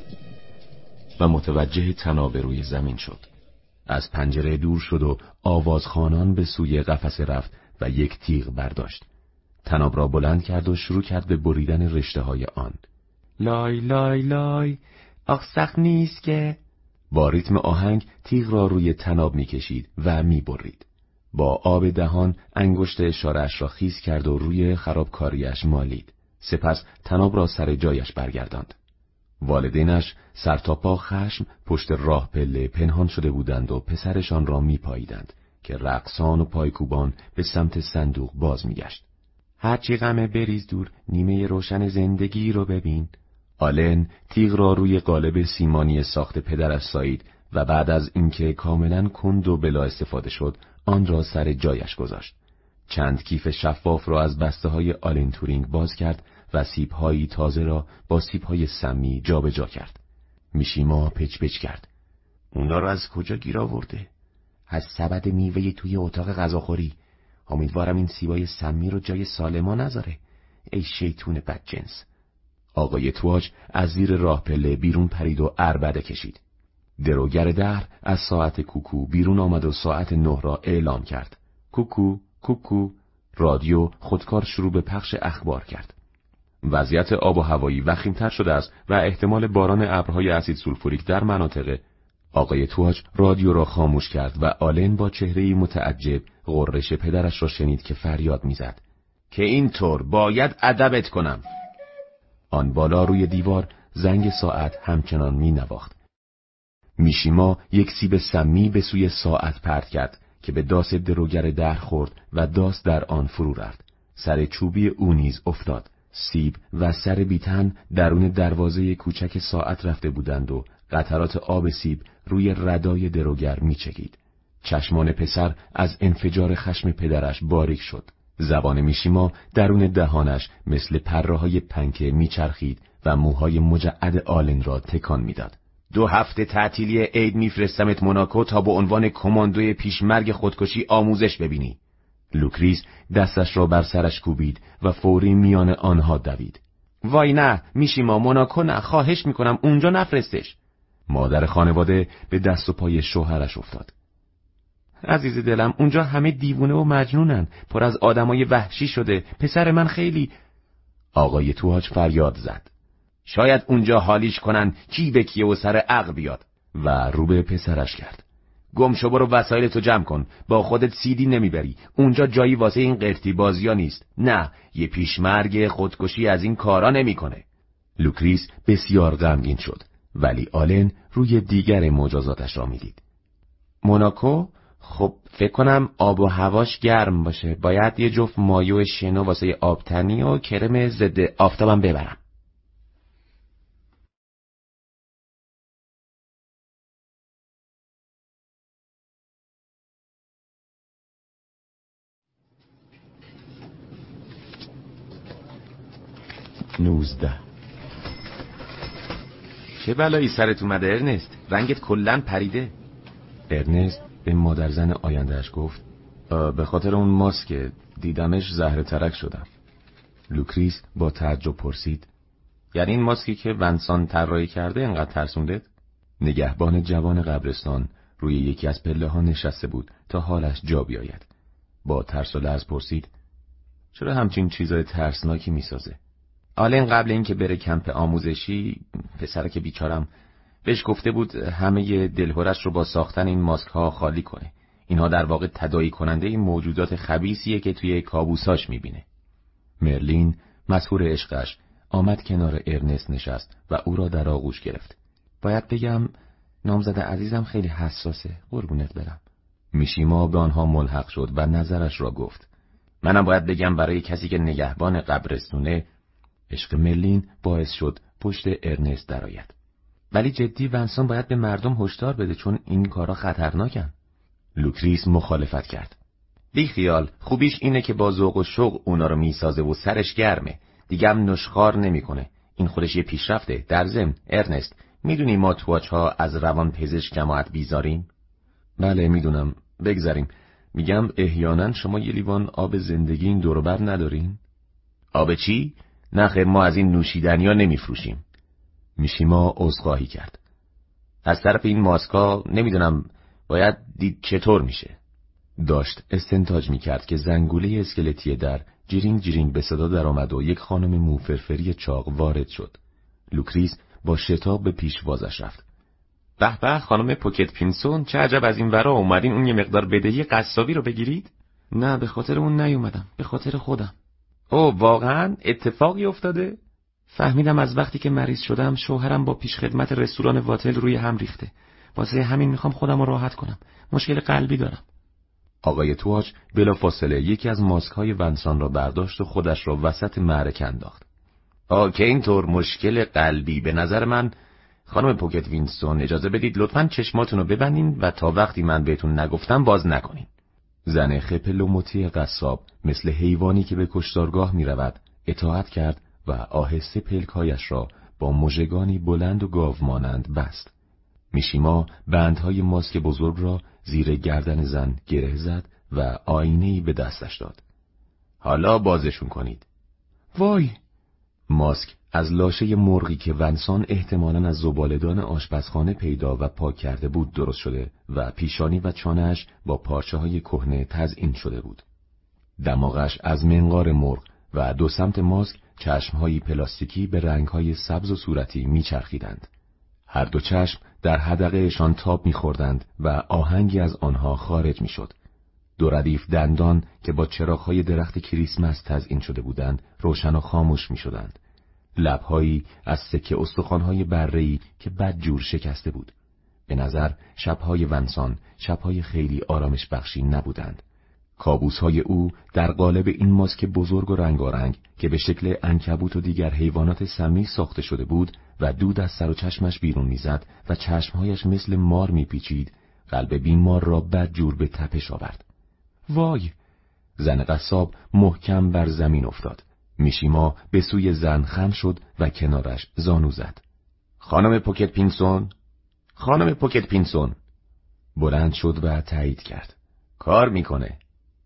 و متوجه طناب روی زمین شد. از پنجره دور شد و آوازخوانان به سوی قفسه رفت و یک تیغ برداشت. طناب را بلند کرد و شروع کرد به بریدن رشته‌های آن. لای لای لای، آخ سخت نیست که. با ریتم آهنگ تیغ را روی طناب می‌کشید و می‌برید. با آب دهان انگشت اشاره‌اش را خیس کرد و روی خرابکاریش مالید. سپس طناب را سر جایش برگرداند. والدینش سر تا پا خشم پشت راه پله پنهان شده بودند و پسرشان را میپاییدند که رقصان و پایکوبان به سمت صندوق باز میگشت. هرچی غمه بریز دور، نیمه روشن زندگی رو ببین. آلن تیغ را روی قالب سیمانی ساخت پدرش سایید و بعد از اینکه کاملا کند و بلا استفاده شد آن را سر جایش گذاشت. چند کیف شفاف را از بسته های آلن تورینگ باز کرد و سیب‌هایی تازه را با سیب‌های سمی جابجا کرد. میشیما پچ پچ کرد. اونا را از کجا گیر آورده؟ از سبد میوه توی اتاق غذاخوری. امیدوارم این سیبای سمی رو جای سالما نذاره. ای شیطون بدجنس. آقای تواج از زیر راه پله بیرون پرید و عربده کشید. دروگر دهر از ساعت کوکو بیرون آمد و ساعت نه را اعلام کرد. کوکو کوکو. رادیو خودکار شروع به پخش اخبار کرد. وضعیت آب و هوایی وخیم‌تر شده است و احتمال باران ابرهای اسید سولفوریک در مناطق. آقای تواج رادیو را خاموش کرد و آلن با چهره‌ای متعجب غرش پدرش را شنید که فریاد میزد که اینطور باید ادبت کنم. آن بالا روی دیوار زنگ ساعت همچنان می نواخت. میشیما یک سیب سمی به سوی ساعت پرت کرد که به داس دروگر در خورد و داس در آن فرو رفت. سر چوبی او نیز افتاد. سیب و سر بیتن درون دروازه کوچک ساعت رفته بودند و قطرات آب سیب روی ردای دروگر میچکید. چشمان پسر از انفجار خشم پدرش باریک شد. زبان میشیما درون دهانش مثل پره‌های پنکه میچرخید و موهای مجعد آلن را تکان میداد. دو هفته تعطیلی عید میفرستمت موناکو تا به عنوان کماندوی پیشمرگ خودکشی آموزش ببینی. لوکریس دستش را بر سرش کوبید و فوری میان آنها دوید. وای نه میشیما، موناکو نه، خواهش میکنم اونجا نفرستش. مادر خانواده به دست و پای شوهرش افتاد. عزیز دلم، اونجا همه دیوونه و مجنونن، پر از آدمای وحشی شده. پسر من خیلی. آقای تواج فریاد زد. شاید اونجا حالیش کنن کی به کیه و سر عقل بیاد. و رو به پسرش کرد. گم شو، برو وسایلتو جمع کن. با خودت سیدی نمیبری. اونجا جایی واسه این قرتی بازیا نیست. نه، یه پیشمرگ خودکشی از این کارا نمیکنه. لوکریس بسیار غمگین شد. ولی آلن روی دیگر مجازاتش را میدید. موناکو؟ خب فکر کنم آب و هواش گرم باشه. باید یه جفت مایو شنو واسه آبتنی و کرم ضد آفتابم ببرم. نوزده. چه بلایی سرت اومده ارنست؟ رنگت کلاً پریده. ارنست به مادرزن آیندهش گفت به خاطر اون ماسک دیدمش زهره ترک شدم. لوکریس با تعجب پرسید یعنی این ماسکی که ونسان طراحی کرده اینقدر ترسوندت؟ نگهبان جوان قبرستان روی یکی از پله ها نشسته بود تا حالش جا بیاید. با ترس و لرز پرسید چرا همچین چیزای ترسناکی میسازه؟ آلن قبل اینکه بره کمپ آموزشی، پسرک بیچارم، بهش گفته بود همه دلهورش رو با ساختن این ماسک ها خالی کنه. اینها در واقع تداعی کننده این موجودات خبیثیه که توی کابوساش میبینه. مرلین مسحور عشقش آمد کنار ارنست نشست و او را در آغوش گرفت. باید بگم نامزد عزیزم خیلی حساسه، قربونت برم. میشیما به آنها ملحق شد و نظرش را گفت. منم باید بگم برای کسی که نگهبان قبرستونه. عشق مرلین باعث شد پشت ارنست درآید. ولی جدی ونسان باید به مردم هشدار بده چون این کارا خطرناکن. لوکریس مخالفت کرد. بی خیال، خوبیش اینه که با ذوق و شوق اونا رو میسازه و سرش گرمه. دیگه هم نشخوار نمیکنه. این خودش یه پیشرفته. در ضمن ارنست، میدونی ما تواچ ها از روان پزشک جماعت بیزاریم؟ بله میدونم. بگذاریم. میگم احیانا شما یه لیوان آب زندگی این دور و بر ندارین؟ آب چی؟ نه خیر، ما از این نوشیدنی ها نمیفروشیم. میشیما عذرخواهی کرد. از طرف این ماسکا نمیدونم باید دید چطور میشه. داشت استنتاج میکرد که زنگوله اسکلتی در جیرینگ جیرینگ به صدا در آمد و یک خانم موفرفری چاق وارد شد. لوکریس با شتاب به پیشوازش رفت. به به خانم پوکت پینسون، چه عجب از این ورا اومدین اون یه مقدار بدهی قصابی رو بگیرید؟ نه به خاطر اون نیومدم، به خاطر خودم. اوه واقعا اتفاقی افتاده؟ فهمیدم از وقتی که مریض شدم شوهرم با پیشخدمت رستوران واتل روی هم ریخته. واسه همین میخوام خودم رو راحت کنم. مشکل قلبی دارم. آقای تواچ بلافاصله یکی از ماسک های ونسان را برداشت و خودش را وسط معرکه انداخت. آه که اینطور مشکل قلبی، به نظر من خانم پوکت وینستون اجازه بدید لطفاً چشماتون رو ببندین و تا وقتی من بهتون نگفتم باز نکنین. زن خپل و مطیع قصاب مثل حیوانی که به کشتارگاه می رود اطاعت کرد و آهسته پلکایش را با مژگانی بلند و گاو مانند بست. میشیما بندهای ماسک بزرگ را زیر گردن زن گره زد و آینه‌ای به دستش داد. حالا بازشون کنید. وای! ماسک از لاشه مرغی که ونسان احتمالاً از زباله‌دان آشپزخانه پیدا و پاک کرده بود درست شده و پیشانی و چانه‌اش با پارچه‌های کهنه تزیین شده بود. دماغش از منقار مرغ و دو سمت ماسک چشم‌های پلاستیکی به رنگ‌های سبز و صورتی می‌چرخیدند. هر دو چشم در حدقه‌شان تاب می‌خوردند و آهنگی از آنها خارج می‌شد. دو ردیف دندان که با چراغ‌های درخت کریسمس تزیین شده بودند، روشن و خاموش می‌شدند. لب‌هایی از سکه استخوان‌های بره‌ای که بدجور شکسته بود. به نظر شب‌های ونسان شب‌های خیلی آرامش بخشی نبودند. کابوس‌های او در قالب این ماسک بزرگ و رنگارنگ که به شکل عنکبوت و دیگر حیوانات سمی ساخته شده بود و دود از سر و چشمش بیرون می‌زد و چشمهایش مثل مار می‌پیچید، قلب بیمار را بدجور به تپش آورد. وای! زن قصاب محکم بر زمین افتاد. میشیما به سوی زن خم شد و کنارش زانو زد. خانم پوکت پینسون، خانم پوکت پینسون. بلند شد و تایید کرد. کار میکنه.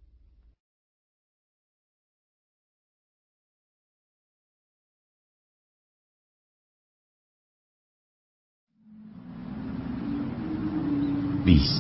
بیست.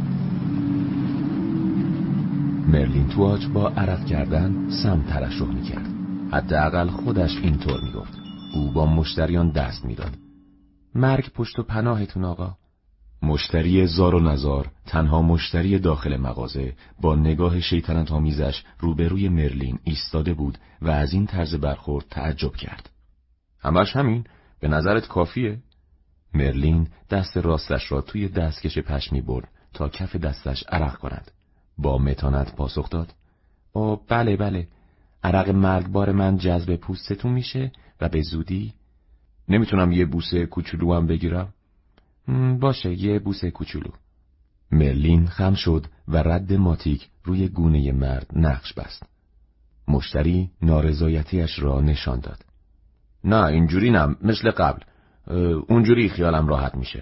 مرلین تواچ با عرق کردن سم ترشح میکرد. حداقل خودش اینطور میگفت. او با مشتریان دست میداد. مرگ پشت و پناهتون آقا. مشتری زار و نزار، تنها مشتری داخل مغازه، با نگاه شیطنت آمیزش روبروی مرلین ایستاده بود و از این طرز برخورد تعجب کرد. همش همین؟ به نظرت کافیه؟ مرلین دست راستش را توی دستکش پشمی برد تا کف دستش عرق کند. با متانت پاسخ داد: او بله بله، عرق مرگبار من جذب پوستتون میشه و به زودی. نمیتونم یه بوسه کوچولو هم بگیرم؟ باشه، یه بوسه کوچولو. مرلین خم شد و رد ماتیک روی گونه مرد نقش بست. مشتری نارضایتیش را نشان داد. نه اینجوری نه، مثل قبل. اونجوری خیالم راحت میشه.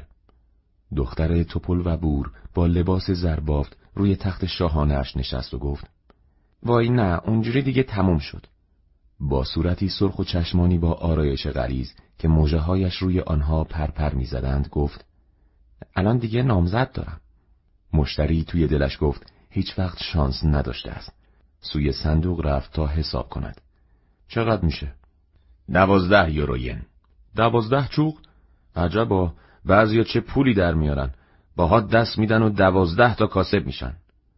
دختر توپل و بور با لباس زربافت روی تخت شاهانه‌اش نشست و گفت: وای نه، اونجوری دیگه تموم شد. با صورتی سرخ و چشمانی با آرایش غلیظ که موجه‌هایش روی آنها پرپر می‌زدند گفت: الان دیگه نامزد دارم. مشتری توی دلش گفت هیچ وقت شانس نداشته است. سوی صندوق رفت تا حساب کند. چقدر میشه؟ دوازده یورو ین. دوازده چوق؟ عجبا، بعضیا چه پولی در میارن. باها دست میدن و دوازده تا کاسب میشن.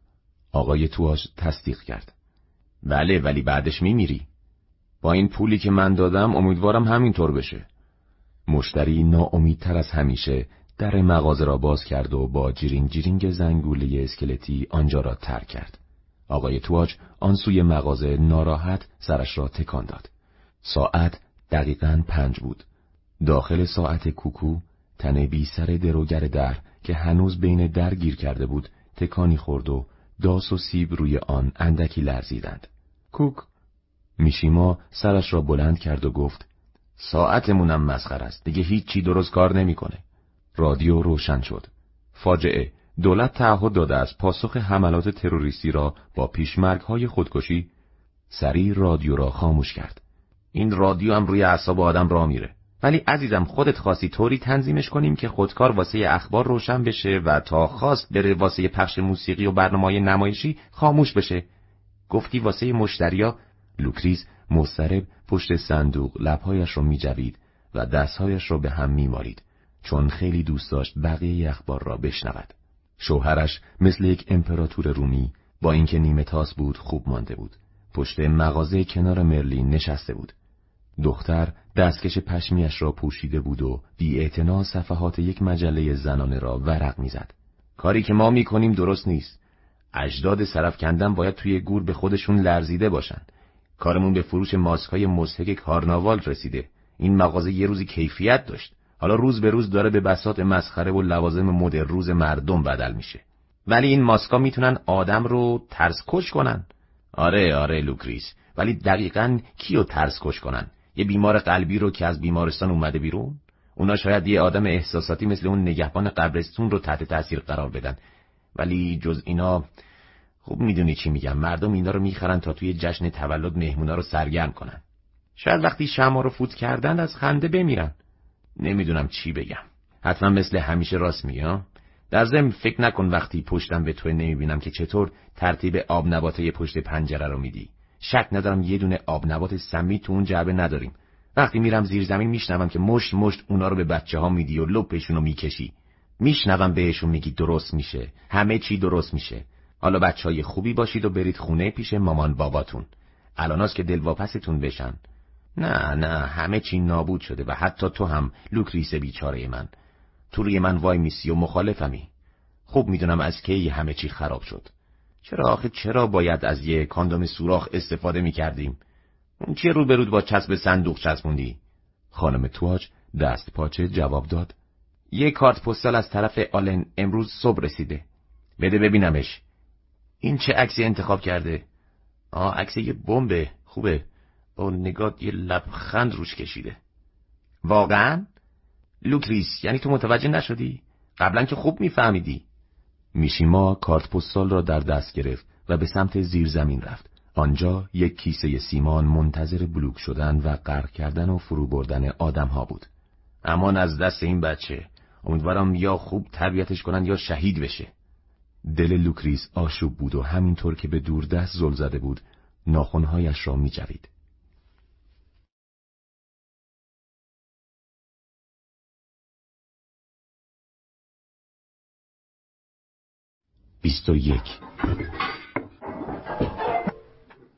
آقای تواژ تصدیق کرد. بله، ولی بعدش میمیری. با این پولی که من دادم امیدوارم همینطور بشه. مشتری ناامیدتر از همیشه در مغازه را باز کرد و با جیرینگ جیرینگ زنگوله اسکلتی آنجا را ترک کرد. آقای تواژ آن سوی مغازه ناراحت سرش را تکان داد. ساعت دقیقاً پنج بود. داخل ساعت کوکو تن بی سر دروگر در که هنوز بین در گیر کرده بود تکانی خورد و داس و سیب روی آن اندکی لرزیدند. کوک. میشیما سرش را بلند کرد و گفت: ساعتمونم مسخره است، دیگه هیچی درست کار نمیکنه. رادیو روشن شد. فاجعه، دولت تعهد داده است پاسخ حملات تروریستی را با پیشمرگ‌های خودکشی. سریع رادیو را خاموش کرد. این رادیو هم روی اعصاب آدم راه میره. ولی عزیزم خودت خواستی طوری تنظیمش کنیم که خودکار واسه اخبار روشن بشه و تا خواست بره واسه پخش موسیقی و برنامه‌های نمایشی خاموش بشه. گفتی واسه مشتریا. لوکریس مضطرب پشت صندوق لبهایش را می‌جوید و دستهایش را به هم می‌مالید، چون خیلی دوست داشت بقیه اخبار را بشنود. شوهرش مثل یک امپراتور رومی با اینکه نیمه تاس بود خوب مانده بود. پشت مغازه کنار مرلین نشسته بود. دختر دستکش پشمیش را پوشیده بود و بی‌اعتنا صفحات یک مجله زنانه را ورق می‌زد. کاری که ما می‌کنیم درست نیست. اجداد سرفکندن باید توی گور به خودشون لرزیده باشن. کارمون به فروش ماسک‌های مضحک کارناوال رسیده. این مغازه یه روزی کیفیت داشت. حالا روز به روز داره به بساط مسخره و لوازم مد روز مردم بدل میشه. ولی این ماسکا میتونن آدم رو ترس کش کنن. آره آره لوکریس، ولی دقیقاً کیو ترس کش کنن؟ یه بیمار قلبی رو که از بیمارستان اومده بیرون؟ اونا شاید یه آدم احساساتی مثل اون نگهبان قبرستون رو تحت تاثیر قرار بدن. ولی جز اینا خوب میدونی چی میگم، مردم اینا رو میخرن تا توی جشن تولد مهمونا رو سرگرم کنن. شاید وقتی شمع رو فوت کردن از خنده بمیرن. نمیدونم چی بگم. حتما مثل همیشه راست میگی ها؟ در ضمن فکر نکن وقتی پشتم به تو نمیبینم که چطور ترتیب آب نباتای پشت پنجره رو میدی. شک ندارم یه دونه آب نبات سمی تو اون جعبه نداریم. وقتی میرم زیر زمین میشنوم که مشت مشت اونا رو به بچه ها میدی و لپشون رو میکشی. میشنوم بهشون میگی درست میشه، همه چی درست میشه. حالا بچهای خوبی باشید و برید خونه پیش مامان باباتون. الاناست که دلواپستون بشن. نه نه، همه چی نابود شده و حتی تو هم لوکریس بیچاره من. تو روی من وای میسی و مخالفمی. خوب میدونم از کی همه چی خراب شد. چرا آخه چرا باید از یه کاندوم سوراخ استفاده میکردیم؟ اون چیه رو برود با چسب صندوق چسبوندی؟ خانم تواژ دست پاچه جواب داد: یه کارت پستال از طرف آلن امروز صبح رسیده. بده ببینمش. این چه عکسی انتخاب کرده؟ آه، عکس یه بمبه. خوبه. با نگاه یه لبخند روش کشیده. واقعا؟ لوکریس، یعنی تو متوجه نشدی؟ قبلا که خوب میفهمیدی. میشیما کارت پستال را در دست گرفت و به سمت زیر زمین رفت. آنجا یک کیسه سیمان منتظر بلوک شدن و غرق کردن و فرو بردن آدم ها بود. امان از دست این بچه. امیدوارم یا خوب تربیتش کنن یا شهید بشه. دل لوکریس آشوب بود و همینطور که به دور دست زل زده بود ناخنهایش را می جوید. بیست و یک.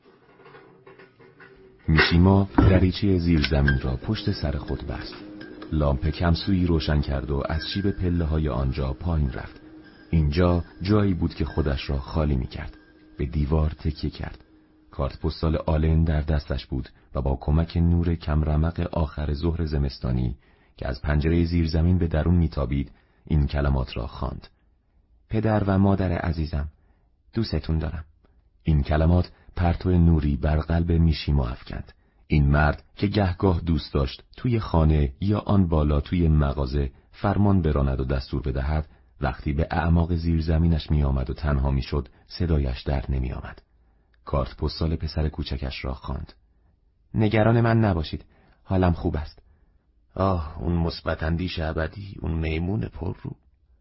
میشیما دریچه زیر زمین را پشت سر خود بست. لامپ کمسویی روشن کرد و از شیب پله های آنجا پایین رفت. اینجا جایی بود که خودش را خالی می کرد. به دیوار تکیه کرد. کارت پستال آلن در دستش بود و با کمک نور کمرمق آخر ظهر زمستانی که از پنجره زیرزمین به درون میتابید این کلمات را خواند. پدر و مادر عزیزم، دوستتون دارم. این کلمات پرتو نوری بر قلب میشیما افکند. این مرد که گهگاه دوست داشت توی خانه یا آن بالا توی مغازه فرمان براند و دستور بدهد، وقتی به اعماق زیرزمینش می آمد و تنها می شد صدایش در نمی آمد. کارت پستال پسر کوچکش را خواند. نگران من نباشید، حالم خوب است. آه، اون مثبت اندیش ابدی، اون میمون پر رو.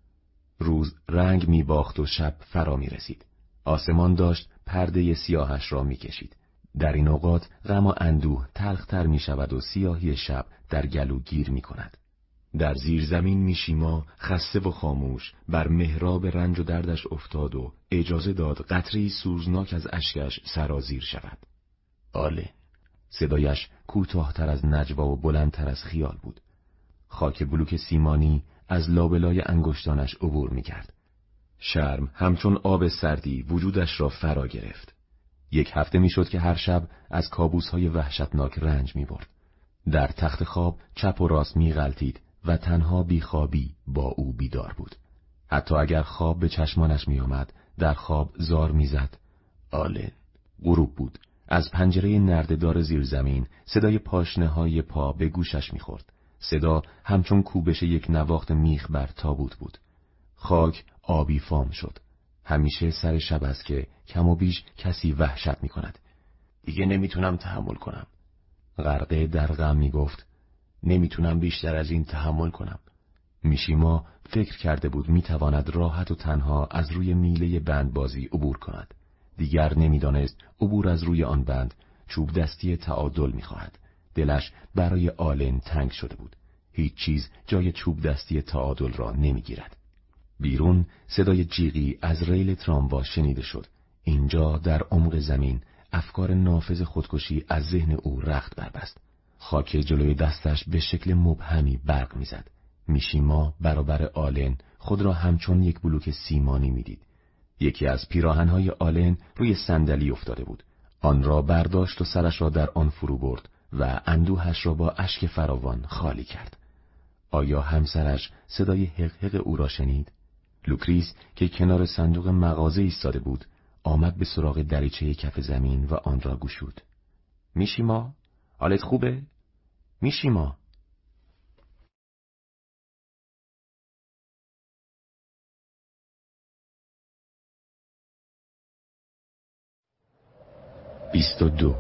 روز رنگ می باخت و شب فرا می رسید. آسمان داشت پرده سیاهش را می کشید. در این اوقات غم و اندوه تلختر می شود و سیاهی شب در گلو گیر می کند. در زیر زمین میشیما خسته و خاموش بر محراب رنج و دردش افتاد و اجازه داد قطره‌ای سوزناک از اشکش سرازیر شود. آله. صدایش کوتاه‌تر از نجوا و بلندتر از خیال بود. خاک بلوک سیمانی از لابلای انگشتانش عبور می‌کرد. شرم همچون آب سردی وجودش را فرا گرفت. یک هفته میشد که هر شب از کابوس‌های وحشتناک رنج می‌برد. در تخت خواب چپ و راست می‌غلتید و تنها بیخوابی با او بیدار بود. حتی اگر خواب به چشمانش می‌آمد، در خواب زار می‌زد. آلن. غروب بود. از پنجره نرده‌دار زیر زمین صدای پاشنه‌های پا به گوشش می‌خورد. صدا همچون کوبش یک نواخت میخ بر تابوت بود. خاک آبی فام شد. همیشه سر شب است که کم و بیش کسی وحشت می‌کند. دیگه نمیتونم تحمل کنم. غرقه در غم میگفت نمیتونم بیشتر از این تحمل کنم. میشیما فکر کرده بود میتواند راحت و تنها از روی میله بندبازی عبور کند. دیگر نمیدانست عبور از روی آن بند چوب دستی تعادل میخواهد. دلش برای آلن تنگ شده بود. هیچ چیز جای چوب دستی تعادل را نمیگیرد. بیرون صدای جیغی از ریل تراموا شنیده شد. اینجا در عمق زمین افکار نافذ خودکشی از ذهن او رخت بربست. خاک جلوی دستش به شکل مبهمی برق میزد. میشیما برابر آلن خود را همچون یک بلوک سیمانی میدید. یکی از پیراهنهای آلن روی صندلی افتاده بود. آن را برداشت و سرش را در آن فرو برد و اندوهش را با اشک فراوان خالی کرد. آیا همسرش صدای حقحق او را شنید؟ لوکریس که کنار صندوق مغازه ایستاده بود آمد به سراغ دریچه کف زمین و آن را گشود. میشیما، حالت خوبه؟ میشیما. بیست و دو.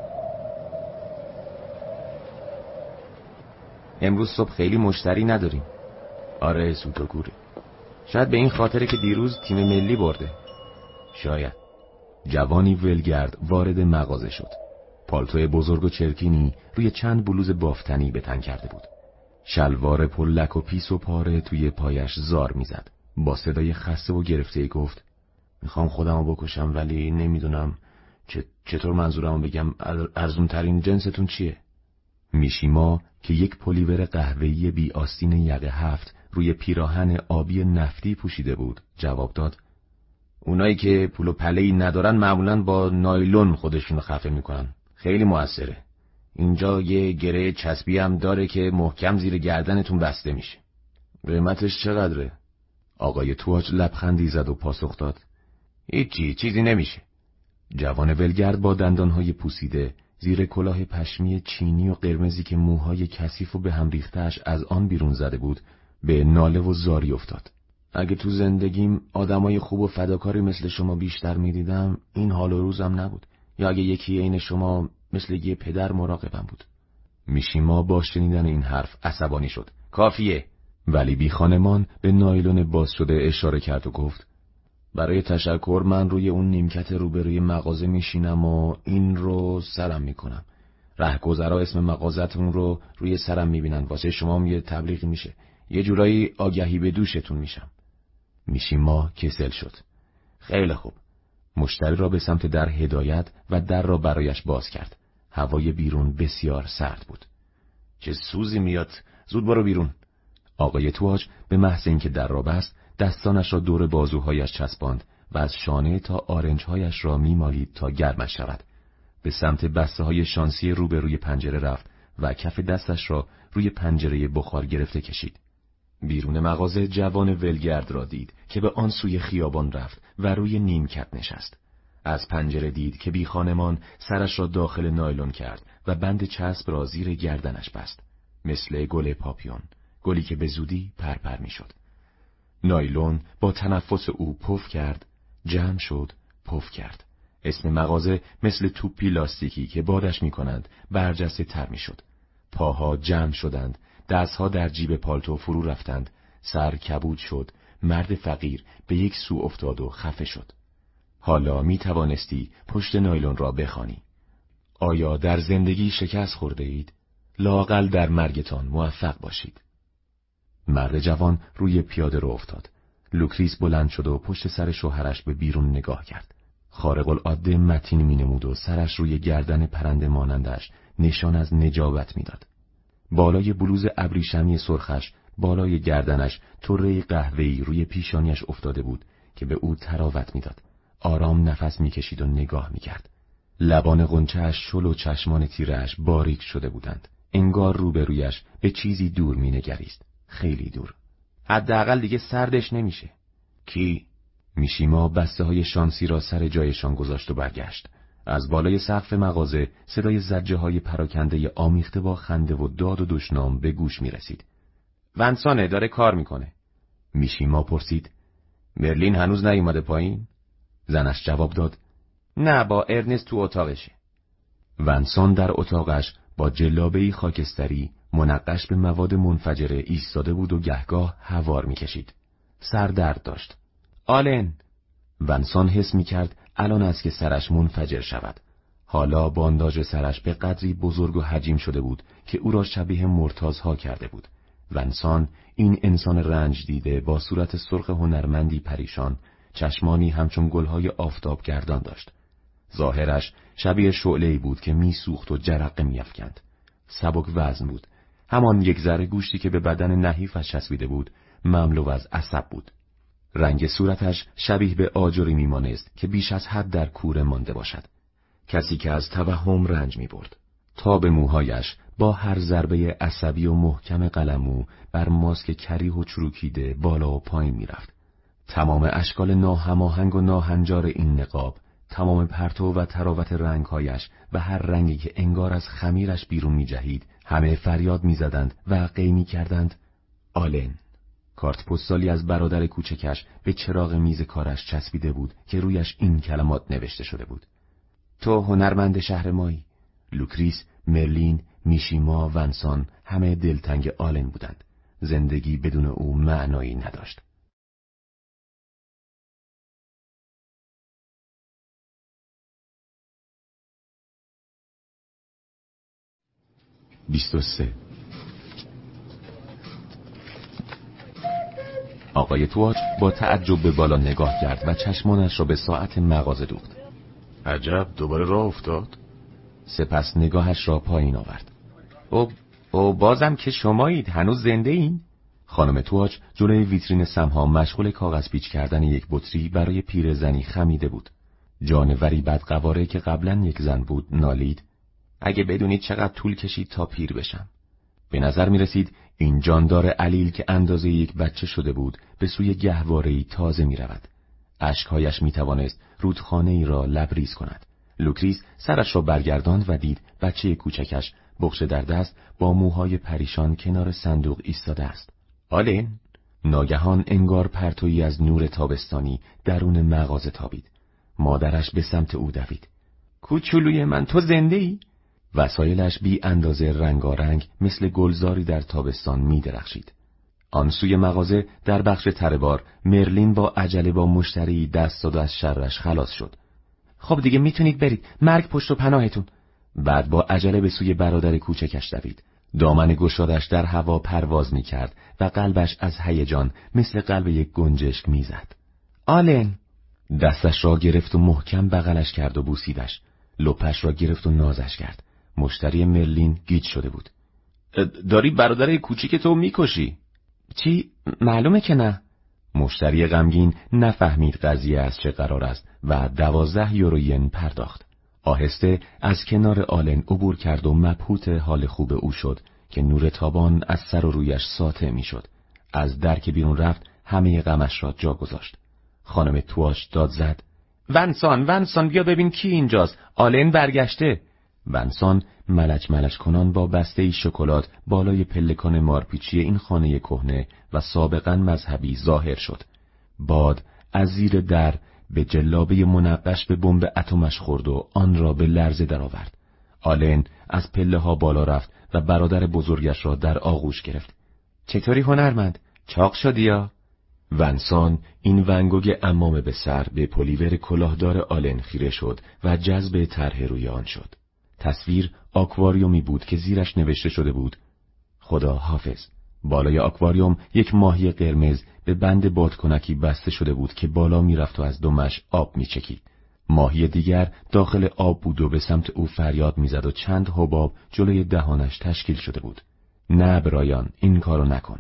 امروز صبح خیلی مشتری نداریم. آره، سوت و کوره. شاید به این خاطره که دیروز تیم ملی برده. شاید. جوانی ولگرد وارد مغازه شد. پالتو بزرگ و چرکینی روی چند بلوز بافتنی به تن کرده بود. شلوار پر لک و پیس و پاره توی پایش زار میزد. با صدای خسته و گرفته گفت میخوام خودمو بکشم ولی نمیدونم چه چطور منظورمو بگم. ارزون ترین جنستون چیه؟ میشیما که یک پلیور قهوه‌ای بی آستین یقه هفت روی پیراهن آبی نفتی پوشیده بود جواب داد اونایی که پول و پله‌ای ندارن معمولاً با نایلون خودشونو خفه میکنن. خیلی موثره. اینجا یه گره چسبی هم داره که محکم زیر گردنتون بسته میشه. قیمتش چقدره؟ آقای تواج لبخندی زد و پاسخ داد هیچی، چیزی نمیشه. جوان ولگرد با دندانهای پوسیده زیر کلاه پشمی چینی و قرمزی که موهای کثیف و به هم ریخته‌اش از آن بیرون زده بود به ناله و زاری افتاد. اگه تو زندگیم آدمای خوب و فداکاری مثل شما بیشتر میدیدم این حال و روزم نبود. یا اگه یکی عین شما مثل یه پدر مراقبم بود. میشیما با شنیدن این حرف عصبانی شد. کافیه. ولی بی خانمان به نایلون باز شده اشاره کرد و گفت برای تشکر من روی اون نیمکت روبروی مغازه میشینم و این رو سرم میکنم. رهگذرا اسم مغازتون رو روی سرم میبینن. واسه شما یه تبلیغی میشه. یه جورایی آگهی به دوشتون میشم. میشیما کسل شد. خیلی خوب. مشتری را به سمت در هدایت و در را برایش باز کرد. هوای بیرون بسیار سرد بود. چه سوزی میاد زود برو بیرون. آقای تواج به محض اینکه در را بست، دستانش را دور بازوهایش چسباند و از شانه تا آرنجهایش را میمالید تا گرمش شود. به سمت بسته های شانسی روبروی پنجره رفت و کف دستش را روی پنجره بخار گرفته کشید. بیرون مغازه جوان ولگرد را دید که به آن سوی خیابان رفت و روی نیمکت نشست. از پنجره دید که بی خانمان سرش را داخل نایلون کرد و بند چسب را زیر گردنش بست، مثل گل پاپیون، گلی که به زودی پرپر می شد. نایلون با تنفس او پف کرد، جمع شد، پف کرد. اسم مغازه مثل توپی لاستیکی که بادش می کنند برجسته تر می شد. پاها جمع شدند، دستها در جیب پالتو فرو رفتند، سر کبود شد، مرد فقیر به یک سو افتاد و خفه شد. حالا می توانستی پشت نایلون را بخوانی. آیا در زندگی شکست خورده اید؟ لااقل در مرگتان موفق باشید. مرد جوان روی پیاده رو افتاد. لوکریس بلند شد و پشت سر شوهرش به بیرون نگاه کرد. خارق العاده متین می نمود و سرش روی گردن پرنده مانندش نشان از نجابت می داد. بالای بلوز ابریشمی سرخش، بالای گردنش طره قهوه‌ای روی پیشانیش افتاده بود که به او تراوت می داد. آرام نفس می کشید و نگاه می کرد. لبان غنچه‌اش شل و چشمان تیره‌اش باریک شده بودند. انگار روبرویش به چیزی دور می نگریست. خیلی دور. حداقل دیگه سردش نمیشه. کی؟ میشیما بسته های شانسی را سر جایشان گذاشت و برگشت. از بالای سقف مغازه صدای زجه های پراکنده آمیخته با خنده و داد و دشنام به گوش می رسید. ونسانه داره کار میکنه. میشیما پرسید مرلین هنوز نیومده پایین؟ زنش جواب داد نه، با ارنست تو اتاقشه. ونسان در اتاقش با جلابه‌ای خاکستری منقش به مواد منفجره ایستاده بود و گهگاه هوار میکشید. سر درد داشت. آلن! ونسان حس میکرد الان است که سرش منفجر شود. حالا بانداژ سرش به قدری بزرگ و حجیم شده بود که او را شبیه مرتازها کرده بود. ونسان، این انسان رنج دیده با صورت سرخ هنرمندی پریشان، چشمانی همچون گلهای آفتاب گردان داشت. ظاهرش شبیه شعله‌ای بود که میسوخت و جرقه میافکند. سبک وزن بود. همان یک ذره گوشتی که به بدن نحیفش چسبیده بود مملو از عصب بود. رنگ صورتش شبیه به آجری میمانست که بیش از حد در کوره مانده باشد. کسی که از توهم رنج میبرد. تاب موهایش با هر ضربه عصبی و محکم قلمو بر ماسک کریه و چروکیده بالا و پایین میرفت. تمام اشکال ناهماهنگ و ناهنجار این نقاب، تمام پرتو و تراوت رنگهایش و هر رنگی که انگار از خمیرش بیرون میجهید، همه فریاد میزدند و قی میکردند آلن. کارت پستالی از برادر کوچکش به چراغ میز کارش چسبیده بود که رویش این کلمات نوشته شده بود: تو هنرمند شهر مایی. لوکریس، مرلین، میشیما، ونسان همه دلتنگ آلن بودند. زندگی بدون او معنایی نداشت. بیست و سه. آقای تواج با تعجب به بالا نگاه کرد و چشمانش را به ساعت مغازه دوخت. عجب، دوباره راه افتاد؟ سپس نگاهش را پایین آورد. او او بازم که شمایید، هنوز زنده این؟ خانم تواج جلوی ویترین سمها مشغول کاغذ پیچ کردن یک بطری برای پیرزنی خمیده بود. جانوری بدقواره که قبلا یک زن بود نالید: اگه بدونید چقدر طول کشید تا پیر بشم. به نظر می رسید این جاندار علیل که اندازه یک بچه شده بود به سوی گهواره‌ای تازه می رود. اشکهایش می توانست رودخانه ای را لبریز کند. لوکریس سرش را برگرداند و دید بچه کوچکش بخشه در دست با موهای پریشان کنار صندوق ایستاده است. آلن! ناگهان انگار پرتویی از نور تابستانی درون مغازه تابید. مادرش به سمت او دوید. کوچولوی من، تو زنده ای؟ وسایلش بی اندازه رنگارنگ مثل گلزاری در تابستان می درخشید. آن سوی مغازه در بخش تره‌بار مرلین با عجله با مشتری دست داد و از شرش خلاص شد. خب دیگه میتونید برید، مرگ پشت و پناهتون. بعد با عجله به سوی برادر کوچکش دوید. دامن گشادش در هوا پرواز می کرد و قلبش از هیجان مثل قلب یک گنجشک می زد. آلن! دستش را گرفت و محکم بغلش کرد و بوسیدش. لپش را گرفت و نازش کرد. مشتری مرلین گیج شده بود. داری برادر کوچیک تو میکشی. چی؟ معلومه که نه. مشتری غمگین نفهمید قضیه از چه قرار است و دوازده یورو ین پرداخت. آهسته از کنار آلن عبور کرد و مبهوت حال خوب او شد که نور تابان از سر و رویش ساطع میشد. از در که بیرون رفت همه غمش را جا گذاشت. خانم تواش داد زد: ونسان، ونسان بیا ببین کی اینجاست. آلن برگشته. ونسان ملچ ملچ کنان با بسته‌ای شکلات بالای پلکان مارپیچی این خانه کهنه و سابقاً مذهبی ظاهر شد. باد از زیر در به جلابه منقش به بمب اتمش خورد و آن را به لرزه درآورد. آلن از پله ها بالا رفت و برادر بزرگش را در آغوش گرفت. چطوری هنرمند؟ چاق شدی یا؟ ونسان این ونگوگ عمامه به سر به پلیور کلاهدار آلن خیره شد و جذب طرح روی آن شد. تصویر آکواریومی بود که زیرش نوشته شده بود: خدا حافظ. بالای آکواریوم یک ماهی قرمز به بند بادکنکی بسته شده بود که بالا میرفت و از دمش آب میچکید. ماهی دیگر داخل آب بود و به سمت او فریاد میزد و چند حباب جلوی دهانش تشکیل شده بود. نه برایان، این کارو نکن.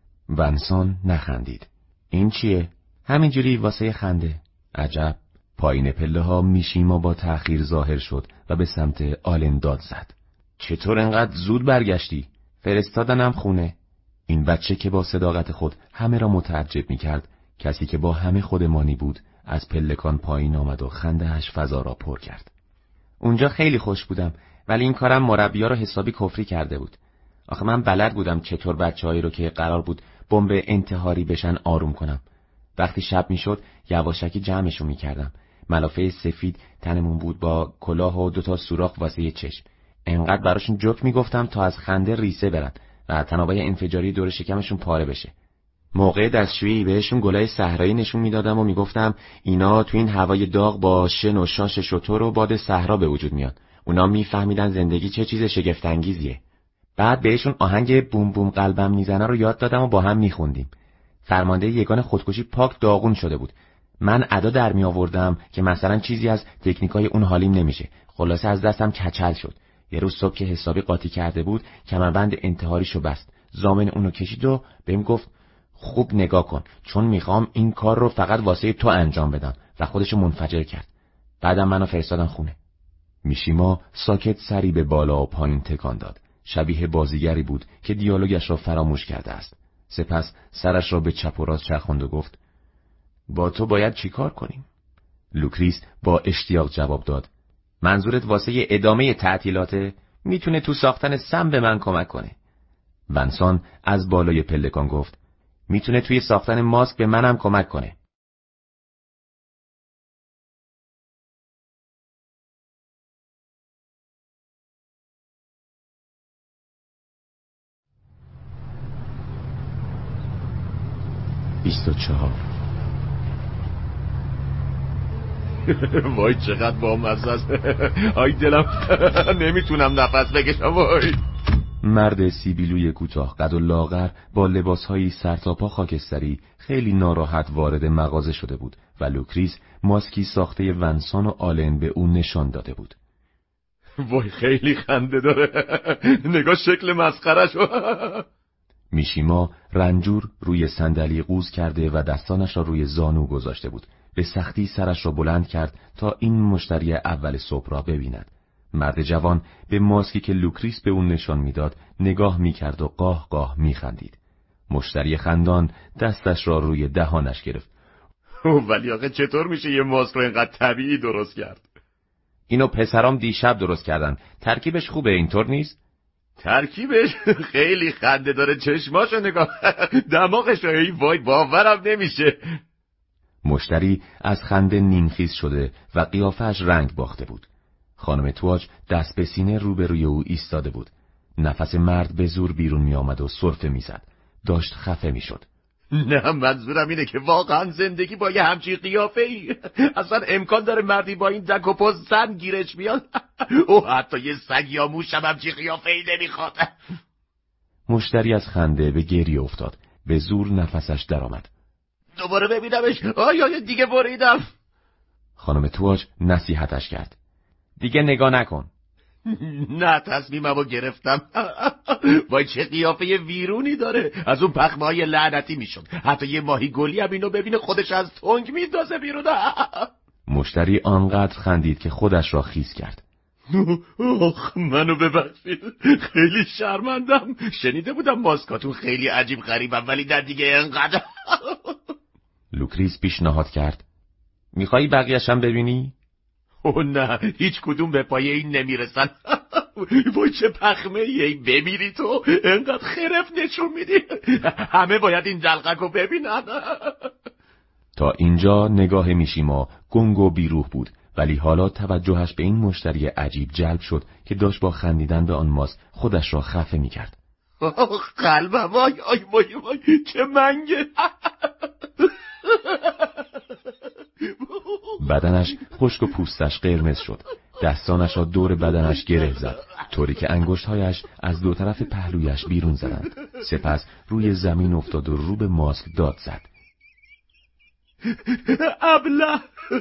ونسان نخندید. این چیه؟ همینجوری واسه خنده. عجب. پایین پله ها میشیما با تأخیر ظاهر شد و به سمت آلن داد زد: چطور انقدر زود برگشتی؟ فرستادنم خونه. این بچه که با صداقت خود همه را متعجب میکرد، کسی که با همه خودمانی بود، از پلکان پایین آمد و خنده‌اش فضا را پر کرد. اونجا خیلی خوش بودم، ولی این کارم مربی‌ها رو حسابی کفری کرده بود. آخه من بلد بودم چطور بچه‌هایی رو که قرار بود بمب انتحاری بشن آروم کنم. وقتی شب میشد یواشکی جمعشون میکردم. ملافه سفید تنمون بود با کلاه و دوتا سوراخ واسه چشم. انقدر براشون جوک میگفتم تا از خنده ریسه برن و تنابه انفجاری دور شکمشون پاره بشه. موقع دستشویی بهشون گلای صحرایی نشون میدادم و میگفتم اینا تو این هوای داغ با شن و شاش شتر و باد صحرا به وجود میاد. اونا میفهمیدن زندگی چه چیز شگفت انگیزیه. بعد بهشون آهنگ بوم بوم قلبم میزنه رو یاد دادم و با هم میخوندیم. فرمانده یگان خودکشی پاک داغون شده بود. من ادا در می آوردم که مثلا چیزی از تکنیکای اون حالیم نمیشه. خلاصه از دستم کچل شد. یه روز صبح که حسابی قاطی کرده بود کمربند انتحاریشو بست. ضامن اونو کشید و بهم گفت خوب نگاه کن، چون میخوام این کار رو فقط واسه تو انجام بدم و خودشو منفجر کرد. بعدم منو فرستادن خونه. میشیما ساکت سری به بالا و پایین تکان داد. شبیه بازیگری بود که دیالوگش را فراموش کرده است. سپس سرش را به چپ و راست چرخاند و گفت: با تو باید چیکار کنیم؟ لوکریس با اشتیاق جواب داد: منظورت واسه ادامه تعطیلاته؟ میتونه تو ساختن سم به من کمک کنه. ونسان از بالای پلکان گفت: میتونه توی ساختن ماسک به منم کمک کنه. بیست و چهار. وای چقدر بامزه است. آی دلم نمیتونم نفس بکشم. وای. مرد سیبیلوی کوتاه قد و لاغر با لباسهایی سرتاپا خاکستری خیلی ناراحت وارد مغازه شده بود و لوکریس ماسکی ساخته ونسان و آلن به او نشان داده بود. وای خیلی خنده داره. نگاه شکل مسخره‌شو. میشیما رنجور روی صندلی قوز کرده و دستانش را روی زانو گذاشته بود. به سختی سرش را بلند کرد تا این مشتری اول صبح را ببیند. مرد جوان به ماسکی که لوکریس به اون نشان میداد نگاه میکرد و قاه قاه میخندید. مشتری خندان دستش را روی دهانش گرفت. ولی آخه چطور میشه یه ماسک رو اینقدر طبیعی درست کرد؟ اینو پسرام دیشب درست کردن. ترکیبش خوبه، اینطور نیست؟ ترکیبش خیلی خنده داره. چشماشو نگاه، دماغش رو. ای وای باورم نمیشه. مشتری از خنده نیمخیز شده و قیافه‌اش رنگ باخته بود. خانم تواج دست به سینه روبروی او ایستاده بود. نفس مرد به زور بیرون می آمد و سرفه می زد. داشت خفه می شد. نه منظورم اینه که واقعا زندگی با یه همچین قیافه ای اصلا امکان داره مردی با این دک و پوز زن گیرش بیاد؟ او حتی یه سگ یا موش هم همچین قیافه ای نمیخواد. مشتری از خنده به گریه افتاد. به زور نفسش درآمد. دوباره ببینمش. آی آی دیگه بریدم. خانم تواج نصیحتش کرد. دیگه نگاه نکن. نه تصمیممو گرفتم. وای چه قیافه ویرونی داره. از اون پخمه‌های لعنتی میشد حتی یه ماهی گلی هم اینو ببینه خودش از تنگ میندازه بیرون. مشتری آنقدر خندید که خودش را خیس کرد. آخ منو ببخشید، خیلی شرمندم. شنیده بودم ماسکاتون خیلی عجیب غریبم ولی در دیگه انقدر. لوکریس پیشنهاد کرد میخوایی بقیه‌ش هم ببینی؟ اوه نه، هیچ کدوم به پای این نمیرسن. وای چه پخمه ای، بمیری تو انقدر خرف نشون میدی. همه باید این دلقکو ببینن. تا اینجا نگاه میشیما گنگ و بیروح بود، ولی حالا توجهش به این مشتری عجیب جلب شد که داشت با خندیدن به آن ماسک خودش را خفه میکرد. قلبم وای وای وای وای چه منگه. بدنش خشک و پوستش قرمز شد. دستانش را دور بدنش گره زد طوری که انگشتهایش از دو طرف پهلویش بیرون زدند. سپس روی زمین افتاد و رو به ماسک داد زد. ابله.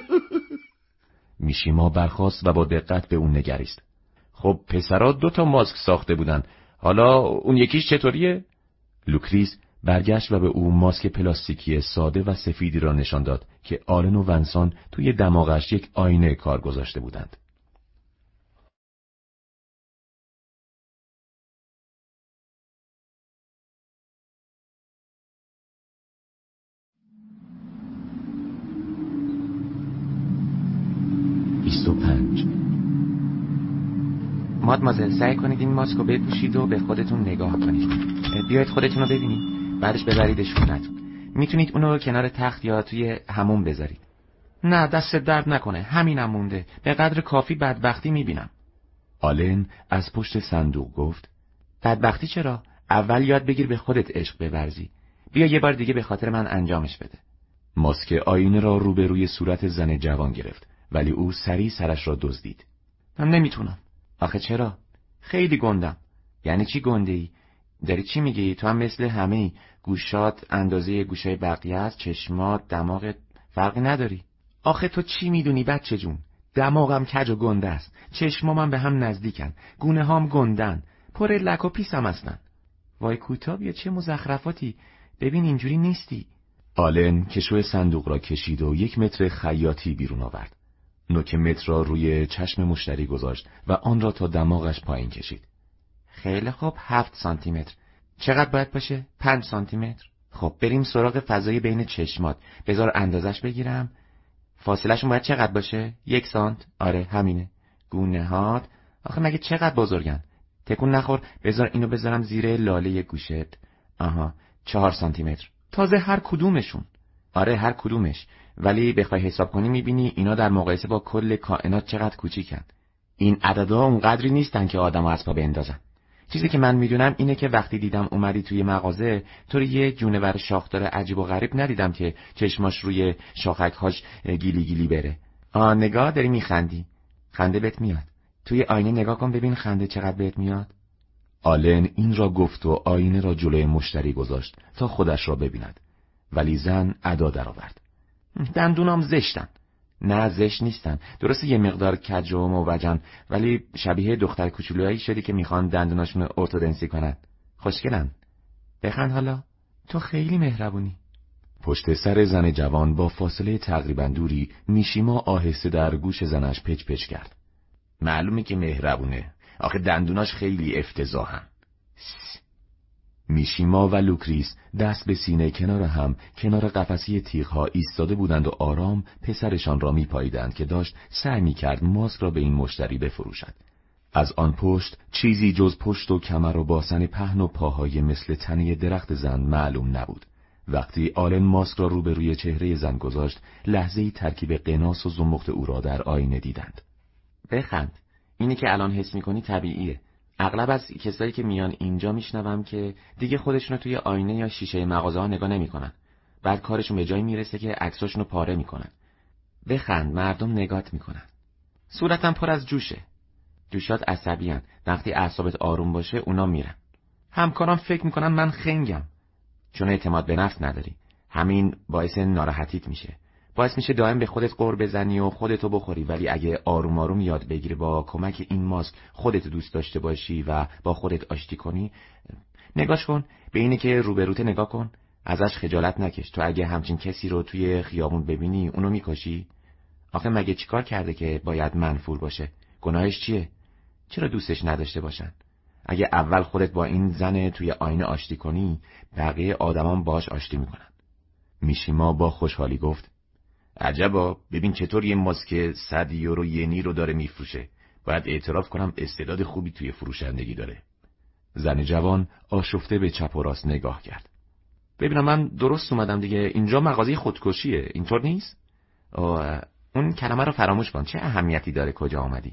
میشیما برخاست و با دقت به اون نگریست. خب پسرا دو تا ماسک ساخته بودن، حالا اون یکیش چطوریه؟ لوکریس برگشت و به او ماسک پلاستیکی ساده و سفیدی را نشان داد که آلن و ونسان توی دماغش یک آینه کار گذاشته بودند. بیست و پنج. مادمازل سعی کنید این ماسک رو بپوشید و به خودتون نگاه کنید. بیایید خودتون رو ببینید، بعدش ببریدش خونتون. میتونید اونو کنار تخت یا توی حموم بذارید. نه دست درد نکنه، همینم مونده، به قدر کافی بدبختی میبینم. آلن از پشت صندوق گفت بدبختی چرا؟ اول یاد بگیر به خودت عشق بورزی. بیا یه بار دیگه به خاطر من انجامش بده. ماسک آینه را روبروی صورت زن جوان گرفت، ولی او سریع سرش را دزدید. من نمیتونم. آخه چرا؟ خیلی گندم. یعنی چی گنده ای؟ داری چی میگی؟ تو هم مثل همه ای. گوشات اندازه گوشای بقیه است، چشمات، دماغت فرقی نداری. آخه تو چی میدونی بچه جون؟ دماغم کج و گنده است، چشمام به هم نزدیکن، گونه هام گندن، پر لک و پیسم هستن. وای کوتاه بیا، چه مزخرفاتی. ببین اینجوری نیستی. آلن کشوی صندوق را کشید و یک متر خیاطی بیرون آورد. نوک متر را روی چشم مشتری گذاشت و آن را تا دماغش پایین کشید. خیلی خوب، هفت سانتی متر. چقدر باید باشه؟ پنج سانتی متر. خب بریم سراغ فضای بین چشمات. بذار اندازش بگیرم. فاصلهشون باید چقدر باشه؟ یک سانت. آره همینه. گونه هات. آخه مگه چقدر بزرگن؟ تکون نخور. بذار اینو بذارم زیر لاله گوشت. آها، چهار سانتی متر. تازه هر کدومشون. آره هر کدومش. ولی بخوای حساب کنی میبینی اینا در مقایسه با کل کائنات چقدر کوچیکن. این عددا اونقدری نیستن که آدمو از پا بندازن. چیزی که من میدونم اینه که وقتی دیدم اومدی توی مغازه، تو رو یه جونور شاخدار عجیب و غریب ندیدم که چشماش روی شاخک‌هاش گیلی گیلی بره. آ نگاه داری میخندی. خنده بهت میاد. توی آینه نگاه کن ببین خنده چقدر بهت میاد. آلن این را گفت و آینه را جلوی مشتری گذاشت تا خودش را ببیند. ولی زن ادا درآورد. دندونام زشتن. نه زشت نیستن، درسته یه مقدار کج و موجن، ولی شبیه دختر کوچولویی شدی که میخوان دندوناشون ارتودنسی کنن. خوشگلن. بخند حالا. تو خیلی مهربونی. پشت سر زن جوان با فاصله تقریبا دوری میشیما آهسته در گوش زنش پچ پچ کرد. معلومه که مهربونه. آخه دندوناش خیلی افتضاحن. میشیما و لوکریس دست به سینه کنار هم کنار قفسی تیغ‌ها ایستاده بودند و آرام پسرشان را میپاییدند که داشت سعی میکرد ماسک را به این مشتری بفروشد. از آن پشت چیزی جز پشت و کمر و باسن پهن و پاهای مثل تنه درخت زن معلوم نبود. وقتی آلن ماسک را روبروی چهره زن گذاشت، لحظه‌ای ترکیب قناس و زمخت او را در آینه دیدند. بخند. اینی که الان حس میکنی طبیعیه. اغلب از کسایی که میان اینجا میشنوم که دیگه خودشونو توی آینه یا شیشه مغازه ها نگاه نمیکنن. بعد کارشون به جایی میرسه که عکساشونو پاره میکنن. بخند، مردم نگات میکنن. صورتم پر از جوشه. جوشات عصبیان. وقتی اعصابت آروم باشه اونا میرن. همکارام فکر میکنن من خنگم. چون اعتماد به نفس نداری. همین باعث ناراحتیت میشه. باعث میشه دائم به خودت قور بزنی و خودتو بخوری، ولی اگه آروم آروم یاد بگیری با کمک این ماسک خودت دوست داشته باشی و با خودت آشتی کنی. نگاش کن، به اینه که روبروت نگاه کن، ازش خجالت نکش. تو اگه همچین کسی رو توی خیابون ببینی اونو میکشی؟ آخه مگه چیکار کرده که باید منفور باشه؟ گناهش چیه؟ چرا دوستش نداشته باشن؟ اگه اول خودت با این زن توی آینه آشتی کنی، بقیه آدمان باش آشتی میکنن. میشیما با خوشحالی گفت: عجبا، ببین چطور یه ماسک صد یورو ینی رو داره میفروشه. باید اعتراف کنم استعداد خوبی توی فروشندگی داره. زن جوان آشفته به چپ و راست نگاه کرد. ببینم من درست اومدم دیگه، اینجا مغازه خودکشیه، اینطور نیست؟ آه، اون کلمه رو فراموش کن، چه اهمیتی داره کجا آمدی؟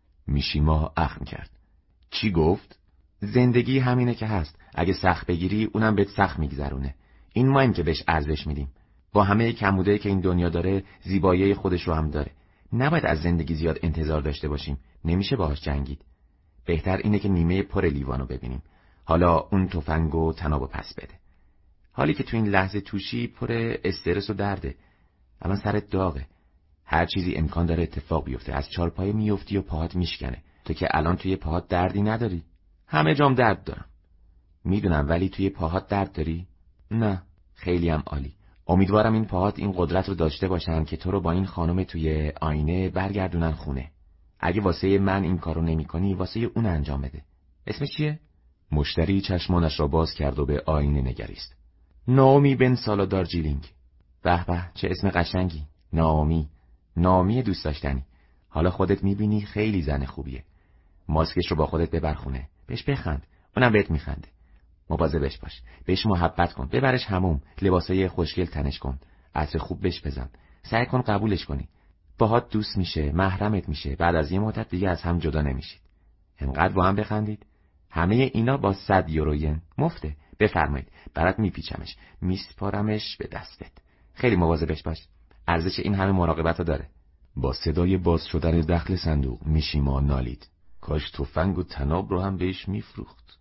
میشیما اخم کرد. چی گفت؟ زندگی همینه که هست، اگه سخت بگیری اونم بهت سخت میگذرونه. این مایم که بهش ارزش میدیم. با همه کمبودایی که این دنیا داره، زیبایی خودش رو هم داره. نباید از زندگی زیاد انتظار داشته باشیم، نمیشه باهاش جنگید. بهتر اینه که نیمه پر لیوانو ببینیم. حالا اون تفنگو تنابو پس بده. حالی که تو این لحظه توشی پر استرس و درده. الان سرت داغه. هر چیزی امکان داره اتفاق بیفته. از چارپایه میفتی و پاهات میشکنه. تو که الان توی پاهات دردی نداری. همه جام درد دارم. میدونم، ولی توی پاهات درد داری؟ نه، خیلی هم عالی. امیدوارم این پاهات این قدرت رو داشته باشن که تو رو با این خانم توی آینه برگردونن خونه. اگه واسه من این کارو نمی‌کنی، واسه اون انجام بده. اسمش چیه؟ مشتری چشمانش را باز کرد و به آینه نگریست. نامی بن سالا دارجیلینگ. به به، چه اسم قشنگی. نامی. نامی دوست داشتنی. حالا خودت میبینی خیلی زن خوبیه. ماسکش رو با خودت ببر خونه. بهش بخند. اونم بهت میخنده. مواظبش باش. بهش محبت کن. ببرش حموم. لباسای خوشگل تنش کن. عطر خوب بهش بزن. سعی کن قبولش کنی. باهات دوست میشه، محرمت میشه. بعد از یه مدت دیگه از هم جدا نمیشید. انقدر با هم بخندید. همه اینا با صد یورو ین مفته. بفرمایید. برات میپیچمش. میسپارمش به دستت. خیلی مواظبش باش. ارزش این همه مراقبت رو داره. با صدای باز شدن داخل صندوق میشیما نالید. کاش تفنگ و تناب رو هم بهش میفروخت.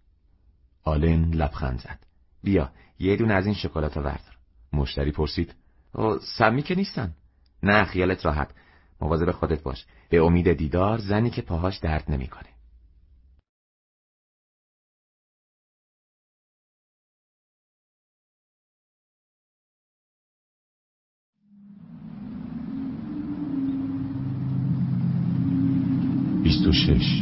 آلن لبخند زد. بیا یه دونه از این شکلاتا بردار. مشتری پرسید: او سمی که نیستن؟ نه، خیالت راحت. مواظب خودت باش. به امید دیدار زنی که پاهاش درد نمیکنه. بیست و شش.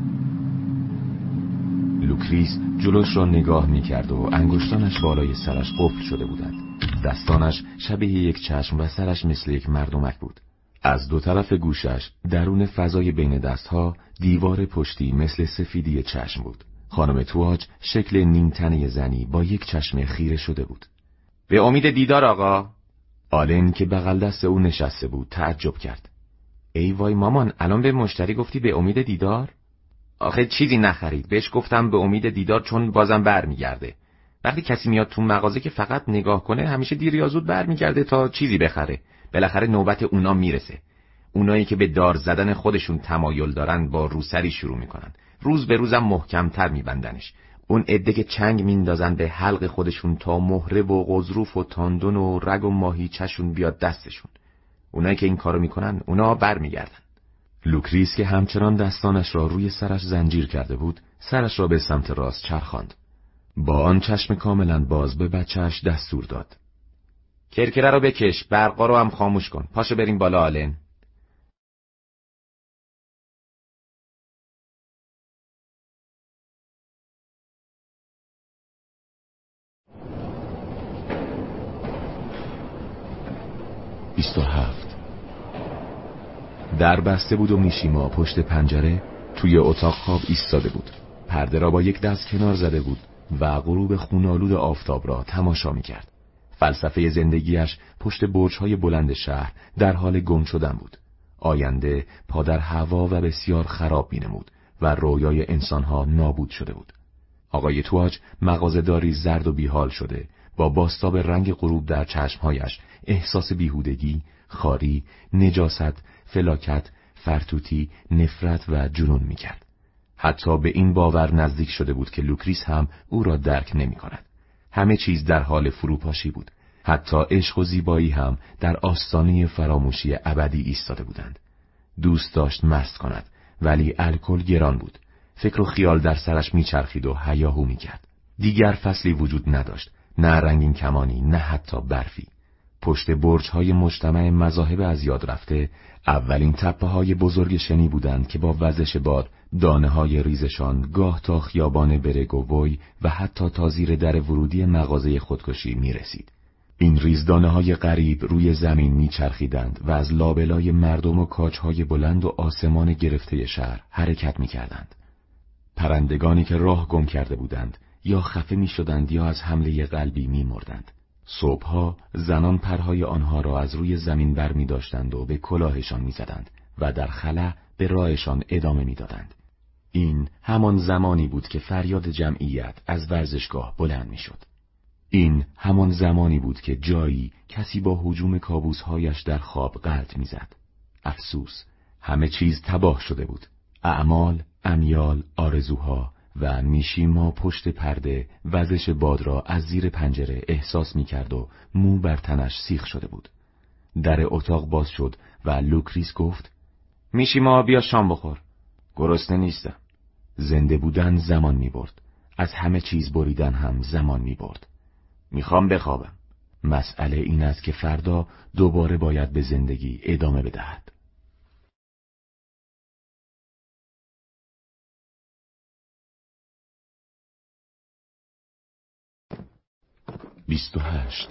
لوکریس جلوش را نگاه میکرد و انگشتانش بالای سرش قفل شده بودند. دستانش شبیه یک چشم و سرش مثل یک مردمک بود. از دو طرف گوشش درون فضای بین دستها دیوار پشتی مثل سفیدی چشم بود. خانم تواج شکل نیمتنه زنی با یک چشم خیره شده بود. به امید دیدار آقا. آلن که بغل دست او نشسته بود تعجب کرد. ای وای مامان، الان به مشتری گفتی به امید دیدار؟ آخه چیزی نخرید. بهش گفتم به امید دیدار چون بازم بر میگرده. وقتی کسی میاد تو مغازه که فقط نگاه کنه همیشه دیر یا زود بر میگرده تا چیزی بخره. بالاخره نوبت اونا میرسه. اونایی که به دار زدن خودشون تمایل دارن با روسری شروع میکنن. روز به روزم محکمتر میبندنش. اون عده که چنگ میندازن به حلق خودشون تا مهره و غضروف و تاندون و رگ و ماهیچه‌شون بیاد دستشون. اونایی که این کارو میکنن اونا برمیگردن. لوکریس که همچنان دستانش را روی سرش زنجیر کرده بود، سرش را به سمت راست چرخاند. با آن چشم کاملا باز به بچهش دستور داد: کرکره رو بکش، برقا رو هم خاموش کن. پاشو بریم بالا آلن. بیست و هفت. در بسته بود و میشیما پشت پنجره توی اتاق خواب ایستاده بود. پرده را با یک دست کنار زده بود و غروب خونالود آفتاب را تماشا میکرد. فلسفه زندگیش پشت برج‌های بلند شهر در حال گم شدن بود. آینده پادر هوا و بسیار خراب مینمود و رویای انسانها نابود شده بود. آقای تواج مغازه‌داری زرد و بیحال شده، با بازتاب رنگ غروب در چشمهایش احساس بیهودگی، خاری، نجاست، فلاکت، فرتوتی، نفرت و جنون میکرد. حتی به این باور نزدیک شده بود که لوکریس هم او را درک نمی کند. همه چیز در حال فروپاشی بود. حتی عشق و زیبایی هم در آستانه فراموشی ابدی ایستاده بودند. دوست داشت مست کند، ولی الکل گران بود. فکر و خیال در سرش میچرخید و هیاهو میکرد. دیگر فصلی وجود نداشت، نه رنگین کمانی، نه حتی برفی. پشت برج‌های مجتمع مذاهب از یاد رفته، اولین تپه‌های بزرگ شنی بودند که با وزش باد دانه‌های ریزشان گاه تا خیابان برگووی و حتی تا زیر در ورودی مغازه خودکشی می‌رسید. این ریزدانه‌های غریب روی زمین می‌چرخیدند و از لابلای مردم و کاج‌های بلند و آسمان گرفته شهر حرکت می‌کردند. پرندگانی که راه گم کرده بودند یا خفه می‌شدند یا از حمله قلبی می‌مردند. صبحها زنان پرهای آنها را از روی زمین بر می داشتند و به کلاهشان می زدند و در خلا به راهشان ادامه می دادند. این همان زمانی بود که فریاد جمعیت از ورزشگاه بلند می شد. این همان زمانی بود که جایی کسی با هجوم کابوسهایش در خواب غلط می زد. افسوس، همه چیز تباه شده بود. اعمال، امیال، آرزوها و میشیما پشت پرده وزش باد را از زیر پنجره احساس می‌کرد و مو بر تنش سیخ شده بود. در اتاق باز شد و لوکریس گفت: میشیما بیا شام بخور. گرسنه نیستم. زنده بودن زمان می‌برد. از همه چیز بریدن هم زمان می‌برد. میخوام بخوابم. مسئله این است که فردا دوباره باید به زندگی ادامه بدهد. بیست و هشت.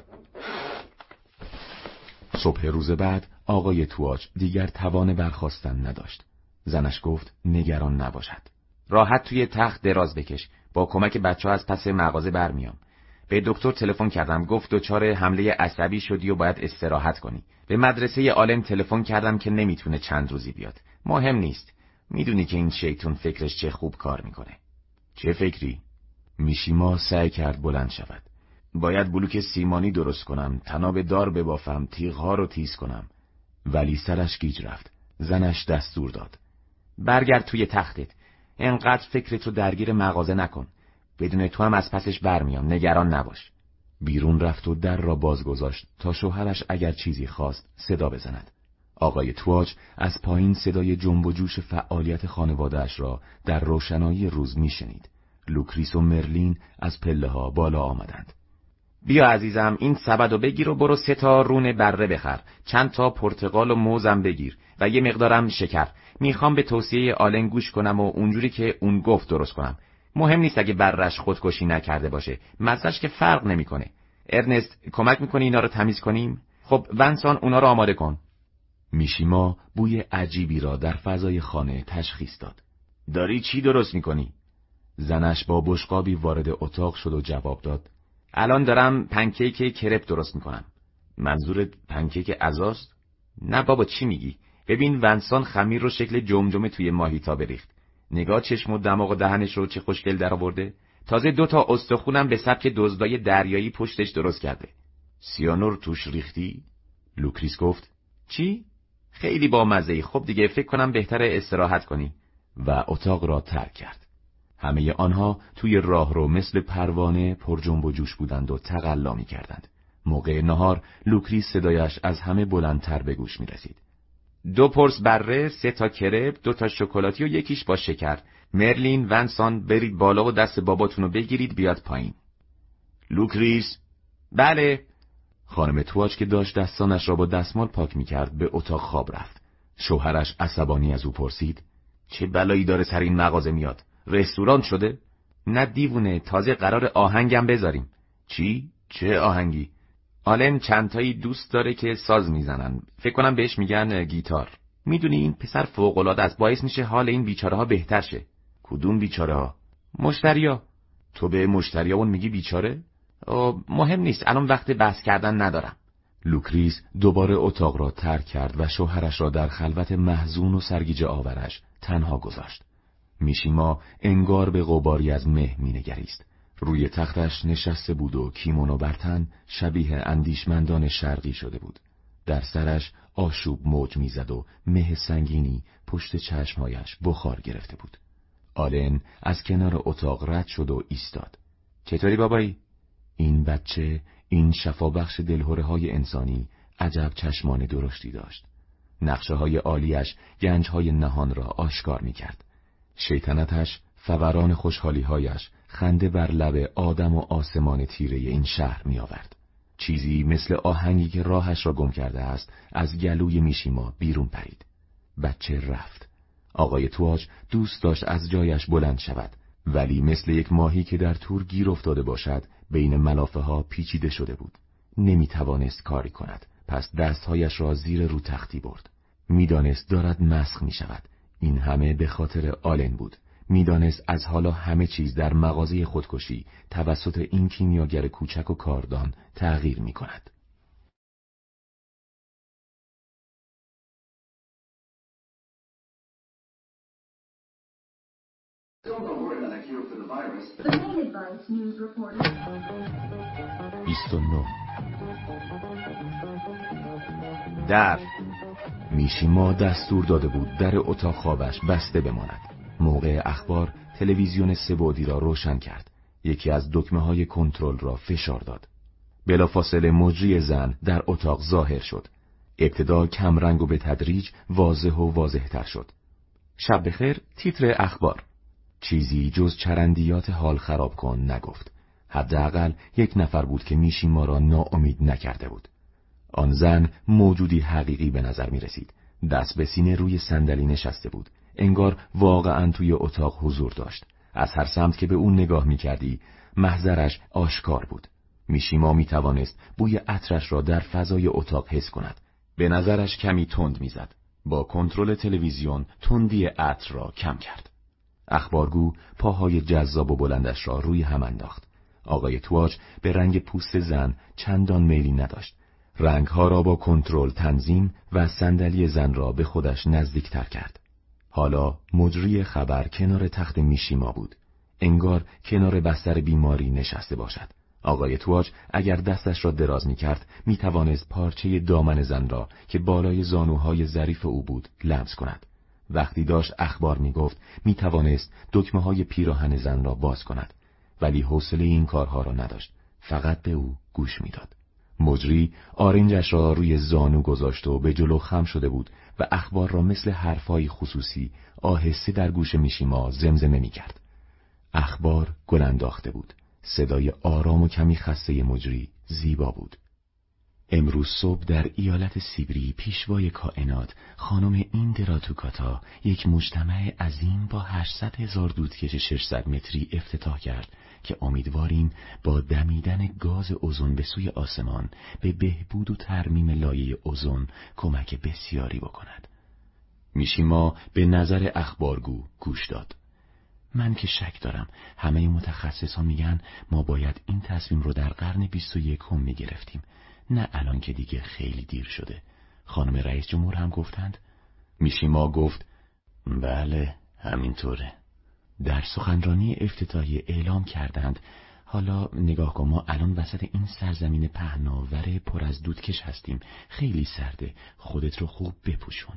صبح روز بعد آقای تواج دیگر توان برخاستن نداشت. زنش گفت نگران نباشد. راحت توی تخت دراز بکش. با کمک بچه‌ها از پس مغازه برمیام. به دکتر تلفن کردم، گفت دچار حمله عصبی شدی و باید استراحت کنی. به مدرسه عالم تلفن کردم که نمیتونه چند روزی بیاد. مهم نیست. میدونی که این شیطون فکرش چه خوب کار میکنه. چه فکری؟ میشیما سعی کرد بلند شود. باید بلوک سیمانی درست کنم، تناب دار ببافم، تیغ‌ها رو تیز کنم. ولی سرش گیج رفت. زنش دستور داد: برگرد توی تختت. انقدر فکرت رو درگیر مغازه نکن. بدون تو هم از پسش برمیام، نگران نباش. بیرون رفت و در را باز گذاشت تا شوهرش اگر چیزی خواست صدا بزند. آقای تواج از پایین صدای جنب و جوش فعالیت خانواده‌اش را در روشنایی روز میشنید. لوکریس و مرلین از پله ها بالا آمدند. بیا عزیزم، این سبدو بگیر و برو سه تا رون بره بخر. چند تا پرتقال و موزم بگیر و یه مقدارم شکر. میخوام به توصیه آلن گوش کنم و اونجوری که اون گفت درست کنم. مهم نیست اگه برش خودکشی نکرده باشه. مزهش که فرق نمیکنه. ارنست، کمک میکنی اینا رو تمیز کنیم؟ خب ونسان، اونا رو آماده کن. میشیما بوی عجیبی را در فضای خانه تشخیص داد. داری چی درست میکنی؟ زنش با بشقابی وارد اتاق شد و جواب داد: الان دارم پنکیک کرپ درست میکنم. منظورت پنکیک عزاست؟ نه بابا، چی میگی؟ ببین ونسان خمیر رو شکل جمجمه توی ماهیتا بریخت. نگاه چشم و دماغ و دهنش رو چه خوشگل در آورده. تازه دو تا استخونم به سبک دزدای دریایی پشتش درست کرده. سیانور توش ریختی؟ لوکریس گفت: چی؟ خیلی بامزه‌ای. خب دیگه فکر کنم بهتره استراحت کنی. و اتاق را ترک کرد. همه آنها توی راهرو مثل پروانه پر جنب و جوش بودند و تقلا می کردند. موقع نهار لوکریس صدایش از همه بلندتر به گوش می رسید. دو پرس بره، سه تا کرپ، دو تا شکلاتی و یکیش با شکر. مرلین، ونسان، برید بالا و دست باباتونو بگیرید بیاد پایین. لوکریس؟ بله. خانم تواج که داشت دستانش را با دستمال پاک می کرد به اتاق خواب رفت. شوهرش عصبانی از او پرسید: چه بلایی داره سر این مغازه میاد؟ رستوران شده؟ نه دیوونه، تازه قرار آهنگم بذاریم. چی؟ چه آهنگی؟ آلن چند تایی دوست داره که ساز میزنن. فکر کنم بهش میگن گیتار. میدونی این پسر فوق‌العاده است، باعث میشه حال این بیچاره ها بهتر شه. کدوم بیچاره ها؟ مشتریا. تو به مشتریامون میگی بیچاره؟ مهم نیست، الان وقت بحث کردن ندارم. لوکریس دوباره اتاق را ترک کرد و شوهرش را در خلوت محزون و سرگیجه آورش تنها گذاشت. میشیما انگار به غباری از مه مینگریست. روی تختش نشسته بود و کیمونو بر تن شبیه اندیشمندان شرقی شده بود. در سرش آشوب موج میزد و مه سنگینی پشت چشمهایش بخار گرفته بود. آلن از کنار اتاق رد شد و ایستاد. چطوری بابایی؟ این بچه این شفابخش دلهره‌های انسانی عجب چشمان درشتی داشت. نقشه‌های عالیش گنج‌های نهان را آشکار می‌کرد. شیطنتش، فوران خوشحالی‌هایش، خنده بر لب آدم و آسمان تیره این شهر می‌آورد. چیزی مثل آهنگی که راهش را گم کرده است از گلوی میشیما بیرون پرید. بچه رفت. آقای تواج دوست داشت از جایش بلند شود، ولی مثل یک ماهی که در تور گیر افتاده باشد بین ملافه ها پیچیده شده بود. نمی توانست کاری کند، پس دستهایش را زیر رو تختی برد. میدانست دارد مسخ می شود. این همه به خاطر آلن بود. میدانست از حالا همه چیز در مغازه خودکشی توسط این کیمیاگر کوچک و کاردان تغییر می کند. بیست و نه. در میشیما دستور داده بود در اتاق خوابش بسته بماند. موقع اخبار تلویزیون سه‌بعدی را روشن کرد. یکی از دکمه‌های کنترل را فشار داد. بلافاصله مجری زن در اتاق ظاهر شد. ابتدا کمرنگ و به تدریج واضح و واضح‌تر شد. شب بخیر، تیتر اخبار. چیزی جز چرندیات حال خراب کن نگفت. حداقل یک نفر بود که میشیما را ناامید نکرده بود. آن زن موجودی حقیقی به نظر می رسید. دست به سینه روی صندلی نشسته بود. انگار واقعاً توی اتاق حضور داشت. از هر سمت که به اون نگاه می کردی، محضرش آشکار بود. میشیما می توانست بوی عطرش را در فضای اتاق حس کند. به نظرش کمی تند می زد. با کنترل تلویزیون تندی عطر را کم کرد. اخبارگو پاهای جذاب و بلندش را روی هم انداخت. آقای تواج به رنگ پوست زن چندان میلی نداشت. رنگها را با کنترل تنظیم و صندلی زن را به خودش نزدیکتر کرد. حالا مجری خبر کنار تخت میشیما بود. انگار کنار بستر بیماری نشسته باشد. آقای تواج اگر دستش را دراز می کرد می توانست پارچه دامن زن را که بالای زانوهای ظریف او بود لمس کند. وقتی داشت اخبار می گفت می توانست دکمه های پیراهن زن را باز کند، ولی حوصله این کارها را نداشت. فقط به او گوش می داد. مجری آرنجش را روی زانو گذاشت و به جلو خم شده بود و اخبار را مثل حرفای خصوصی آهسته در گوش میشیما زمزمه می کرد. اخبار گل انداخته بود. صدای آرام و کمی خسته مجری زیبا بود. امروز صبح در ایالت سیبری پیشوای کائنات خانم ایندرا توکاتا یک مجتمع عظیم با هشتصد هزار دودکش ششصد متری افتتاح کرد که امیدواریم با دمیدن گاز اوزون به سوی آسمان به بهبود و ترمیم لایه اوزون کمک بسیاری بکند. میشیما به نظر اخبارگو گوش داد. من که شک دارم همه متخصصان میگن ما باید این تصمیم رو در قرن بیست و یکم میگرفتیم، نه الان که دیگه خیلی دیر شده. خانم رئیس جمهور هم گفتند. میشیما گفت بله همینطوره. در سخنرانی افتتاحیه اعلام کردند حالا نگاه کن ما الان وسط این سرزمین پهناور پر از دودکش هستیم، خیلی سرده، خودت رو خوب بپوشون.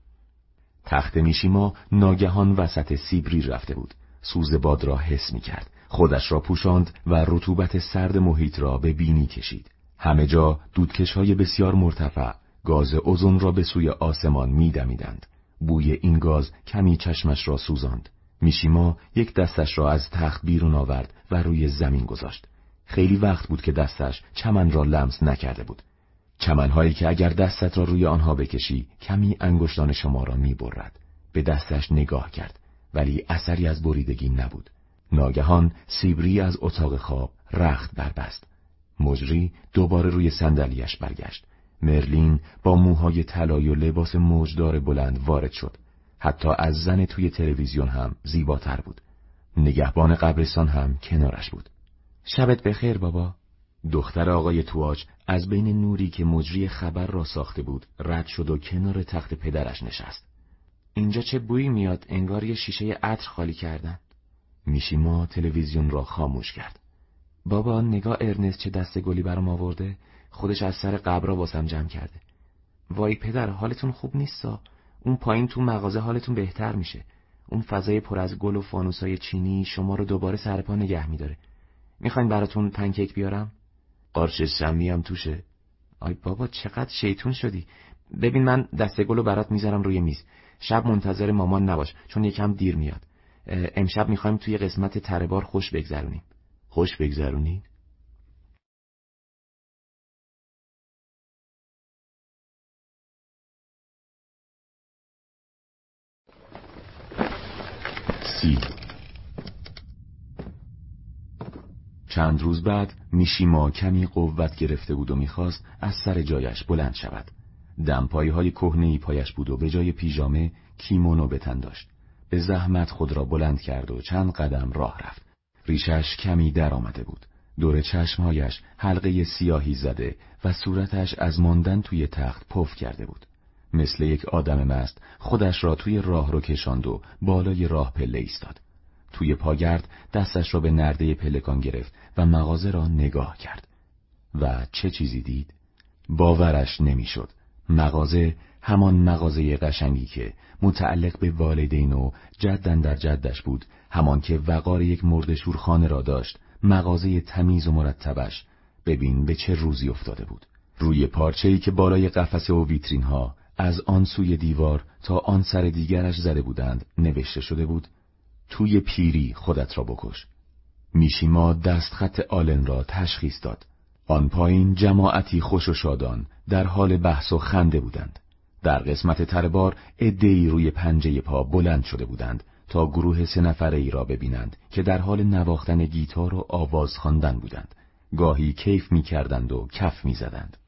تخت میشیما ناگهان وسط سیبری رفته بود. سوز باد را حس می کرد. خودش را پوشاند و رطوبت سرد محیط را به بینی کشید. همه جا دودکش‌های بسیار مرتفع گاز اوزون را به سوی آسمان می دمیدند. بوی این گاز کمی چشمش را سوزاند. میشیما یک دستش را از تخت بیرون آورد و روی زمین گذاشت. خیلی وقت بود که دستش چمن را لمس نکرده بود. چمن‌هایی که اگر دستت را روی آنها بکشی کمی انگشتان شما را می‌برد. به دستش نگاه کرد ولی اثری از بریدگی نبود. ناگهان سیبری از اتاق خواب رخت بربست. مجری دوباره روی صندلیاش برگشت. مرلین با موهای طلایی و لباس موجدار بلند وارد شد. حتی از زن توی تلویزیون هم زیباتر بود. نگهبان قبرستان هم کنارش بود. شبت بخیر بابا. دختر آقای تواج از بین نوری که مجری خبر را ساخته بود رد شد و کنار تخت پدرش نشست. اینجا چه بویی میاد، انگار یه شیشه عطر خالی کردن. میشیما تلویزیون را خاموش کرد. بابا نگاه ارنست چه دسته گلی برام آورده، خودش از سر قبرا واسم جمع کرده. وای پدر حالتون خوب نیستا، اون پایین تو مغازه حالتون بهتر میشه. اون فضای پر از گل و فانوسای چینی شما رو دوباره سر پا نگه میداره. میخواین براتون پنکیک بیارم؟ قارچ سمی هم توشه. آی بابا چقدر شیطون شدی. ببین من دسته گلو برات میذارم روی میز. شب منتظر مامان نباش چون یکم دیر میاد. امشب میخوایم توی قسمت تره بار خوش بگذرونیم. خوش بگذرونید؟ سی چند روز بعد میشیما کمی قوت گرفته بود و میخواست از سر جایش بلند شود. دمپایی های کهنه‌ای پایش بود و به جای پیژامه کیمونو به تن داشت. به زحمت خود را بلند کرد و چند قدم راه رفت. ریشش کمی در آمده بود. دور چشمهایش حلقه سیاهی زده و صورتش از ماندن توی تخت پف کرده بود. مثل یک آدم مست خودش را توی راه رو کشاند و بالای راه پله ایستاد. توی پاگرد دستش را به نرده پلکان گرفت و مغازه را نگاه کرد. و چه چیزی دید؟ باورش نمیشد. مغازه همان مغازه قشنگی که متعلق به والدین و جدن در جدش بود، همان که وقار یک مرد شورخانه را داشت، مغازه تمیز و مرتبش. ببین به چه روزی افتاده بود. روی پارچه‌ای که بالای قفسه و ویترین ها از آن سوی دیوار تا آن سر دیگرش زده بودند نوشته شده بود: توی پیری خودت را بکش. میشیما دستخط آلن را تشخیص داد. آن پایین جماعتی خوش و شادان در حال بحث و خنده بودند. در قسمت تربار عده‌ای روی پنجه پا بلند شده بودند تا گروه سه نفره ای را ببینند که در حال نواختن گیتار و آواز خواندن بودند. گاهی کیف می کردند و کف می زدند.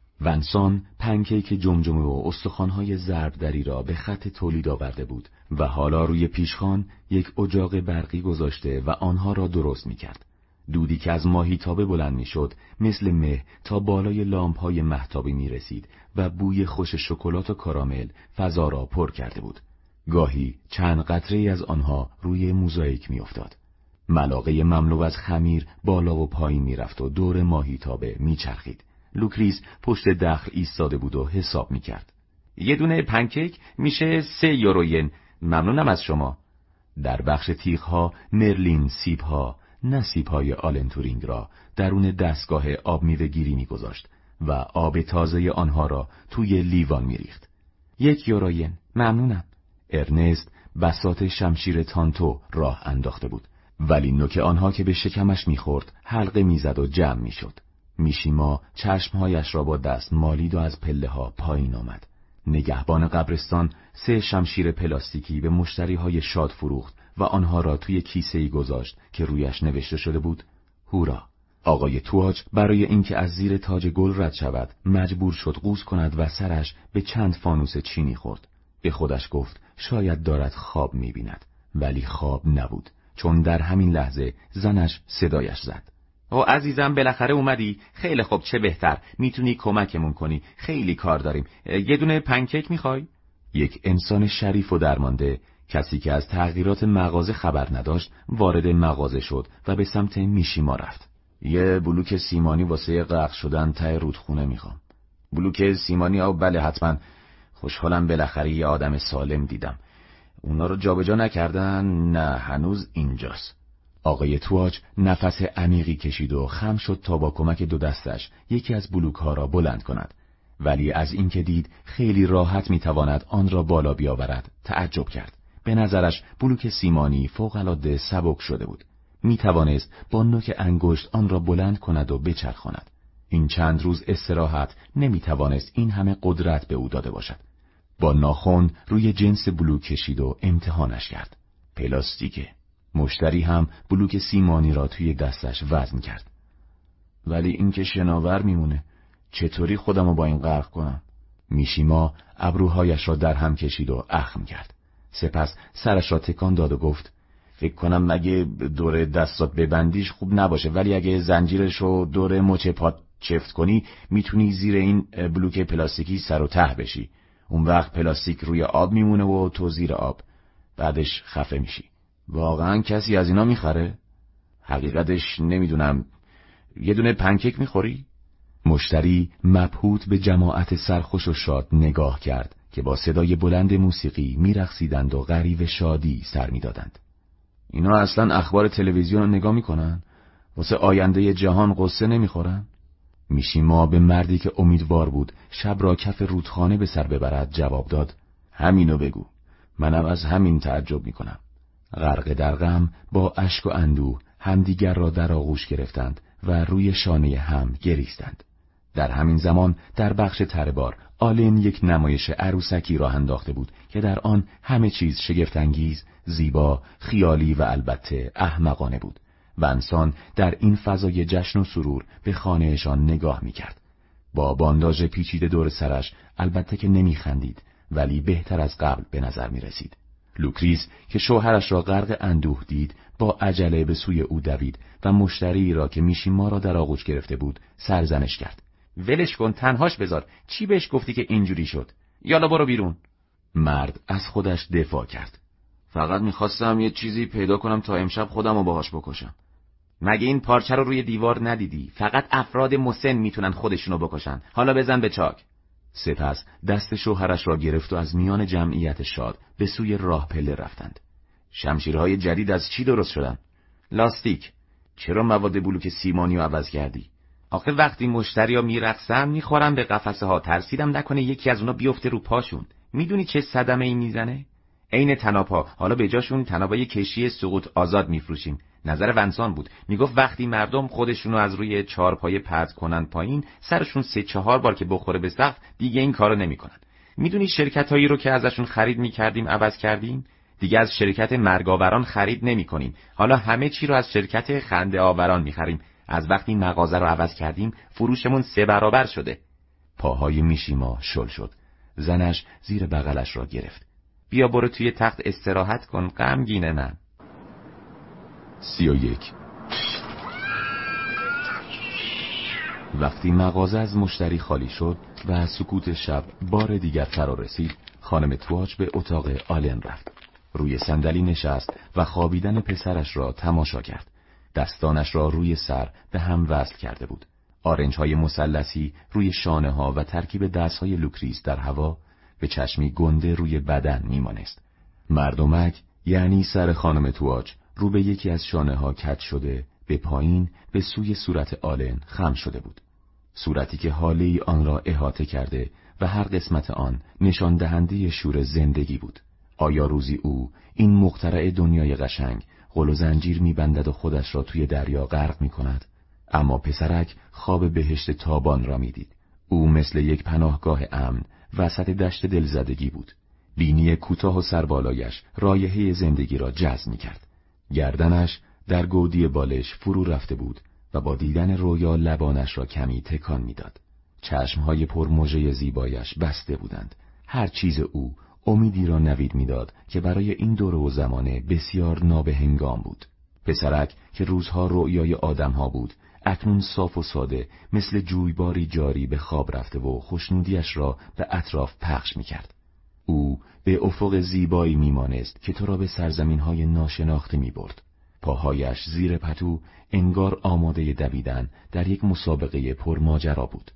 ونسان پنکیک جمجمه و استخوان‌های ضربدری را به خط تولید آورده بود و حالا روی پیشخوان یک اجاق برقی گذاشته و آنها را درست می‌کرد. دودی که از ماهیتابه بلند می‌شد مثل مه تا بالای لامپ‌های مهتابی می‌رسید و بوی خوش شکلات و کارامل فضا را پر کرده بود. گاهی چند قطره‌ای از آنها روی موزاییک می‌افتاد. ملاقه مملو از خمیر بالا و پایین می‌رفت و دور ماهیتابه می‌چرخید. لوکریس پشت دخل ایستاده بود و حساب میکرد. یه دونه پنکیک میشه سه یوروین. ممنونم از شما. در بخش تیغ‌ها مرلین سیب‌ها، نه سیب‌های آلن تورینگ را درون دستگاه آب میوه‌گیری میگذاشت و آب تازه آنها را توی لیوان میریخت. یک یوروین. ممنونم. ارنست بساط شمشیر تانتو راه انداخته بود، ولی نوک آنها که به شکمش میخورد حلقه میزد و جمع میشد. میشیما چشمهایش را با دست مالید و از پله ها پایین آمد. نگهبان قبرستان سه شمشیر پلاستیکی به مشتریهای شاد فروخت و آنها را توی کیسه‌ای گذاشت که رویش نوشته شده بود: هورا. آقای تواج برای اینکه از زیر تاج گل رد شود مجبور شد قوز کند و سرش به چند فانوس چینی خورد. به خودش گفت شاید دارد خواب می‌بیند، ولی خواب نبود، چون در همین لحظه زنش صدایش زد: او عزیزم بالاخره اومدی؟ خیلی خوب، چه بهتر، میتونی کمکمون کنی، خیلی کار داریم. یه دونه پنکیک میخوای؟ یک انسان شریف و درمانده، کسی که از تغییرات مغازه خبر نداشت، وارد مغازه شد و به سمت میشیما رفت. یه بلوک سیمانی واسه غرق شدن ته رودخونه میخوام. بلوک سیمانی؟ او بله حتما. خوشحالم بالاخره یه آدم سالم دیدم. اونا رو جابجا نکردن؟ نه هنوز اینجاست. آقای تواج نفس عمیقی کشید و خم شد تا با کمک دو دستش یکی از بلوک ها را بلند کند، ولی از اینکه دید خیلی راحت میتواند آن را بالا بیاورد تعجب کرد. به نظرش بلوک سیمانی فوق‌العاده سبک شده بود. میتوانست با نوک انگشت آن را بلند کند و بچرخاند. این چند روز استراحت نمیتوانست این همه قدرت به او داده باشد. با ناخن روی جنس بلوک کشید و امتحانش کرد. پلاستیکه. مشتری هم بلوک سیمانی را توی دستش وزن کرد. ولی این که شناور میمونه، چطوری خودمو با این غرق کنم؟ میشیما ابروهایش را در هم کشید و اخم کرد. سپس سرش را تکان داد و گفت: فکر کنم مگه دور دستات ببندیش خوب نباشه، ولی اگه زنجیرش رو دور مچ پات چفت کنی میتونی زیر این بلوک پلاستیکی سر و ته بشی. اون وقت پلاستیک روی آب میمونه و تو زیر آب، بعدش خفه میشی. واقعا کسی از اینا میخره؟ حقیقتش نمیدونم. یه دونه پنکیک میخوری؟ مشتری مبهوت به جماعت سرخوش و شاد نگاه کرد که با صدای بلند موسیقی میرقصیدند و غریو شادی سر میدادند. اینا اصلا اخبار تلویزیون رو نگاه میکنن؟ واسه آینده جهان قصه نمیخورن؟ میشیما به مردی که امیدوار بود شب را کف رودخانه به سر ببرد جواب داد: همینو بگو، منم از همین تعجب میکنم. غرق در غم با اشک و اندوه همدیگر را در آغوش گرفتند و روی شانه هم گریستند. در همین زمان در بخش تره‌بار آلن یک نمایش عروسکی راه انداخته بود که در آن همه چیز شگفت‌انگیز، زیبا، خیالی و البته احمقانه بود. ونسان در این فضای جشن و سرور به خانهشان نگاه می‌کرد. با بانداژ پیچیده دور سرش البته که نمی‌خندید، ولی بهتر از قبل به نظر می‌رسید. لوکریس که شوهرش را غرق اندوه دید با عجله به سوی او دوید و مشتری را که میشیما را در آغوش گرفته بود سرزنش کرد: ولش کن، تنهاش بذار. چی بهش گفتی که اینجوری شد؟ یالا برو بیرون. مرد از خودش دفاع کرد: فقط میخواستم یه چیزی پیدا کنم تا امشب خودم رو باهاش بکشم. مگه این پارچه رو روی دیوار ندیدی؟ فقط افراد مسن میتونن خودشونو بکشن. حالا بزن به چاک. سپس دست شوهرش را گرفت و از میان جمعیت شاد به سوی راه پله رفتند. شمشیرهای جدید از چی درست شدن؟ لاستیک. چرا مواد بلوک سیمانی رو عوض کردی؟ آخه وقتی مشتریا میرقصن میخورن به قفسه ها، ترسیدم نکنه یکی از اونا بیفته رو پاشون. میدونی چه صدمه ای میزنه؟ عین تناب‌ها. حالا به جاشون تنابای کشی سقوط آزاد میفروشیم. نظر ونسان بود، میگفت وقتی مردم خودشونو از روی چهارپایه پرت کنن پایین، سرشون سه چهار بار که بخوره به سقف دیگه این کارو نمیکنن. میدونی شرکتایی رو که ازشون خرید میکردیم عوض کردیم؟ دیگه از شرکت مرگاوران خرید نمیکنیم. حالا همه چی رو از شرکت خنده آوران میخریم. از وقتی مغازه رو عوض کردیم فروشمون سه برابر شده. پاهای میشیما شل شد. زنش زیر بغلش را گرفت. بیا برو توی تخت استراحت کن، غمگین من. سی و یک. وقتی مغازه از مشتری خالی شد و سکوت شب بار دیگر فرا رسید، خانم تواچ به اتاق آلن رفت. روی صندلی نشست و خوابیدن پسرش را تماشا کرد. دستانش را روی سر به هم وصل کرده بود. آرنج‌های مثلثی روی شانه‌ها و ترکیب دست‌های لوکریس در هوا به چشمی گنده روی بدن میمانست. مردمک، یعنی سر خانم تواچ، رو به یکی از شانه‌ها کج شده به پایین به سوی صورت آلن خم شده بود. صورتی که حاله آن را احاطه کرده و هر قسمت آن نشان دهنده شور زندگی بود. آیا روزی او، این مخترع دنیای قشنگ، غل و زنجیر می‌بندد و خودش را توی دریا غرق می‌کند؟ اما پسرک خواب بهشت تابان را می‌دید. او مثل یک پناهگاه امن وسط دشت دلزدگی بود. بینی کوتاه و سربالایش رایحه زندگی را جذب می‌کرد. گردنش در گودی بالش فرو رفته بود و با دیدن رویا لبانش را کمی تکان می‌داد. چشم‌های پرمژه زیبایش بسته بودند. هر چیز او امیدی را نوید می‌داد که برای این دوره و زمانه بسیار نابهنگام بود. پسرک که روزها رؤیای آدم‌ها بود، اکنون صاف و ساده مثل جویباری جاری به خواب رفته و خوشنودیش را به اطراف پخش می‌کرد. او به افق زیبایی میمانست که تو را به سرزمین‌های ناشناخته می‌برد. پاهایش زیر پتو انگار آماده دویدن در یک مسابقه پرماجرا بود.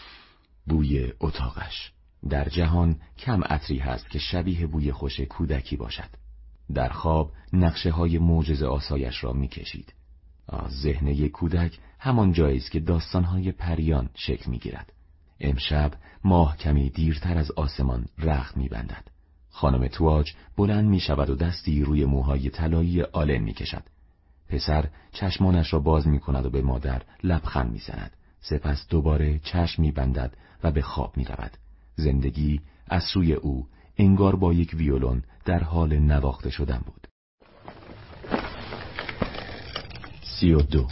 بوی اتاقش. در جهان کم عطری هست که شبیه بوی خوش کودکی باشد. در خواب نقشه های معجزه آسایش را می‌کشید. ذهن یک کودک همان جایی است که داستان‌های پریان شکل می‌گیرد. امشب ماه کمی دیرتر از آسمان رخت می‌بندد. خانم تواچ بلند می‌شود و دستی روی موهای طلایی آلن می‌کشد. پسر چشمانش را باز می‌کند و به مادر لبخند می‌زند. سپس دوباره چشم می‌بندد و به خواب می‌رود. زندگی از سوی او انگار با یک ویولون در حال نواخته شدن بود. سی و دو.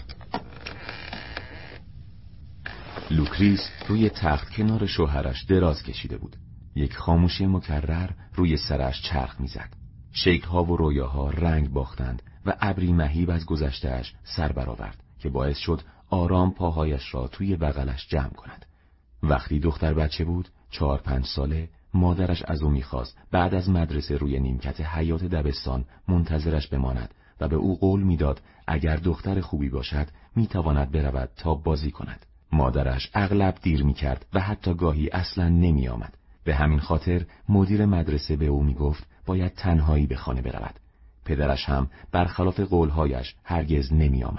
لوکریس روی تخت کنار شوهرش دراز کشیده بود. یک خاموشی مکرر روی سرش چرخ میزد. شیک‌ها و رویاها رنگ باختند و ابری مهیب از گذشته‌اش سر برآورد که باعث شد آرام پاهایش را توی بغلش جمع کند. وقتی دختر بچه بود، چهار پنج ساله، مادرش از او می‌خواست بعد از مدرسه روی نیمکت حیاط دبستان منتظرش بماند و به او قول می‌داد اگر دختر خوبی باشد می‌تواند برود تا بازی کند. مادرش اغلب دیر می‌کرد و حتی گاهی اصلاً نمی‌آمد. به همین خاطر مدیر مدرسه به او می‌گفت باید تنهایی به خانه برود. پدرش هم برخلاف قولهایش هرگز نمی‌آمد.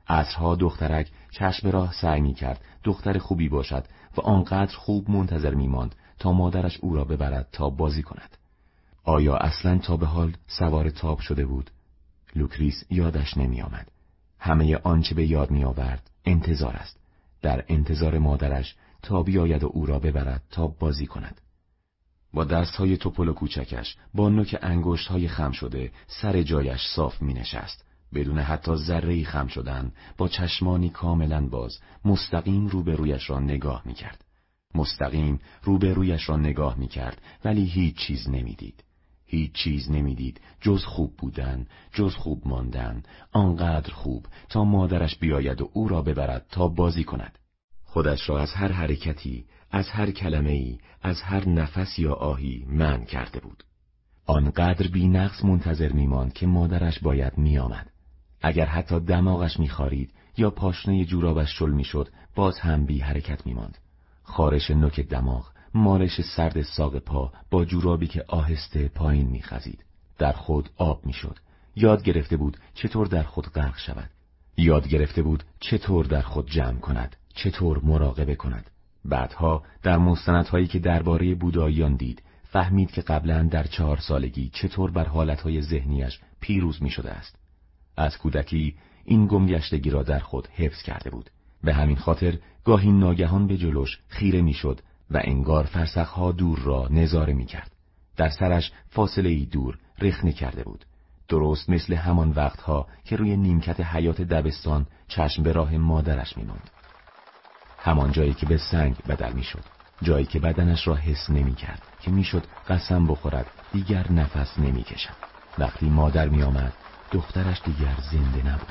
عصرها دخترک چشم راه سعی می کرد دختر خوبی باشد و آنقدر خوب منتظر می ماند تا مادرش او را ببرد تا بازی کند. آیا اصلاً تا به حال سوار تاب شده بود؟ لوکریس یادش نمی آمد. همه آنچه به یاد می آورد انتظار است. در انتظار مادرش تا بیاید و او را ببرد تا بازی کند. با دستهای توپل و کوچکش با نوک انگشت‌های خم شده سر جایش صاف می نشست. بدون حتی ذره‌ای خم شدن با چشمانی کاملاً باز مستقیم روبرویش را نگاه می کرد. مستقیم روبرویش را نگاه می کرد ولی هیچ چیز نمی دید. هیچ چیز نمی دید جز خوب بودن، جز خوب ماندن، آنقدر خوب تا مادرش بیاید و او را ببرد تا بازی کند. خودش را از هر حرکتی، از هر کلمه‌ای، از هر نفس یا آهی منع کرده بود. آنقدر بی‌نقص منتظر می‌ماند که مادرش باید می‌آمد. اگر حتی دماغش می‌خارید یا پاشنه جورابش شل می‌شد، باز هم بی حرکت می‌ماند. خارش نوک دماغ، مالش سرد ساق پا با جورابی که آهسته پایین می‌خزید. در خود آب می‌شد. یاد گرفته بود چطور در خود غرق شود. یاد گرفته بود چطور در خود جمع کند، چطور مراقبه کند. بعدها در مستندهایی که درباره بوداییان دید، فهمید که قبلا در چهار سالگی چطور بر حالتهای ذهنیش پیروز می شده است. از کودکی این گمگشتگی را در خود حفظ کرده بود. به همین خاطر گاهی ناگهان به جلوش خیره می شد و انگار فرسخها دور را نظاره می کرد. در سرش فاصله ای دور رخنه کرده بود. درست مثل همان وقتها که روی نیمکت حیاط دبستان چشم به راه مادرش می ماند. همان جایی که به سنگ بدل می شد. جایی که بدنش را حس نمی کرد که می شد قسم بخورد دیگر نفس نمی کشد. وقتی مادر می آمد دخترش دیگر زنده نبود.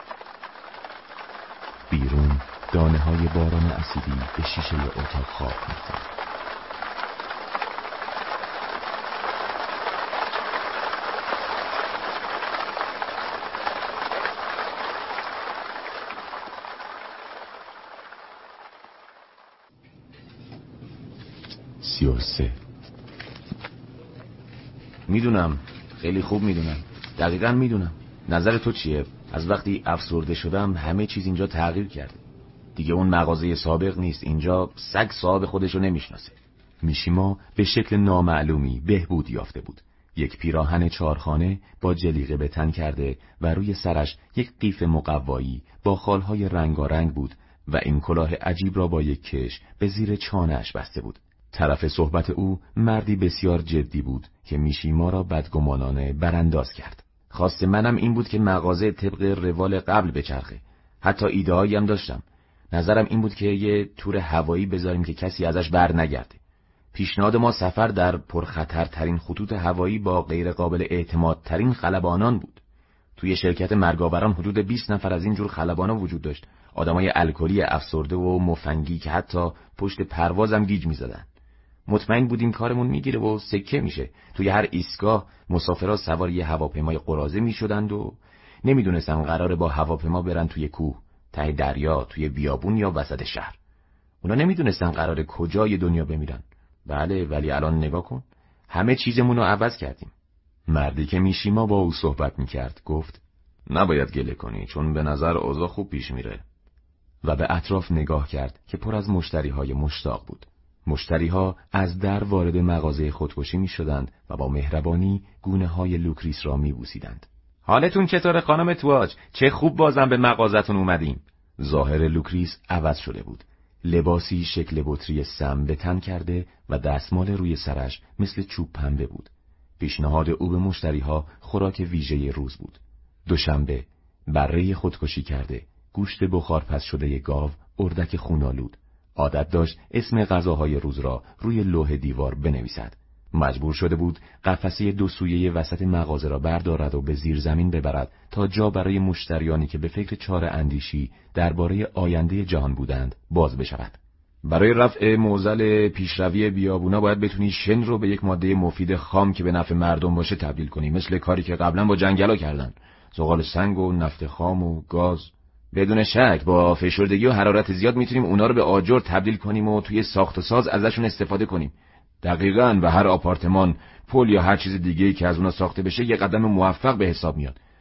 بیرون دانه های باران اسیدی به شیشه اتاق خاک می زد. سی و سه. میدونم، خیلی خوب میدونم، دقیقاً میدونم. نظر تو چیه؟ از وقتی افسرده شدم همه چیز اینجا تغییر کرده. دیگه اون مغازه سابق نیست. اینجا سگ صاحب خودشو نمیشناسه. میشیما به شکل نامعلومی بهبود یافته بود. یک پیراهن چارخانه با جلیقه به تن کرده و روی سرش یک قیف مقوایی با خالهای رنگارنگ بود و این کلاه عجیب را با یک کش به زیر چانه‌اش بسته بود. طرف صحبت او مردی بسیار جدی بود که میشیما را بدگمانانه برانداز کرد. خواست منم این بود که مغازه طبق روال قبل بچرخه. حتی ایده‌هایی هم داشتم. نظرم این بود که یه تور هوایی بذاریم که کسی ازش بر نگرده. پیشنهاد ما سفر در پرخطرترین خطوط هوایی با غیر قابل اعتمادترین خلبانان بود. توی شرکت مرگاوران حدود بیست نفر از این جور خلبانا وجود داشت. آدمای الکلی افسرده و مفنگی که حتی پشت پروازم گیج می‌زدن. مطمئن بودیم کارمون میگیره و سکه میشه. توی هر ایستگاه مسافرها سوار یه هواپیمای قراضه میشدند و نمیدونستن قراره با هواپیما برن توی کوه، ته دریا، توی بیابون یا وسط شهر. اونا نمیدونستن قراره کجای دنیا بمیرن. بله، ولی الان نگاه کن، همه چیزمون رو عوض کردیم. مردی که میشیما با او صحبت میکرد گفت نباید گله کنی چون به نظر اوضاع خوب پیش میره. و به اطراف نگاه کرد که پر از مشتریهای مشتاق بود. مشتریها از در وارد مغازه خودکشی می شدند و با مهربانی گونه های لوکریس را می بوسیدند. حالتون چطوره خانم تواج؟ چه خوب بازم به مغازتون اومدیم. ظاهر لوکریس عوض شده بود. لباسی شکل بطری سم به تن کرده و دستمال روی سرش مثل چوب پنبه بود. پیشنهاد او به مشتریها خوراک ویژه روز بود. دوشنبه بره خودکشی کرده، گوشت بخار پس شده گاو، اردک خونالود. عادت داشت اسم غذاهای روز را روی لوح دیوار بنویسد. مجبور شده بود قفسه دو سویه وسط مغازه را بردارد و به زیر زمین ببرد تا جا برای مشتریانی که به فکر چاره اندیشی درباره آینده جهان بودند باز بشود. برای رفع معضل پیشروی بیابونا باید بتونی شن رو به یک ماده مفید خام که به نفع مردم باشه تبدیل کنی، مثل کاری که قبلا با جنگلا کردن. زغال سنگ و نفت خام و گاز. بدون شک با فشردگی و حرارت زیاد میتونیم اونا رو به آجر تبدیل کنیم و توی ساخت و ساز ازشون استفاده کنیم. دقیقاً، و هر آپارتمان، پل یا هر چیز دیگه‌ای که از اونا ساخته بشه یه قدم موفق به حساب میاد.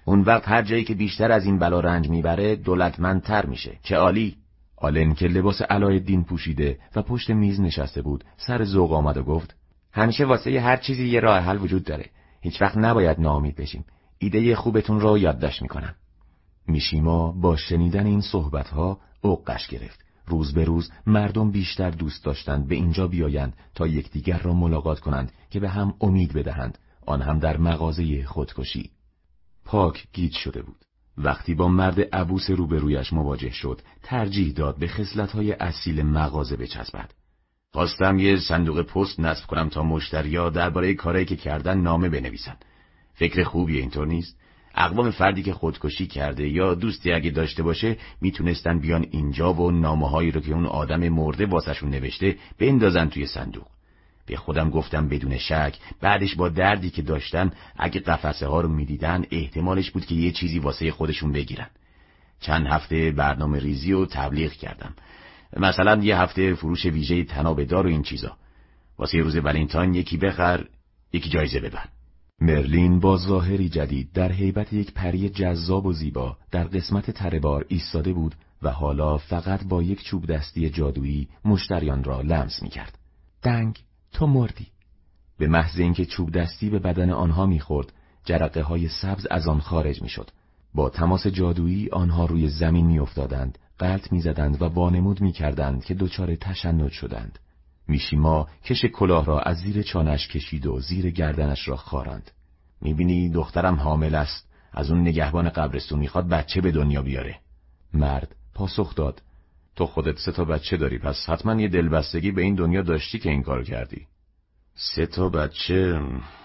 اون وقت هر جایی که بیشتر از این بلا رنج میبره دولتمندتر میشه. چه عالی. آلن که لباس علایالدین پوشیده و پشت میز نشسته بود سر ذوق آمد و گفت همیشه واسه هر چیزی یه راه حل وجود داره. هیچ وقت نباید ناامید بشیم. ایده خوبتون رو یادداشت میکنم. میشیما با شنیدن این صحبتها عقش گرفت. روز به روز مردم بیشتر دوست داشتند به اینجا بیایند تا یکدیگر را ملاقات کنند که به هم امید بدهند، آن هم در مغازه خودکشی. پاک گیج شده بود. وقتی با مرد عبوس روبرویش مواجه شد، ترجیح داد به خصلت‌های اصیل مغازه بچسبد. خواستم یه صندوق پست نصب کنم تا مشتری‌ها درباره کارایی که کردن نامه بنویسن. فکر خوبیه، اینطور نیست؟ اقوام فردی که خودکشی کرده یا دوستی اگه داشته باشه میتونستن بیان اینجا و نامه‌هایی رو که اون آدم مرده واسهشون نوشته بندازن توی صندوق. به خودم گفتم بدون شک بعدش با دردی که داشتن اگه قفسه ها رو میدیدن احتمالش بود که یه چیزی واسه خودشون بگیرن. چند هفته برنامه ریزی و تبلیغ کردم. مثلا یه هفته فروش ویژه طناب دار و این چیزا. واسه روز ولنتاین یکی بخر، یکی جایزه ببر. مرلین با ظاهری جدید در هیبت یک پری جذاب و زیبا در قسمت تره‌بار ایستاده بود و حالا فقط با یک چوب دستی جادویی مشتریان را لمس می‌کرد. دنگ، تو مردی. به محض اینکه چوب دستی به بدن آنها می‌خورد، جرقه های سبز از آن خارج می‌شد. با تماس جادویی آنها روی زمین می‌افتادند، غلط می‌زدند و وانمود می‌کردند که دچار تشنج شدند. میشیما کش کلاه را از زیر چانش کشید و زیر گردنش را خاراند. میبینی دخترم حامل است. از اون نگهبان قبرستون میخواد بچه به دنیا بیاره. مرد پاسخ داد. تو خودت سه تا بچه داری، پس حتما یه دلبستگی به این دنیا داشتی که این کار کردی. سه تا بچه،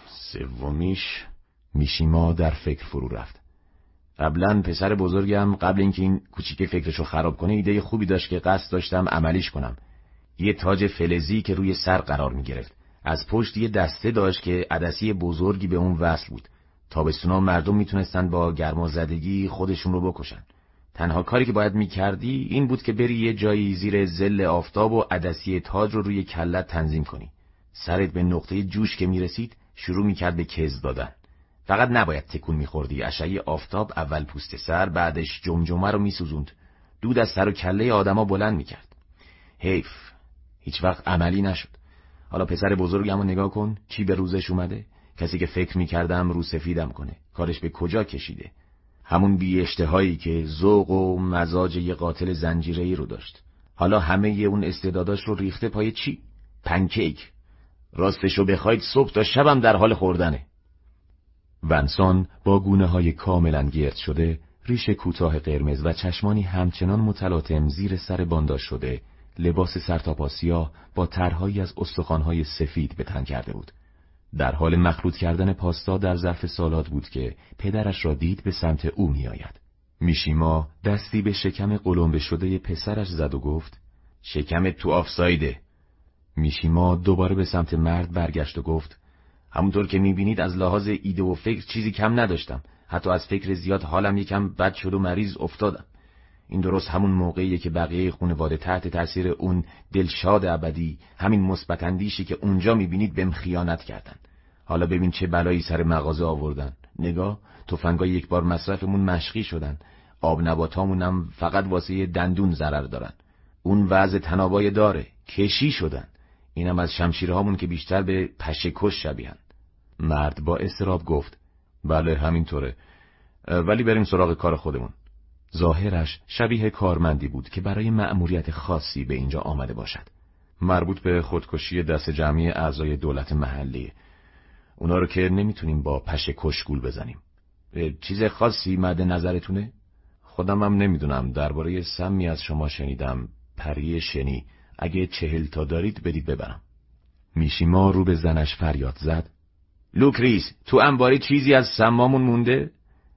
سومیش. میشیما در فکر فرو رفت. قبلا پسر بزرگم قبل اینکه این کوچیکه فکرشو خراب کنه ایده خوبی داشت که قصد داشتم عملیش کنم. یه تاج فلزی که روی سر قرار می گرفت. از پشت یه دسته داشت که عدسی بزرگی به اون وصل بود. تابستونا مردم میتونستن با گرمازدگی خودشون رو بکشن. تنها کاری که باید میکردی این بود که بری یه جایی زیر ظل آفتاب و عدسی تاج رو روی کلت تنظیم کنی. سرت به نقطه جوش که میرسید شروع میکرد به کز دادن. فقط نباید تکون میخوردی. اشعه آفتاب اول پوست سر، بعدش جمجمه رو میسوزوند. دود از سر و کله آدما بلند میکرد. حیف هیچ وقت عملی نشد. حالا پسر بزرگمو نگاه کن، چی به روزش اومده؟ کسی که فکر میکردم رو سفیدم کنه، کارش به کجا کشیده؟ همون بی اشتهایی که ذوق و مزاج یه قاتل زنجیره‌ای رو داشت. حالا همه ی اون استعداداش رو ریخته پای چی؟ پنکیک. راستشو بخواید صبح تا شبم در حال خوردنه. ونسان با گونه های کاملا گرد شده، ریش کوتاه قرمز و چشمانی همچنان متلاطم زیر سر بانداژ شده، لباس سرتاپا سیاه با طرحهایی از استخوان‌های سفید به تن کرده بود. در حال مخلوط کردن پاستا در ظرف سالاد بود که پدرش را دید به سمت او میآید. میشیما دستی به شکم قلمبه شده پسرش زد و گفت: شکمت تو آفسایده. میشیما دوباره به سمت مرد برگشت و گفت: همونطور که میبینید از لحاظ ایده و فکر چیزی کم نداشتم. حتی از فکر زیاد حالم یکم بد شد و مریض افتادم. این درست همون موقعیه که بقیه خانواده تحت تاثیر اون دلشاد ابدی، همین مثبت اندیشی که اونجا میبینید بهم خیانت کردن. حالا ببین چه بلایی سر مغازه آوردن. نگاه، تفنگای یک بار مصرفمون مشقی شدن. آب نباتامونم فقط واسه دندون ضرر دارن. اون وضع تنابای داره، کشی شدن. اینم از شمشیرهامون که بیشتر به پشه‌کش شبیهن. مرد با اضطراب گفت: بله همینطوره، ولی بریم سراغ کار خودمون. ظاهرش شبیه کارمندی بود که برای مأموریت خاصی به اینجا آمده باشد. مربوط به خودکشی دست جمعی اعضای دولت محلی. اونا رو که نمیتونیم با پشه کش گول بزنیم. چیز خاصی مد نظرتونه؟ خودم هم نمیدونم. درباره سمی از شما شنیدم، پری شنی. اگه چهل تا دارید بدید ببرم. میشیما رو به زنش فریاد زد: لوکریس، تو انباری چیزی از سمامون مونده؟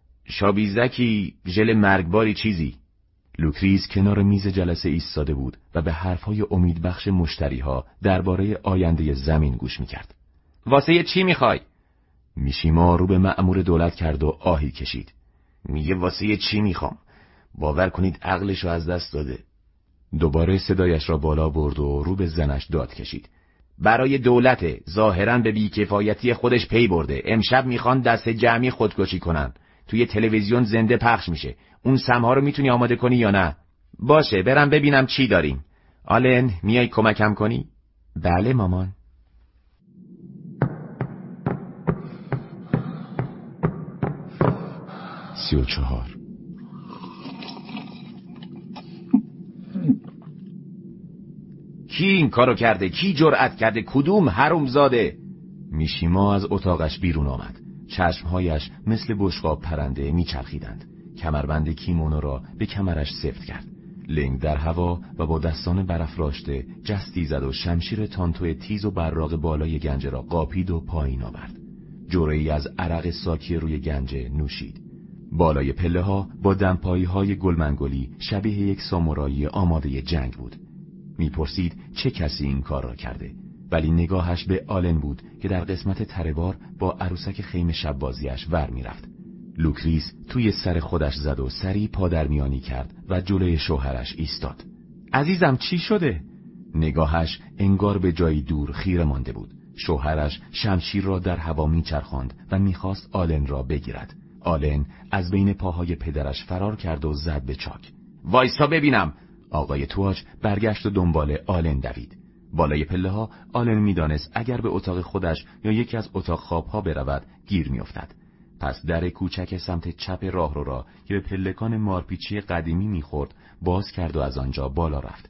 شابیزکی، ژل مرگباری چیزی؟ لوکریس کنار میز جلسه ایستاده بود و به حرفهای امیدبخش مشتریها درباره آینده زمین گوش میکرد. واسه چی میخوای؟ میشیما رو به مأمور دولت کرد و آهی کشید. میگه واسه چی میخوام؟ باور کنید عقلشو از دست داده. دوباره صدایش را بالا برد و رو به زنش داد کشید. برای دولت ظاهراً به بیکفایتی خودش پی برده. امشب میخوان دست جمعی خودکشی کنن. توی تلویزیون زنده پخش میشه. اون سمها رو میتونی آماده کنی یا نه؟ باشه، برم ببینم چی داریم. آلن، میای کمکم کنی؟ بله مامان. سی و چهار. کی این کارو کرده؟ کی جرأت کرده؟ کدوم حرومزاده؟ میشیما از اتاقش بیرون آمد. چشمهایش مثل بشقاب پرنده میچرخیدند. کمربند کیمونو را به کمرش سفت کرد. لنگ در هوا و با دستان برافراشته جستی زد و شمشیر تانتو تیز و براق بالای گنجه را قاپید و پایین آورد. جرعه‌ای از عرق ساکی روی گنجه نوشید. بالای پله ها با دمپایی های گلمنگولی شبیه یک سامورایی آماده جنگ بود. میپرسید چه کسی این کار را کرده، ولی نگاهش به آلن بود که در قسمت تره‌بار با عروسک خیمه شب بازیش ور میرفت. لوکریس توی سر خودش زد و سری پادرمیانی کرد و جلوی شوهرش ایستاد. عزیزم چی شده؟ نگاهش انگار به جایی دور خیره مانده بود. شوهرش شمشیر را در هوا میچرخاند و میخواست آلن را بگیرد. آلن از بین پاهای پدرش فرار کرد و زد به چاک. وایسا ببینم. آقای تواج برگشت و دنبال آلن دوید. بالای پله ها آلن میدانست اگر به اتاق خودش یا یکی از اتاق خوابها برود گیر میافتد. پس در کوچک سمت چپ راهرو را که به پلکان مارپیچی قدیمی میخورد باز کرد و از آنجا بالا رفت.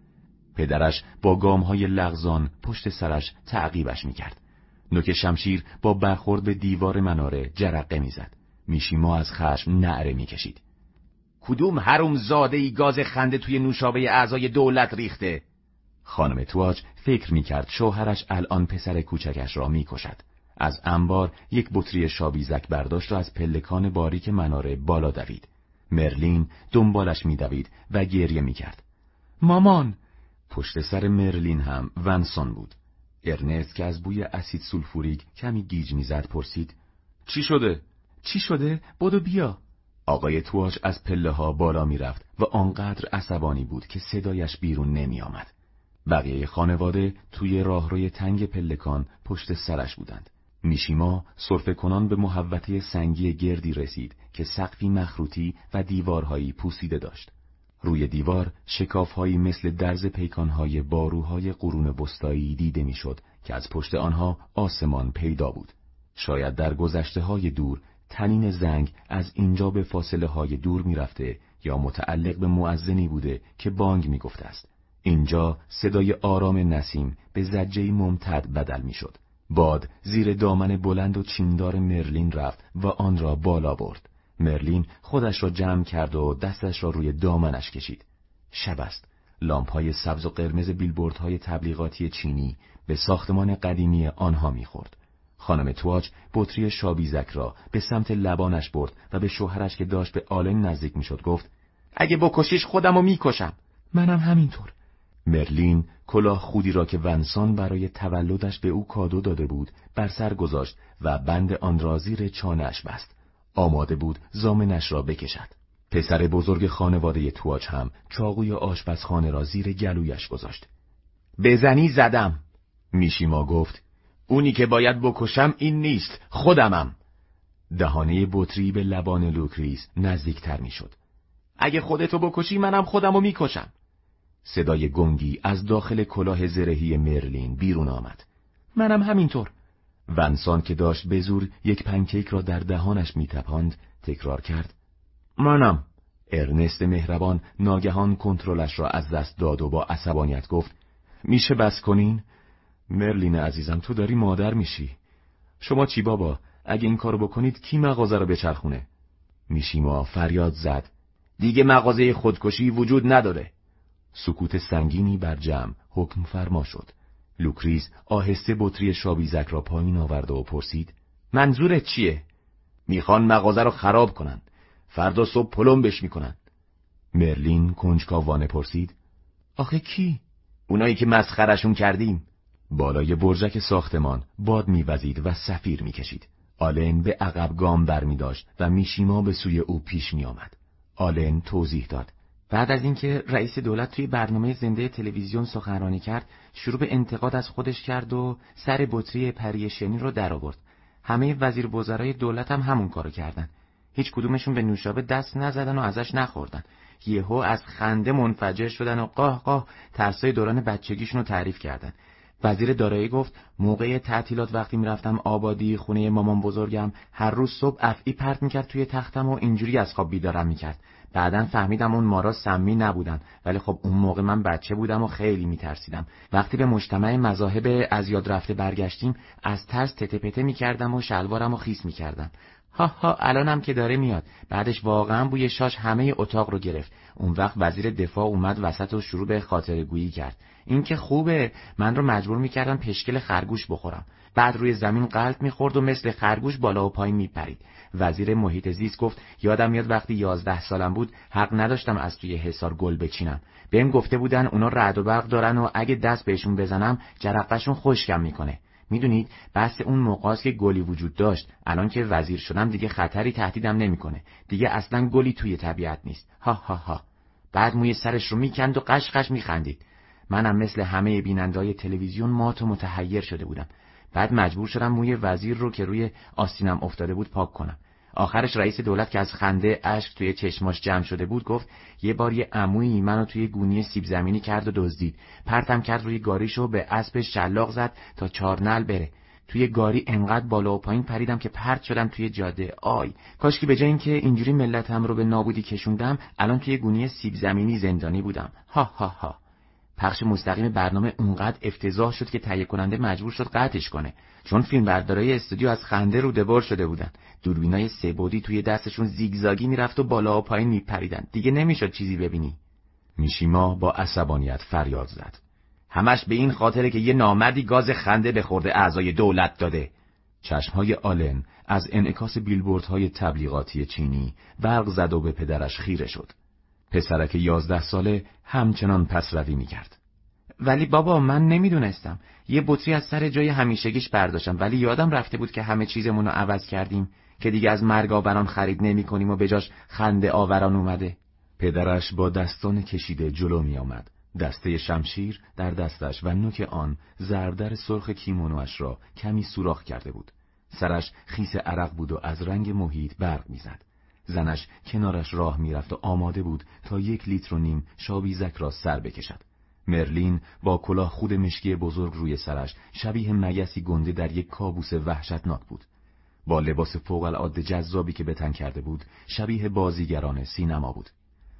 پدرش با گامهای لغزان پشت سرش تعقیبش میکرد. نوک شمشیر با برخورد به دیوار مناره جرقه میزد. میشیما از خشم نعره میکشید. کدوم حرومزاده‌ای گاز خنده توی نوشابه اعضای دولت ریخته؟ خانم تواج فکر میکرد شوهرش الان پسر کوچکش را میکشد. از انبار یک بطری شابیزک برداشت و از پلکان باریک مناره بالا دوید. مرلین دنبالش میدوید و گریه میکرد. مامان! پشت سر مرلین هم ونسون بود. ارنست که از بوی اسید سولفوریک کمی گیج میزد پرسید: چی شده؟ چی شده؟ بدو بیا. آقای تواج از پله ها بالا میرفت و آنقدر عصبانی بود که صدایش بیرون نمی آمد. بقیه خانواده توی راهروی تنگ پلکان پشت سرش بودند. میشیما سرفه کنان به محوطه سنگی گردی رسید که سقفی مخروطی و دیوارهایی پوسیده داشت. روی دیوار شکافهایی مثل درز پیکانهای باروهای قرون وسطایی دیده میشد که از پشت آنها آسمان پیدا بود. شاید در گذشته های دور تنین زنگ از اینجا به فاصله های دور میرفته یا متعلق به مؤذنی بوده که بانگ میگفته است. اینجا صدای آرام نسیم به زجه‌ای ممتد بدل میشد. باد زیر دامن بلند و چیندار مرلین رفت و آن را بالا برد. مرلین خودش را جمع کرد و دستش را روی دامنش کشید. شب است. لامپ‌های سبز و قرمز بیلبوردهای تبلیغاتی چینی به ساختمان قدیمی آنها می‌خورد. خانم تواج بطری شابیزک را به سمت لبانش برد و به شوهرش که داشت به آلن نزدیک میشد گفت: اگه بکشیش خودمو میکشم. منم همینطور. مرلین کلاه خودی را که ونسان برای تولدش به او کادو داده بود بر سر گذاشت و بند آن را زیر چانه‌اش بست. آماده بود زامنش را بکشد. پسر بزرگ خانواده تواج هم چاقوی آشپزخانه را زیر گلویش گذاشت. بزنی زدم. میشیما گفت: اونی که باید بکشم این نیست، خودمم. دهانه بطری به لبان لوکریس نزدیکتر میشد. اگه خودتو بکشی منم خودمو میکشم. صدای گنگی از داخل کلاه زرهی مرلین بیرون آمد. منم همینطور. ونسان که داشت به زور یک پنکیک را در دهانش میتپاند تکرار کرد: منم. ارنست مهربان ناگهان کنترلش را از دست داد و با عصبانیت گفت: میشه بس کنین؟ مرلین عزیزم تو داری مادر میشی. شما چی بابا؟ اگه این کارو بکنید کی مغازه رو بچرخونه؟ میشیما فریاد زد: دیگه مغازه خودکشی وجود نداره. سکوت سنگینی بر جمع حکم فرما شد. لوکریس آهسته بطری شابیزک را پایین آورد و پرسید: منظورت چیه؟ میخوان مغازه رو خراب کنن. فردا صبح پلمبش میکنن. مرلین کنجکاوانه پرسید: آخه کی؟ اونایی که مسخرشون کردیم. بالای برجک ساختمان باد میوزید و صفیر میکشید. آلن به عقب گام برمی‌داشت و میشیما به سوی او پیش میآمد. آلن توضیح داد: بعد از اینکه رئیس دولت توی برنامه زنده تلویزیون سخنرانی کرد، شروع به انتقاد از خودش کرد و سر بطری پریشنی رو در آورد. همه وزیر وزرای دولت هم همون کارو کردن. هیچ کدومشون به نوشابه دست نزدن و ازش نخوردن. یهو از خنده منفجر شدن و قاه قاه ترسای دوران بچگیشون رو تعریف کردن. وزیر دارایی گفت موقع تعطیلات وقتی میرفتم آبادی خونه مامان بزرگم، هر روز صبح افعی پرت میکرد توی تختم و اینجوری از خواب بیدارم میکرد. بعدن فهمیدم اون مارا سمی نبودن، ولی خب اون موقع من بچه بودم و خیلی میترسیدم. وقتی به مجتمع مذاهب از یاد رفته برگشتیم، از ترس تته پته میکردم و شلوارم رو خیس میکردم. ها ها الانم که داره میاد. بعدش واقعا بوی شاش همه اتاق رو گرفت. اون وقت وزیر دفاع اومد وسط و شروع به خاطره گویی کرد. این که خوبه، من رو مجبور میکردن پشکل خرگوش بخورم. بعد روی زمین غلط میخورد و مثل خرگوش بالا و پایین میپرید. وزیر محیط زیست گفت یادم میاد وقتی یازده سالم بود حق نداشتم از توی حصار گل بچینم. بهم گفته بودن اونا رعد و برق دارن و اگه دست بهشون بزنم جرقه‌شون خشکم میکنه. میدونید بحث اون موقعاست که گلی وجود داشت. الان که وزیر شدم دیگه خطری تهدیدم نمیکنه. دیگه اصلا گلی توی طبیعت نیست. ها ها ها. بعد موی سرش رو میکند و قش قش میخندید. منم مثل همه بیننده‌های تلویزیون مات و متحیر شده بودم. بعد مجبور شدم موی وزیر رو که روی آستینم افتاده بود پاک کنم. آخرش رئیس دولت که از خنده اشک توی چشماش جمع شده بود گفت یه بار یه عمویی منو توی گونی سیب زمینی کرد و دزدید. پرتم کرد روی گاریشو به اسبش شلاق زد تا چارنل بره. توی گاری انقدر بالا و پایین پریدم که پرت شدم توی جاده. آی کاش که به جای اینکه اینجوری ملتم رو به نابودی کشوندم الان توی گونی سیب زمینی زندانی بودم. ها ها ها. پخش مستقیم برنامه اونقدر افتضاح شد که تهیه کننده مجبور شد قطعش کنه، چون فیلمبردارای استودیو از خنده رو دبر شده بودن. دوربینای سه بعدی توی دستشون زیگزاگی میرفت و بالا و پایین میپریدن. دیگه نمیشد چیزی ببینی. میشیما با عصبانیت فریاد زد. همش به این خاطره که یه نامردی گاز خنده به خورده اعضای دولت داده. چشمهای آلن از انعکاس بیلبوردهای تبلیغاتی چینی برق زد و به پدرش خیره شد. پسرک یازده ساله همچنان پسروی میکرد. ولی بابا من نمیدونستم. یه بطری از سر جای همیشگیش برداشتم، ولی یادم رفته بود که همه چیزمون رو عوض کردیم، که دیگه از مرگ آوران خرید نمی کنیم و به جاش خنده آوران اومده. پدرش با دستان کشیده جلو می آمد. دسته شمشیر در دستش و نوک آن زردر سرخ کیمونوش را کمی سوراخ کرده بود. سرش خیس عرق بود و از رنگ محیط برق میزد. زنش کنارش راه میرفت و آماده بود تا یک لیتر و نیم شابیزک را سر بکشد. مرلین با کلاه خود مشکی بزرگ روی سرش شبیه مگسی گنده در یک کابوس وحشتناک بود. با لباس فوق العاده جذابی که به تن کرده بود شبیه بازیگران سینما بود.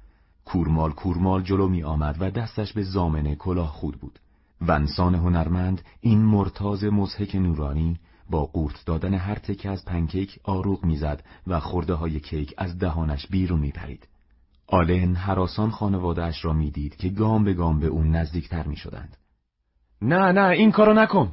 کورمال کورمال جلو می آمد و دستش به ضامن کلاه خود بود. ونسان هنرمند این مرتاض مضحک نورانی با قورت دادن هر تکه از پنکیک آروغ میزد و خورده های کیک از دهانش بیرون میپرید. آلن هراسان خانواده‌اش را میدید که گام به گام به اون نزدیکتر میشدند. نه نه این کارو نکن.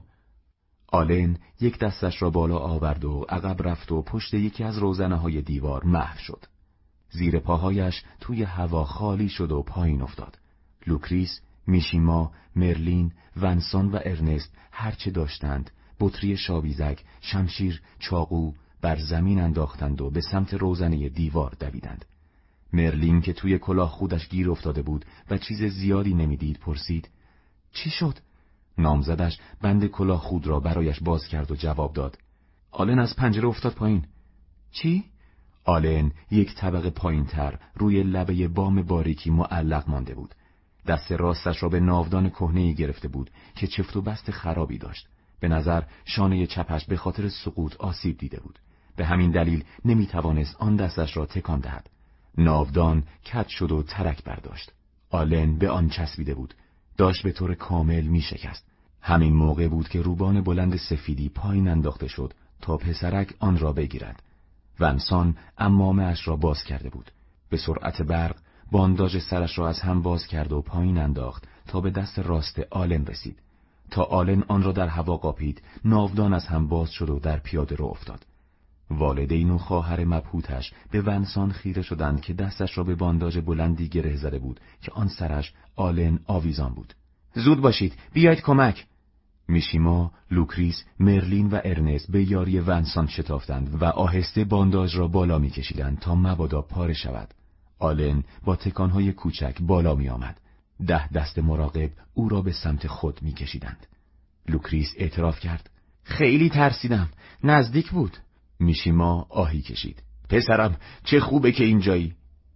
آلن یک دستش را بالا آورد و عقب رفت و پشت یکی از روزنه‌های دیوار محو شد. زیر پاهایش توی هوا خالی شد و پایین افتاد. لوکریس، میشیما، مرلین، ونسان و ارنست هرچه داشتند بطری شابیزک، شمشیر، چاقو بر زمین انداختند و به سمت روزنه دیوار دویدند. مرلین که توی کلاه خودش گیر افتاده بود و چیز زیادی نمیدید پرسید: چی شد؟ نامزدش بند کلاه خود را برایش باز کرد و جواب داد: آلن از پنجره افتاد پایین. چی؟ آلن یک طبقه پایین تر روی لبه بام باریکی معلق مانده بود. دست راستش را به ناودان کهنه‌ای گرفته بود که چفت و بست خرابی داشت. به نظر شانه چپش به خاطر سقوط آسیب دیده بود. به همین دلیل نمیتوانست آن دستش را تکان دهد. ناودان کج شد و ترک برداشت. آلن به آن چسبیده بود. داشت به طور کامل می شکست. همین موقع بود که روبان بلند سفیدی پایین انداخته شد تا پسرک آن را بگیرد. ونسان عمامه اش را باز کرده بود. به سرعت برق بانداژ سرش را از هم باز کرد و پایین انداخت تا به دست راست آلن رسید. تا آلن آن را در هوا قاپید، ناودان از هم باز شد و در پیاده رو افتاد. والدین و خواهر مبهوتش به ونسان خیره شدند که دستش را به بانداژ بلندی گره زده بود که آن سرش آلن آویزان بود. زود باشید، بیایید کمک. میشیما، لوکریس، مرلین و ارنست به یاری ونسان شتافتند و آهسته بانداژ را بالا می‌کشیدند تا مبادا پاره شود. آلن با تکانهای کوچک بالا می آمد. ده دست مراقب او را به سمت خود می‌کشیدند. لوکریس اعتراف کرد: خیلی ترسیدم، نزدیک بود. میشیما آهی کشید. پسرم چه خوبه که اینجایی.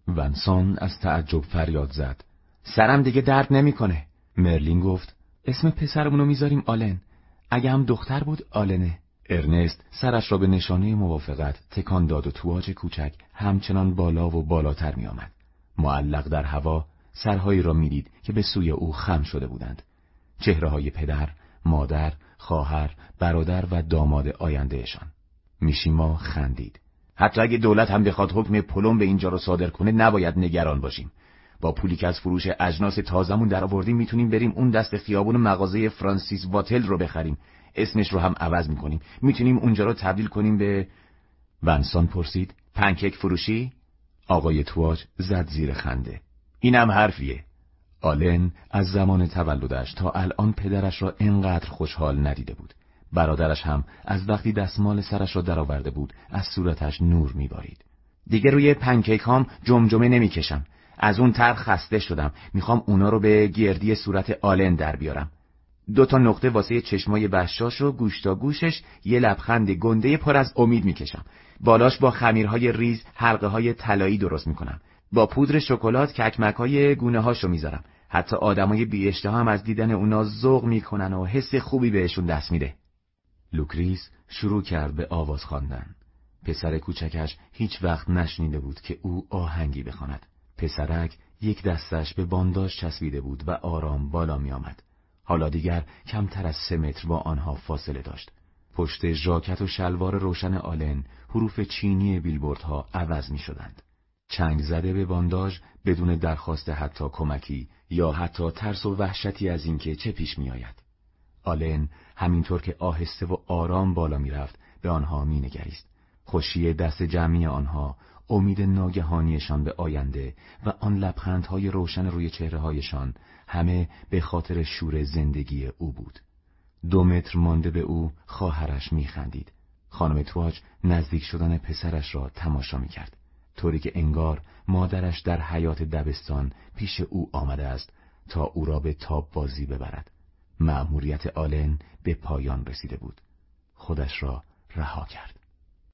ونسان از تعجب فریاد زد. سرم دیگه درد نمیکنه. مرلین گفت اسم پسرمونو میذاریم آلن. اگه هم دختر بود آلنه. ارنست سرش را به نشانه موافقت تکان داد و تواج کوچک همچنان بالا و بالاتر می آمد. معلق در هوا سرهایی را میدید که به سوی او خم شده بودند. چهره‌های پدر، مادر، خواهر، برادر و داماد آیندهشان. میشیما خندید. حتی اگه دولت هم بخواد حکم پلم به اینجا رو صادر کنه نباید نگران باشیم. با پولی که از فروش اجناس تازمون در آوردیم میتونیم بریم اون دست خیابون مغازه فرانسیس واتل رو بخریم. اسمش رو هم عوض میکنیم. میتونیم اونجا رو تبدیل کنیم به... ونسان پرسید پنکیک فروشی؟ آقای تواج زد زیر خنده. اینم حرفیه. آلن از زمان تولدش تا الان پدرش را اینقدر خوشحال ندیده بود. برادرش هم از وقتی دستمال سرش را درآورده بود از صورتش نور میبارید. دیگه روی پنکیک هام جمجمه نمیکشم. از اون طرح خسته شدم. میخوام اونا رو به گردی صورت آلن در بیارم. دو تا نقطه واسه چشمای بشاش و گوش تا گوشش یه لبخند گنده پر از امید میکشم. بالاش با خمیرهای ریز حلقه های طلایی درست میکنم. با پودر شکلات ککمک‌های گونه هاشو میذارم. حتی آدمای بی اشتها هم از دیدن اونا ذوق میکنن و حس خوبی بهشون دست میده. لوکریس شروع کرد به آواز خواندن. پسر کوچکش هیچ وقت نشنیده بود که او آهنگی بخواند. پسرک یک دستش به بانداژ چسبیده بود و آرام بالا می آمد. حالا دیگر کمتر از سه متر با آنها فاصله داشت. پشت ژاکت و شلوار روشن آلن حروف چینی بیلبوردها عوض می شدند. چنگ زده به بانداژ بدون درخواست حتی کمکی یا حتی ترس و وحشتی از اینکه چه پیش می آید. آلن همینطور که آهسته و آرام بالا می رفت به آنها می نگریست. خوشی دست جمعی آنها، امید ناگهانیشان به آینده و آن لبخندهای روشن روی چهره‌هایشان همه به خاطر شور زندگی او بود. دو متر مانده به او خواهرش می‌خندید. خانم تواج نزدیک شدن پسرش را تماشا می‌کرد، طوری که انگار مادرش در حیات دبستان پیش او آمده است تا او را به تاب بازی ببرد. مأموریت آلن به پایان رسیده بود. خودش را رها کرد.